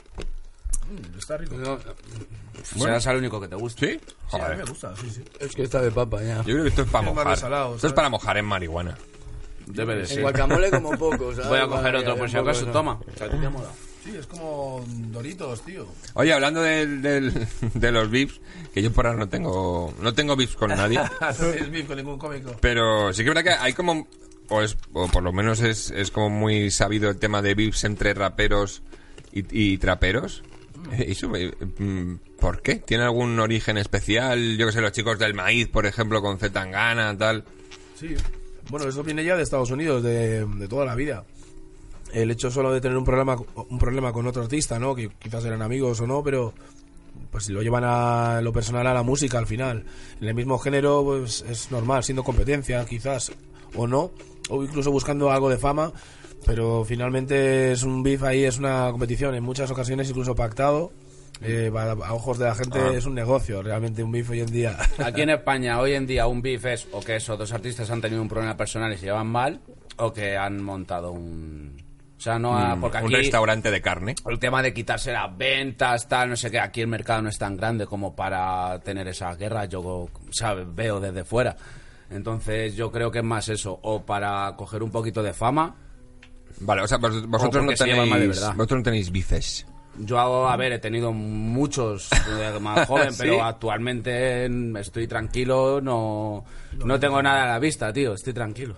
Está rico. Serás el único que te gusta. ¿Sí? Sí, a mí Joder. me gusta, sí, sí. Es que está de papa ya. Yo creo que esto es para Es más mojar. desalado, Esto es ¿sabes? para mojar en marihuana. Debe de En ser. guacamole como poco, ¿sabes? Voy a Para coger que otro haya por si un poco acaso. de- Toma. O sea, a ti te mola. Sí, es como Doritos, tío. Oye, hablando del, del- de los beefs, que yo por ahora no tengo no tengo beefs con nadie, No tienes beef con ningún cómico. pero sí que es verdad que hay como, o, es, o por lo menos es, es como muy sabido el tema de beefs entre raperos y, y traperos. Eh, Eso, eh, mm, ¿por qué? ¿Tiene algún origen especial? Yo que sé, los chicos del maíz, por ejemplo, con Z Tangana, tal. Sí. Bueno, eso viene ya de Estados Unidos, de, de toda la vida. El hecho solo de tener un problema un problema con otro artista, ¿no? Que quizás eran amigos o no, pero pues si lo llevan a lo personal a la música al final. En el mismo género, pues es normal, siendo competencia, quizás, o no, o incluso buscando algo de fama, pero finalmente es un beef ahí, es una competición, en muchas ocasiones incluso pactado. Eh, a, a ojos de la gente Ah. es un negocio, realmente un beef hoy en día. Aquí en España, hoy en día, un beef es o que esos dos artistas han tenido un problema personal y se llevan mal, o que han montado un... O sea, no... ha- porque un aquí restaurante de carne. el tema de quitarse las ventas, tal, no sé qué, aquí el mercado no es tan grande como para tener esa guerra, yo ¿sabes? Veo desde fuera. Entonces yo creo que es más eso, o para coger un poquito de fama. Vale, o sea, vos- vosotros porque no se llevan mal de tenéis verdad. vosotros no tenéis bifes. Yo, a ver, he tenido muchos eh, más joven, ¿Sí? pero actualmente mm, estoy tranquilo, no, no tengo nada a la vista, tío, estoy tranquilo.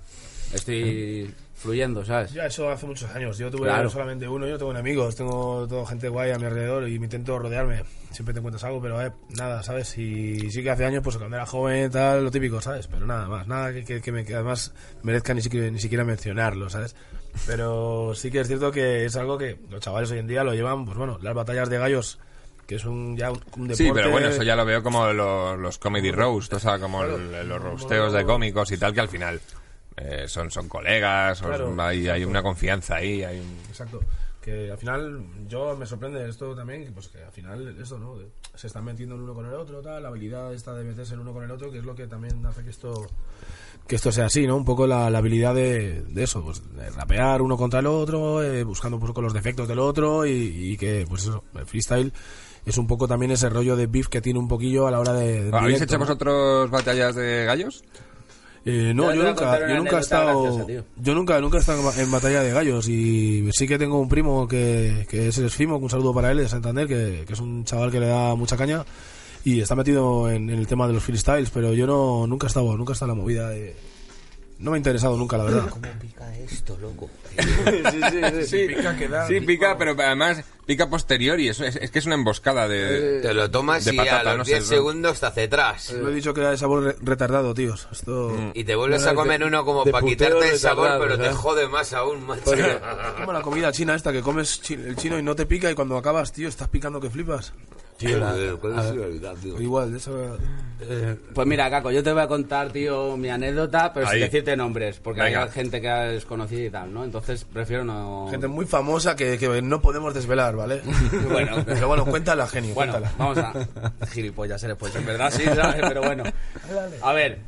Estoy fluyendo, ¿sabes? Ya, eso hace muchos años. Yo tuve Claro. solamente uno, yo no tengo amigos, tengo toda gente guay a mi alrededor y me intento rodearme. Siempre te encuentras algo, pero eh, nada, ¿sabes? Y sí que hace años, pues cuando era joven, tal, lo típico, ¿sabes? Pero nada más, nada que, que, que me, que además merezca ni siquiera, ni siquiera mencionarlo, ¿sabes? Pero sí que es cierto que es algo que los chavales hoy en día lo llevan, pues bueno, las batallas de gallos, que es un, ya un, un deporte... Sí, pero bueno, eso ya lo veo como los, los comedy roast, o sea, como el- los roasteos de cómicos y tal, que al final eh, son, son colegas, son- Claro, hay, hay una confianza ahí. Hay un- Exacto. Que al final, yo me sorprende esto también, que, pues que al final esto, ¿no? De- se están metiendo el uno con el otro, tal, la habilidad esta de meterse el uno con el otro, que es lo que también hace que esto que esto sea así, ¿no? Un poco la, la habilidad de, de eso, pues de rapear uno contra el otro, eh, buscando un poco los defectos del otro y, y que, pues eso, el freestyle es un poco también ese rollo de beef que tiene un poquillo a la hora de... de ¿Habéis directo, hecho ¿no? vosotros batallas de gallos? Eh, no, Ya yo te voy a nunca, contar una yo nunca he anécdota estado, graciosa, tío. yo nunca, nunca he estado en, en batalla de gallos y sí que tengo un primo que, que es el Esfimo, un saludo para él de Santander, que, que es un chaval que le da mucha caña y está metido en, en el tema de los freestyles, pero yo no, nunca he estado, nunca he estado en la movida de, no me ha interesado nunca, la verdad. ¿Cómo pica esto, loco? sí, sí, sí, Sí, pica que da, sí, pico. pica, pero además pica posterior y eso es, es que es una emboscada de... Te lo tomas de y patata, a los no sé, diez ¿no? segundos te hace atrás. Lo he dicho que era de sabor re- retardado, tíos. Esto... Y te vuelves No, a no, comer de- uno como de para puteo quitarte el sabor, retardado, pero te ¿sabes? jode más aún, macho. Porque- Como la comida china esta, que comes chi- el chino y no te pica y cuando acabas, tío, estás picando que flipas. Tío, la- Igual, de eso... eh, Pues mira, Caco, yo te voy a contar, tío, mi anécdota, pero Ahí. sin decirte nombres, porque Venga. hay gente que es conocida y tal, ¿no? Entonces prefiero no... Gente muy famosa que, que no podemos desvelar, ¿vale? Bueno. Pero bueno, cuéntala, genio, Bueno, cuéntala. vamos a... Gilipollas eres, pues en verdad sí, ¿sabes? Pero bueno. A ver,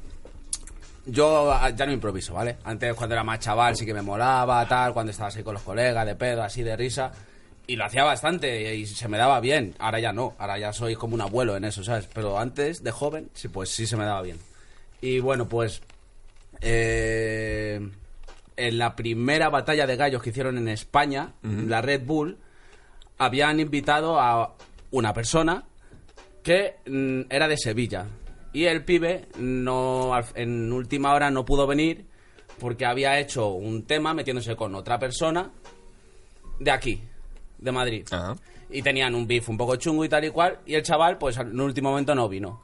yo ah, ya no improviso, ¿vale? Antes, cuando era más chaval, sí que me molaba, tal, cuando estaba así con los colegas, de pedo, así de risa. Y lo hacía bastante y se me daba bien. Ahora ya no, ahora ya soy como un abuelo en eso, ¿sabes? Pero antes, de joven, sí, pues sí se me daba bien. Y bueno, pues... Eh, en la primera batalla de gallos que hicieron en España, la Red Bull, habían invitado a una persona que mm, era de Sevilla. Y el pibe no, al- en última hora no pudo venir porque había hecho un tema metiéndose con otra persona de aquí, de Madrid. Ajá. Y tenían un beef un poco chungo y tal y cual. Y el chaval, pues en el último momento no vino.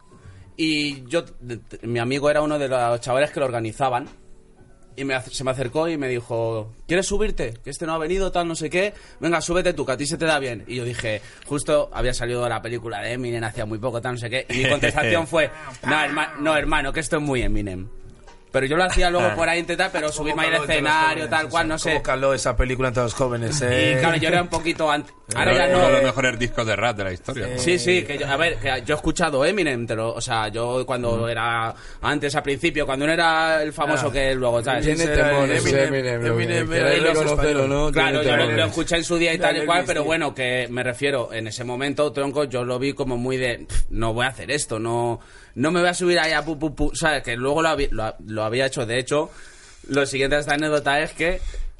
Y yo, de- de- mi amigo era uno de los chavales que lo organizaban. Y me, ac- se me acercó y me dijo, ¿quieres subirte? Que este no ha venido, tal, no sé qué. Venga, súbete tú, que a ti se te da bien. Y yo dije, justo había salido la película de Eminem hacía muy poco, tal, no sé qué. Y mi contestación fue, no, herma- no, hermano, que esto es muy Eminem. Pero yo lo hacía luego por ahí intentar, pero subirme ahí al escenario, tal cual, no sé. ¿Cómo caló esa película entre los jóvenes, Y eh? claro, yo era un poquito antes. Ahora ya Uno de los no. mejores discos de rap de la historia. Sí, sí, que yo, a ver, que yo he escuchado Eminem, pero, o sea, yo cuando era antes, al principio, cuando no era el famoso Ah. que luego, ¿sabes? Tiene Ese era temones, Eminem, Eminem, lo que Eminem, queráis era el reconocerlo, español. ¿no? Claro, Tiene yo lo, temones. lo escuché en su día y tal y Dale, cual, Luis, pero tío. bueno, que me refiero, en ese momento, tronco, yo lo vi como muy de, "Pff, no voy a hacer esto, no no me voy a subir ahí a pu, pu, pu", ¿sabes? Que luego lo, habí- lo, lo había hecho, de hecho, lo siguiente de esta anécdota es que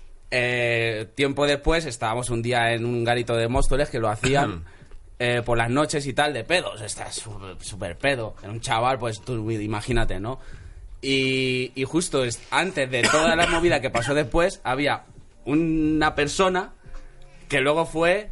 eh, tiempo después estábamos un día en un garito de Móstoles que lo hacían eh, por las noches y tal, de pedos, estás súper súper pedo, era un chaval, pues tú imagínate, ¿no? Y, y justo es- antes de toda la movida que pasó después, había una persona que luego fue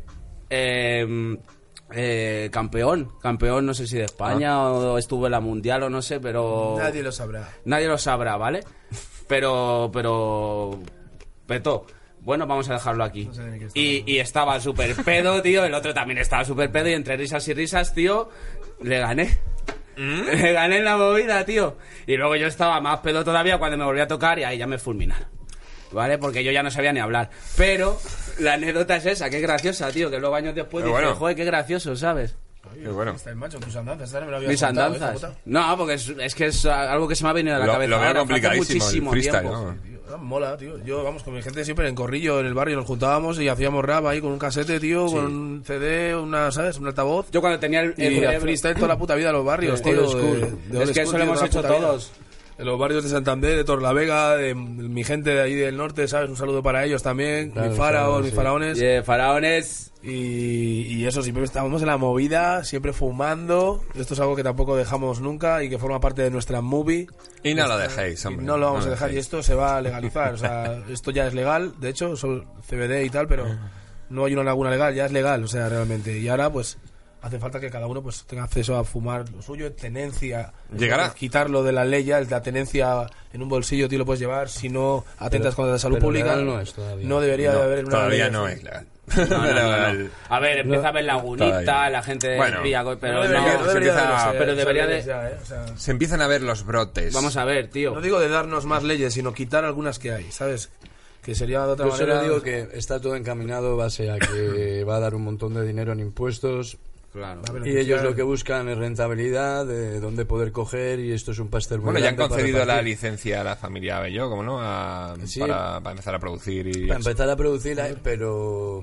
eh, eh, campeón, campeón no sé si de España o estuvo en la mundial o no sé, pero Nadie lo sabrá. nadie lo sabrá, ¿vale? Pero, pero, petó. Bueno, vamos a dejarlo aquí. sé ni qué está Y, y estaba súper pedo, tío. El otro también estaba súper pedo. Y entre risas y risas, tío, le gané. Le gané en la movida, tío. Y luego yo estaba más pedo todavía cuando me volví a tocar y ahí ya me fulminaron. ¿Vale? Porque yo ya no sabía ni hablar. Pero la anécdota es esa, que es graciosa, tío. Que luego años después Pero dije, bueno. joder, qué gracioso, ¿sabes? Qué bueno. Está el macho, tus andanzas, esta no me lo habías Mis contado, ¿eh, andanzas. puta? No, porque es, es que es algo que se me ha venido a la Lo, cabeza. lo veo ahora, hace complicadísimo el muchísimo freestyle, tiempo. ¿no? Tío, ah, mola, tío. Yo, vamos, con mi gente siempre en corrillo, en el barrio, nos juntábamos y hacíamos rap ahí con un casete, tío, con un C D, una, ¿sabes? Un altavoz. Yo cuando tenía el, el Y cerebro- freestyle toda la puta vida en los barrios, Sí, tío. old school. de- de old Es que school, eso lo tío, hemos toda la hecho puta vida. todos. En los barrios de Santander, de Torlavega, de mi gente de ahí del norte, ¿sabes? Un saludo para ellos también, Claro, mi faraón, claro, mis sí. faraones. Y, eh, faraones. Y, y eso, siempre estábamos en la movida, siempre fumando. Esto es algo que tampoco dejamos nunca y que forma parte de nuestra movie. Y no lo dejéis, Y hombre. no lo vamos no a dejar y dejéis. esto se va a legalizar. O sea, esto ya es legal, de hecho, son C B D y tal, pero no hay una laguna legal, ya es legal, o sea, realmente. Y ahora, pues, hace falta que cada uno pues tenga acceso a fumar lo suyo, tenencia. Llegará. Quitarlo de la ley ya, la tenencia en un bolsillo, tío, lo puedes llevar. Si no atentas Pero- contra la salud pero pública, legal no es todavía. no debería No, de haber una todavía ley no así. es legal. No, no, Pero no, no. el- A ver, empieza a haber lagunita, todavía. la gente Bueno, pilla, pero No no, debería, no se debería empieza- de ser, pero o sea, debería de- ya, ¿eh? O sea, Se empiezan a ver los brotes. Vamos a ver, tío. no digo de darnos más leyes, sino quitar algunas que hay, ¿sabes? Que sería de otra Yo manera. solo digo que está todo encaminado base a que va a dar un montón de dinero en impuestos Claro. Y ellos lo que buscan es rentabilidad, de dónde poder coger, y esto es un pastel muy Bueno, ya han grande para concedido la repartir. licencia a la familia Abelló, ¿cómo no? A- Sí. para, para empezar a producir y... Para empezar a producir, eh, pero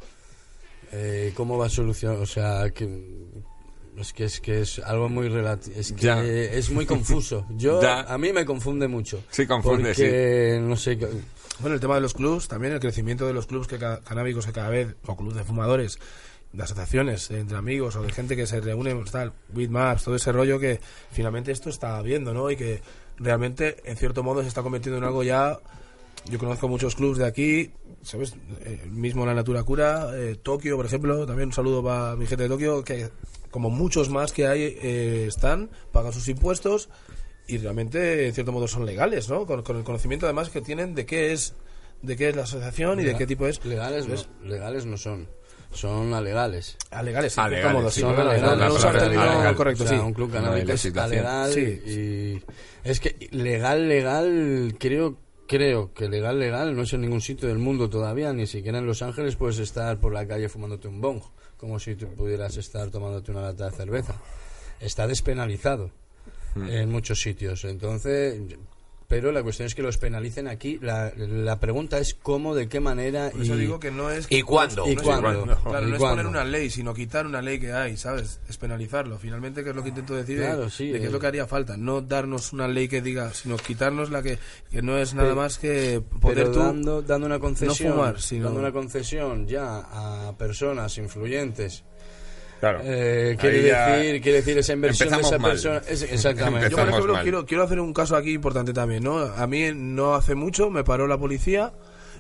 eh, ¿cómo va a solucionar? O sea, que es que es que es algo muy relativo, es que Ya. es muy confuso. Yo Ya. a mí me confunde mucho. Sí, confunde, porque, no sé, que- Bueno, el tema de los clubs, también el crecimiento de los clubs que ca- canábicos que cada vez, o clubs de fumadores, de asociaciones entre amigos o de gente que se reúne, pues, tal, Weedmaps, todo ese rollo que finalmente esto está viendo, ¿no? Y que realmente, en cierto modo, se está convirtiendo en algo ya... Yo conozco muchos clubs de aquí, ¿sabes? Eh, mismo La Natura Cura, eh, Tokio, por ejemplo, también un saludo para mi gente de Tokio, que como muchos más que hay eh, están, pagan sus impuestos y realmente, en cierto modo, son legales, ¿no? Con, con el conocimiento, además, que tienen de qué es de qué es la asociación y de qué tipo es. legales ¿Ves? no, legales no son, son alegales. Ah, legales, sí, en cierto Alegales, modo, sí, sí. Son Bueno, alegales, no, no usa el palabra término alegal. correcto, O sea, sí. un club No hay canábico es legislación. alegal, Sí. y es que legal, legal, creo creo que legal, legal no es en ningún sitio del mundo todavía, ni siquiera en Los Ángeles puedes estar por la calle fumándote un bong, como si tú pudieras estar tomándote una lata de cerveza. Está despenalizado en muchos sitios, entonces... Pero la cuestión es que los penalicen aquí. La, la pregunta es cómo, de qué manera Por eso y... digo que no es... ¿Y cuándo? ¿Y no es- cuándo? Claro, ¿Y no es cuándo? poner una ley, sino quitar una ley que hay, ¿sabes? Es penalizarlo. Finalmente, que es lo que intento decir, de- Claro, sí, de qué eh. es lo que haría falta. No darnos una ley que diga, sino quitarnos la que, que no es nada Pero- más que poder Pero tú... dando, dando una concesión, no fumar, sino- dando una concesión ya a personas influyentes. Claro. Eh, Ahí quiere ya decir, quiere decir esa inversión de empezamos esa mal. persona. Es- exactamente. Yo, por Empezamos ejemplo, mal. quiero, quiero hacer un caso aquí importante también, ¿no? A mí no hace mucho me paró la policía,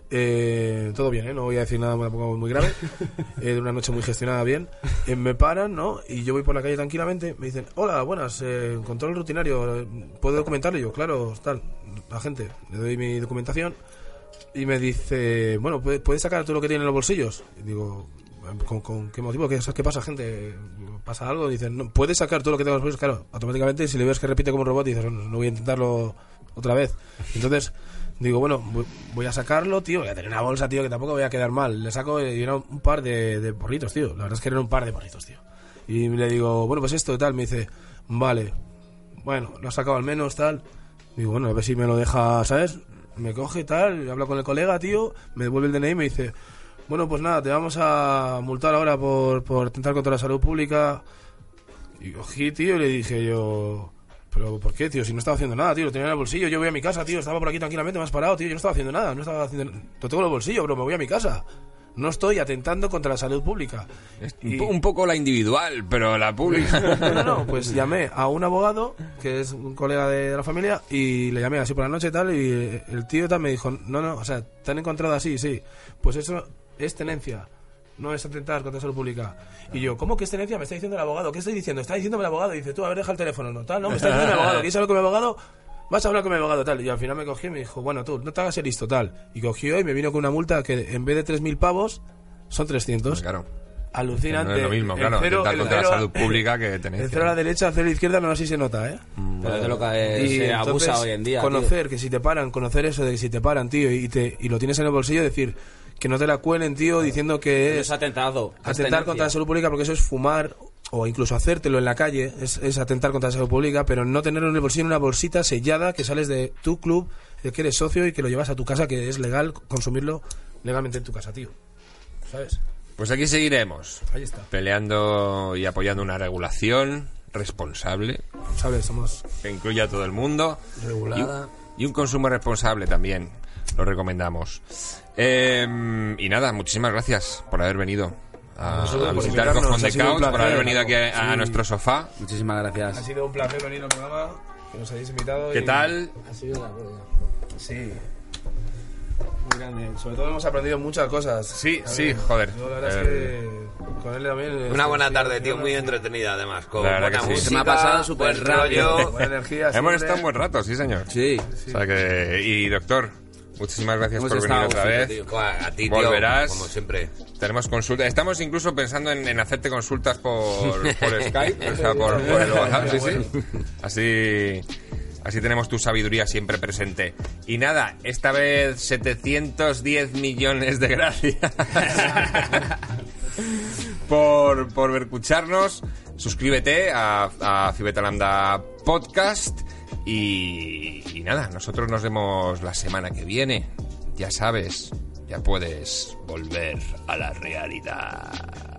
eh, todo bien, ¿eh? No voy a decir nada tampoco muy grave, eh, de una noche muy gestionada bien, eh, me paran, ¿no? Y yo voy por la calle tranquilamente, me dicen, hola, buenas, eh, control rutinario, eh, ¿puedo documentarle? Yo, claro, tal, la gente, le doy mi documentación y me dice, bueno, ¿puedes puedes sacar todo lo que tiene en los bolsillos? Y digo... ¿Con, con qué motivo? ¿Qué, ¿Qué pasa, gente? ¿Pasa algo? Dicen, no, ¿puedes sacar todo lo que tengas? Pues claro, automáticamente si le ves que repite como un robot, dices, no, no voy a intentarlo otra vez. Entonces, digo, bueno, voy- voy a sacarlo, tío, voy a tener una bolsa, tío, que tampoco voy a quedar mal. Le saco y era un par de, de porritos, tío. La verdad es que eran un par de porritos, tío. Y le digo, bueno, pues esto y tal. Me dice, vale, bueno, lo has sacado al menos, tal. Digo, bueno, a ver si me lo deja, ¿sabes? Me coge tal, habla con el colega, tío, me devuelve el D N I y me dice... Bueno, pues nada, te vamos a multar ahora por, por atentar contra la salud pública. Y cogí, tío, y le dije yo... ¿Pero por qué, tío? Si no estaba haciendo nada, tío. Lo tenía en el bolsillo. Yo voy a mi casa, tío. Estaba por aquí tranquilamente, me has parado, tío. Yo no estaba haciendo nada. No estaba haciendo... Lo tengo en el bolsillo, pero me voy a mi casa. No estoy atentando contra la salud pública. Un, Y- po- un poco la individual, pero la pública. No, no, no, pues llamé a un abogado, que es un colega de, de la familia, y le llamé así por la noche y tal, y el tío tal me dijo, no, no, o sea, te han encontrado así, sí. Pues eso es tenencia, no es atentar contra la salud pública. Y yo, ¿cómo que es tenencia? Me está diciendo el abogado. ¿Qué estoy diciendo? Está diciéndome el abogado. Y dice, tú, a ver, deja el teléfono, ¿no? Tal, no, me está diciendo el abogado. ¿Quieres hablar con mi abogado? Vas a hablar con mi abogado, tal. Y al final me cogió y me dijo, bueno, tú, no te hagas el listo, tal. Y cogió y me vino con una multa que en vez de tres mil pavos, son trescientos. Claro. Alucinante. No es lo mismo, El claro, cero- atentar el contra la cero- salud pública que tenencia. El cero a la derecha, el cero a la izquierda, no así se nota, ¿eh? Pero es de lo que Y se entonces, abusa hoy en día. tío. conocer que si te paran, conocer eso de que si te paran, tío, y, te, y lo tienes en el bolsillo, decir que no te la cuelen, tío, diciendo que Eso es es atentado. es atentar tenencia. contra la salud pública, porque eso es fumar o incluso hacértelo en la calle, es, es atentar contra la salud pública, pero no tenerlo en el bolsillo en una bolsita sellada que sales de tu club, de que eres socio y que lo llevas a tu casa, que es legal consumirlo legalmente en tu casa, tío. ¿Sabes? Pues aquí seguiremos, Ahí está. peleando y apoyando una regulación responsable ¿Sabes? Somos... que incluya a todo el mundo. Regulada. Y, y un consumo responsable también, lo recomendamos. Eh, y nada, muchísimas gracias por haber venido a, vosotros a por visitar invitarnos, Coffin ha de sido un Couch, por placer. haber venido aquí a, a Sí. nuestro sofá. Muchísimas Ha gracias. sido un placer venir al programa, que nos hayáis invitado. ¿Qué y- tal? Ha sido una cosa. Sí. Muy grande. Sobre todo hemos aprendido muchas cosas. Sí, A sí, ver, joder. Yo la verdad Eh, es que con él también... Una estoy- buena estoy tarde, tío, haciendo- muy entretenida además, con La verdad buena que sí. música, Se me ha pasado súper buen rápido. rollo. Buena energía Hemos siempre. estado un buen rato, sí, señor. Sí. O sea que, y doctor, muchísimas gracias Hemos por venir estado otra fino, vez. tío. Joder, a ti, tío, Volverás. como siempre. Tenemos consultas. Estamos incluso pensando en, en hacerte consultas por, por Skype, o sea, por, por el WhatsApp, sí, sí. Así, así tenemos tu sabiduría siempre presente. Y nada, esta vez setecientos diez millones de gracias por, por escucharnos. Suscríbete a, a Fibeta Lambda Podcast. Y, y nada, nosotros nos vemos la semana que viene. Ya sabes, ya puedes volver a la realidad.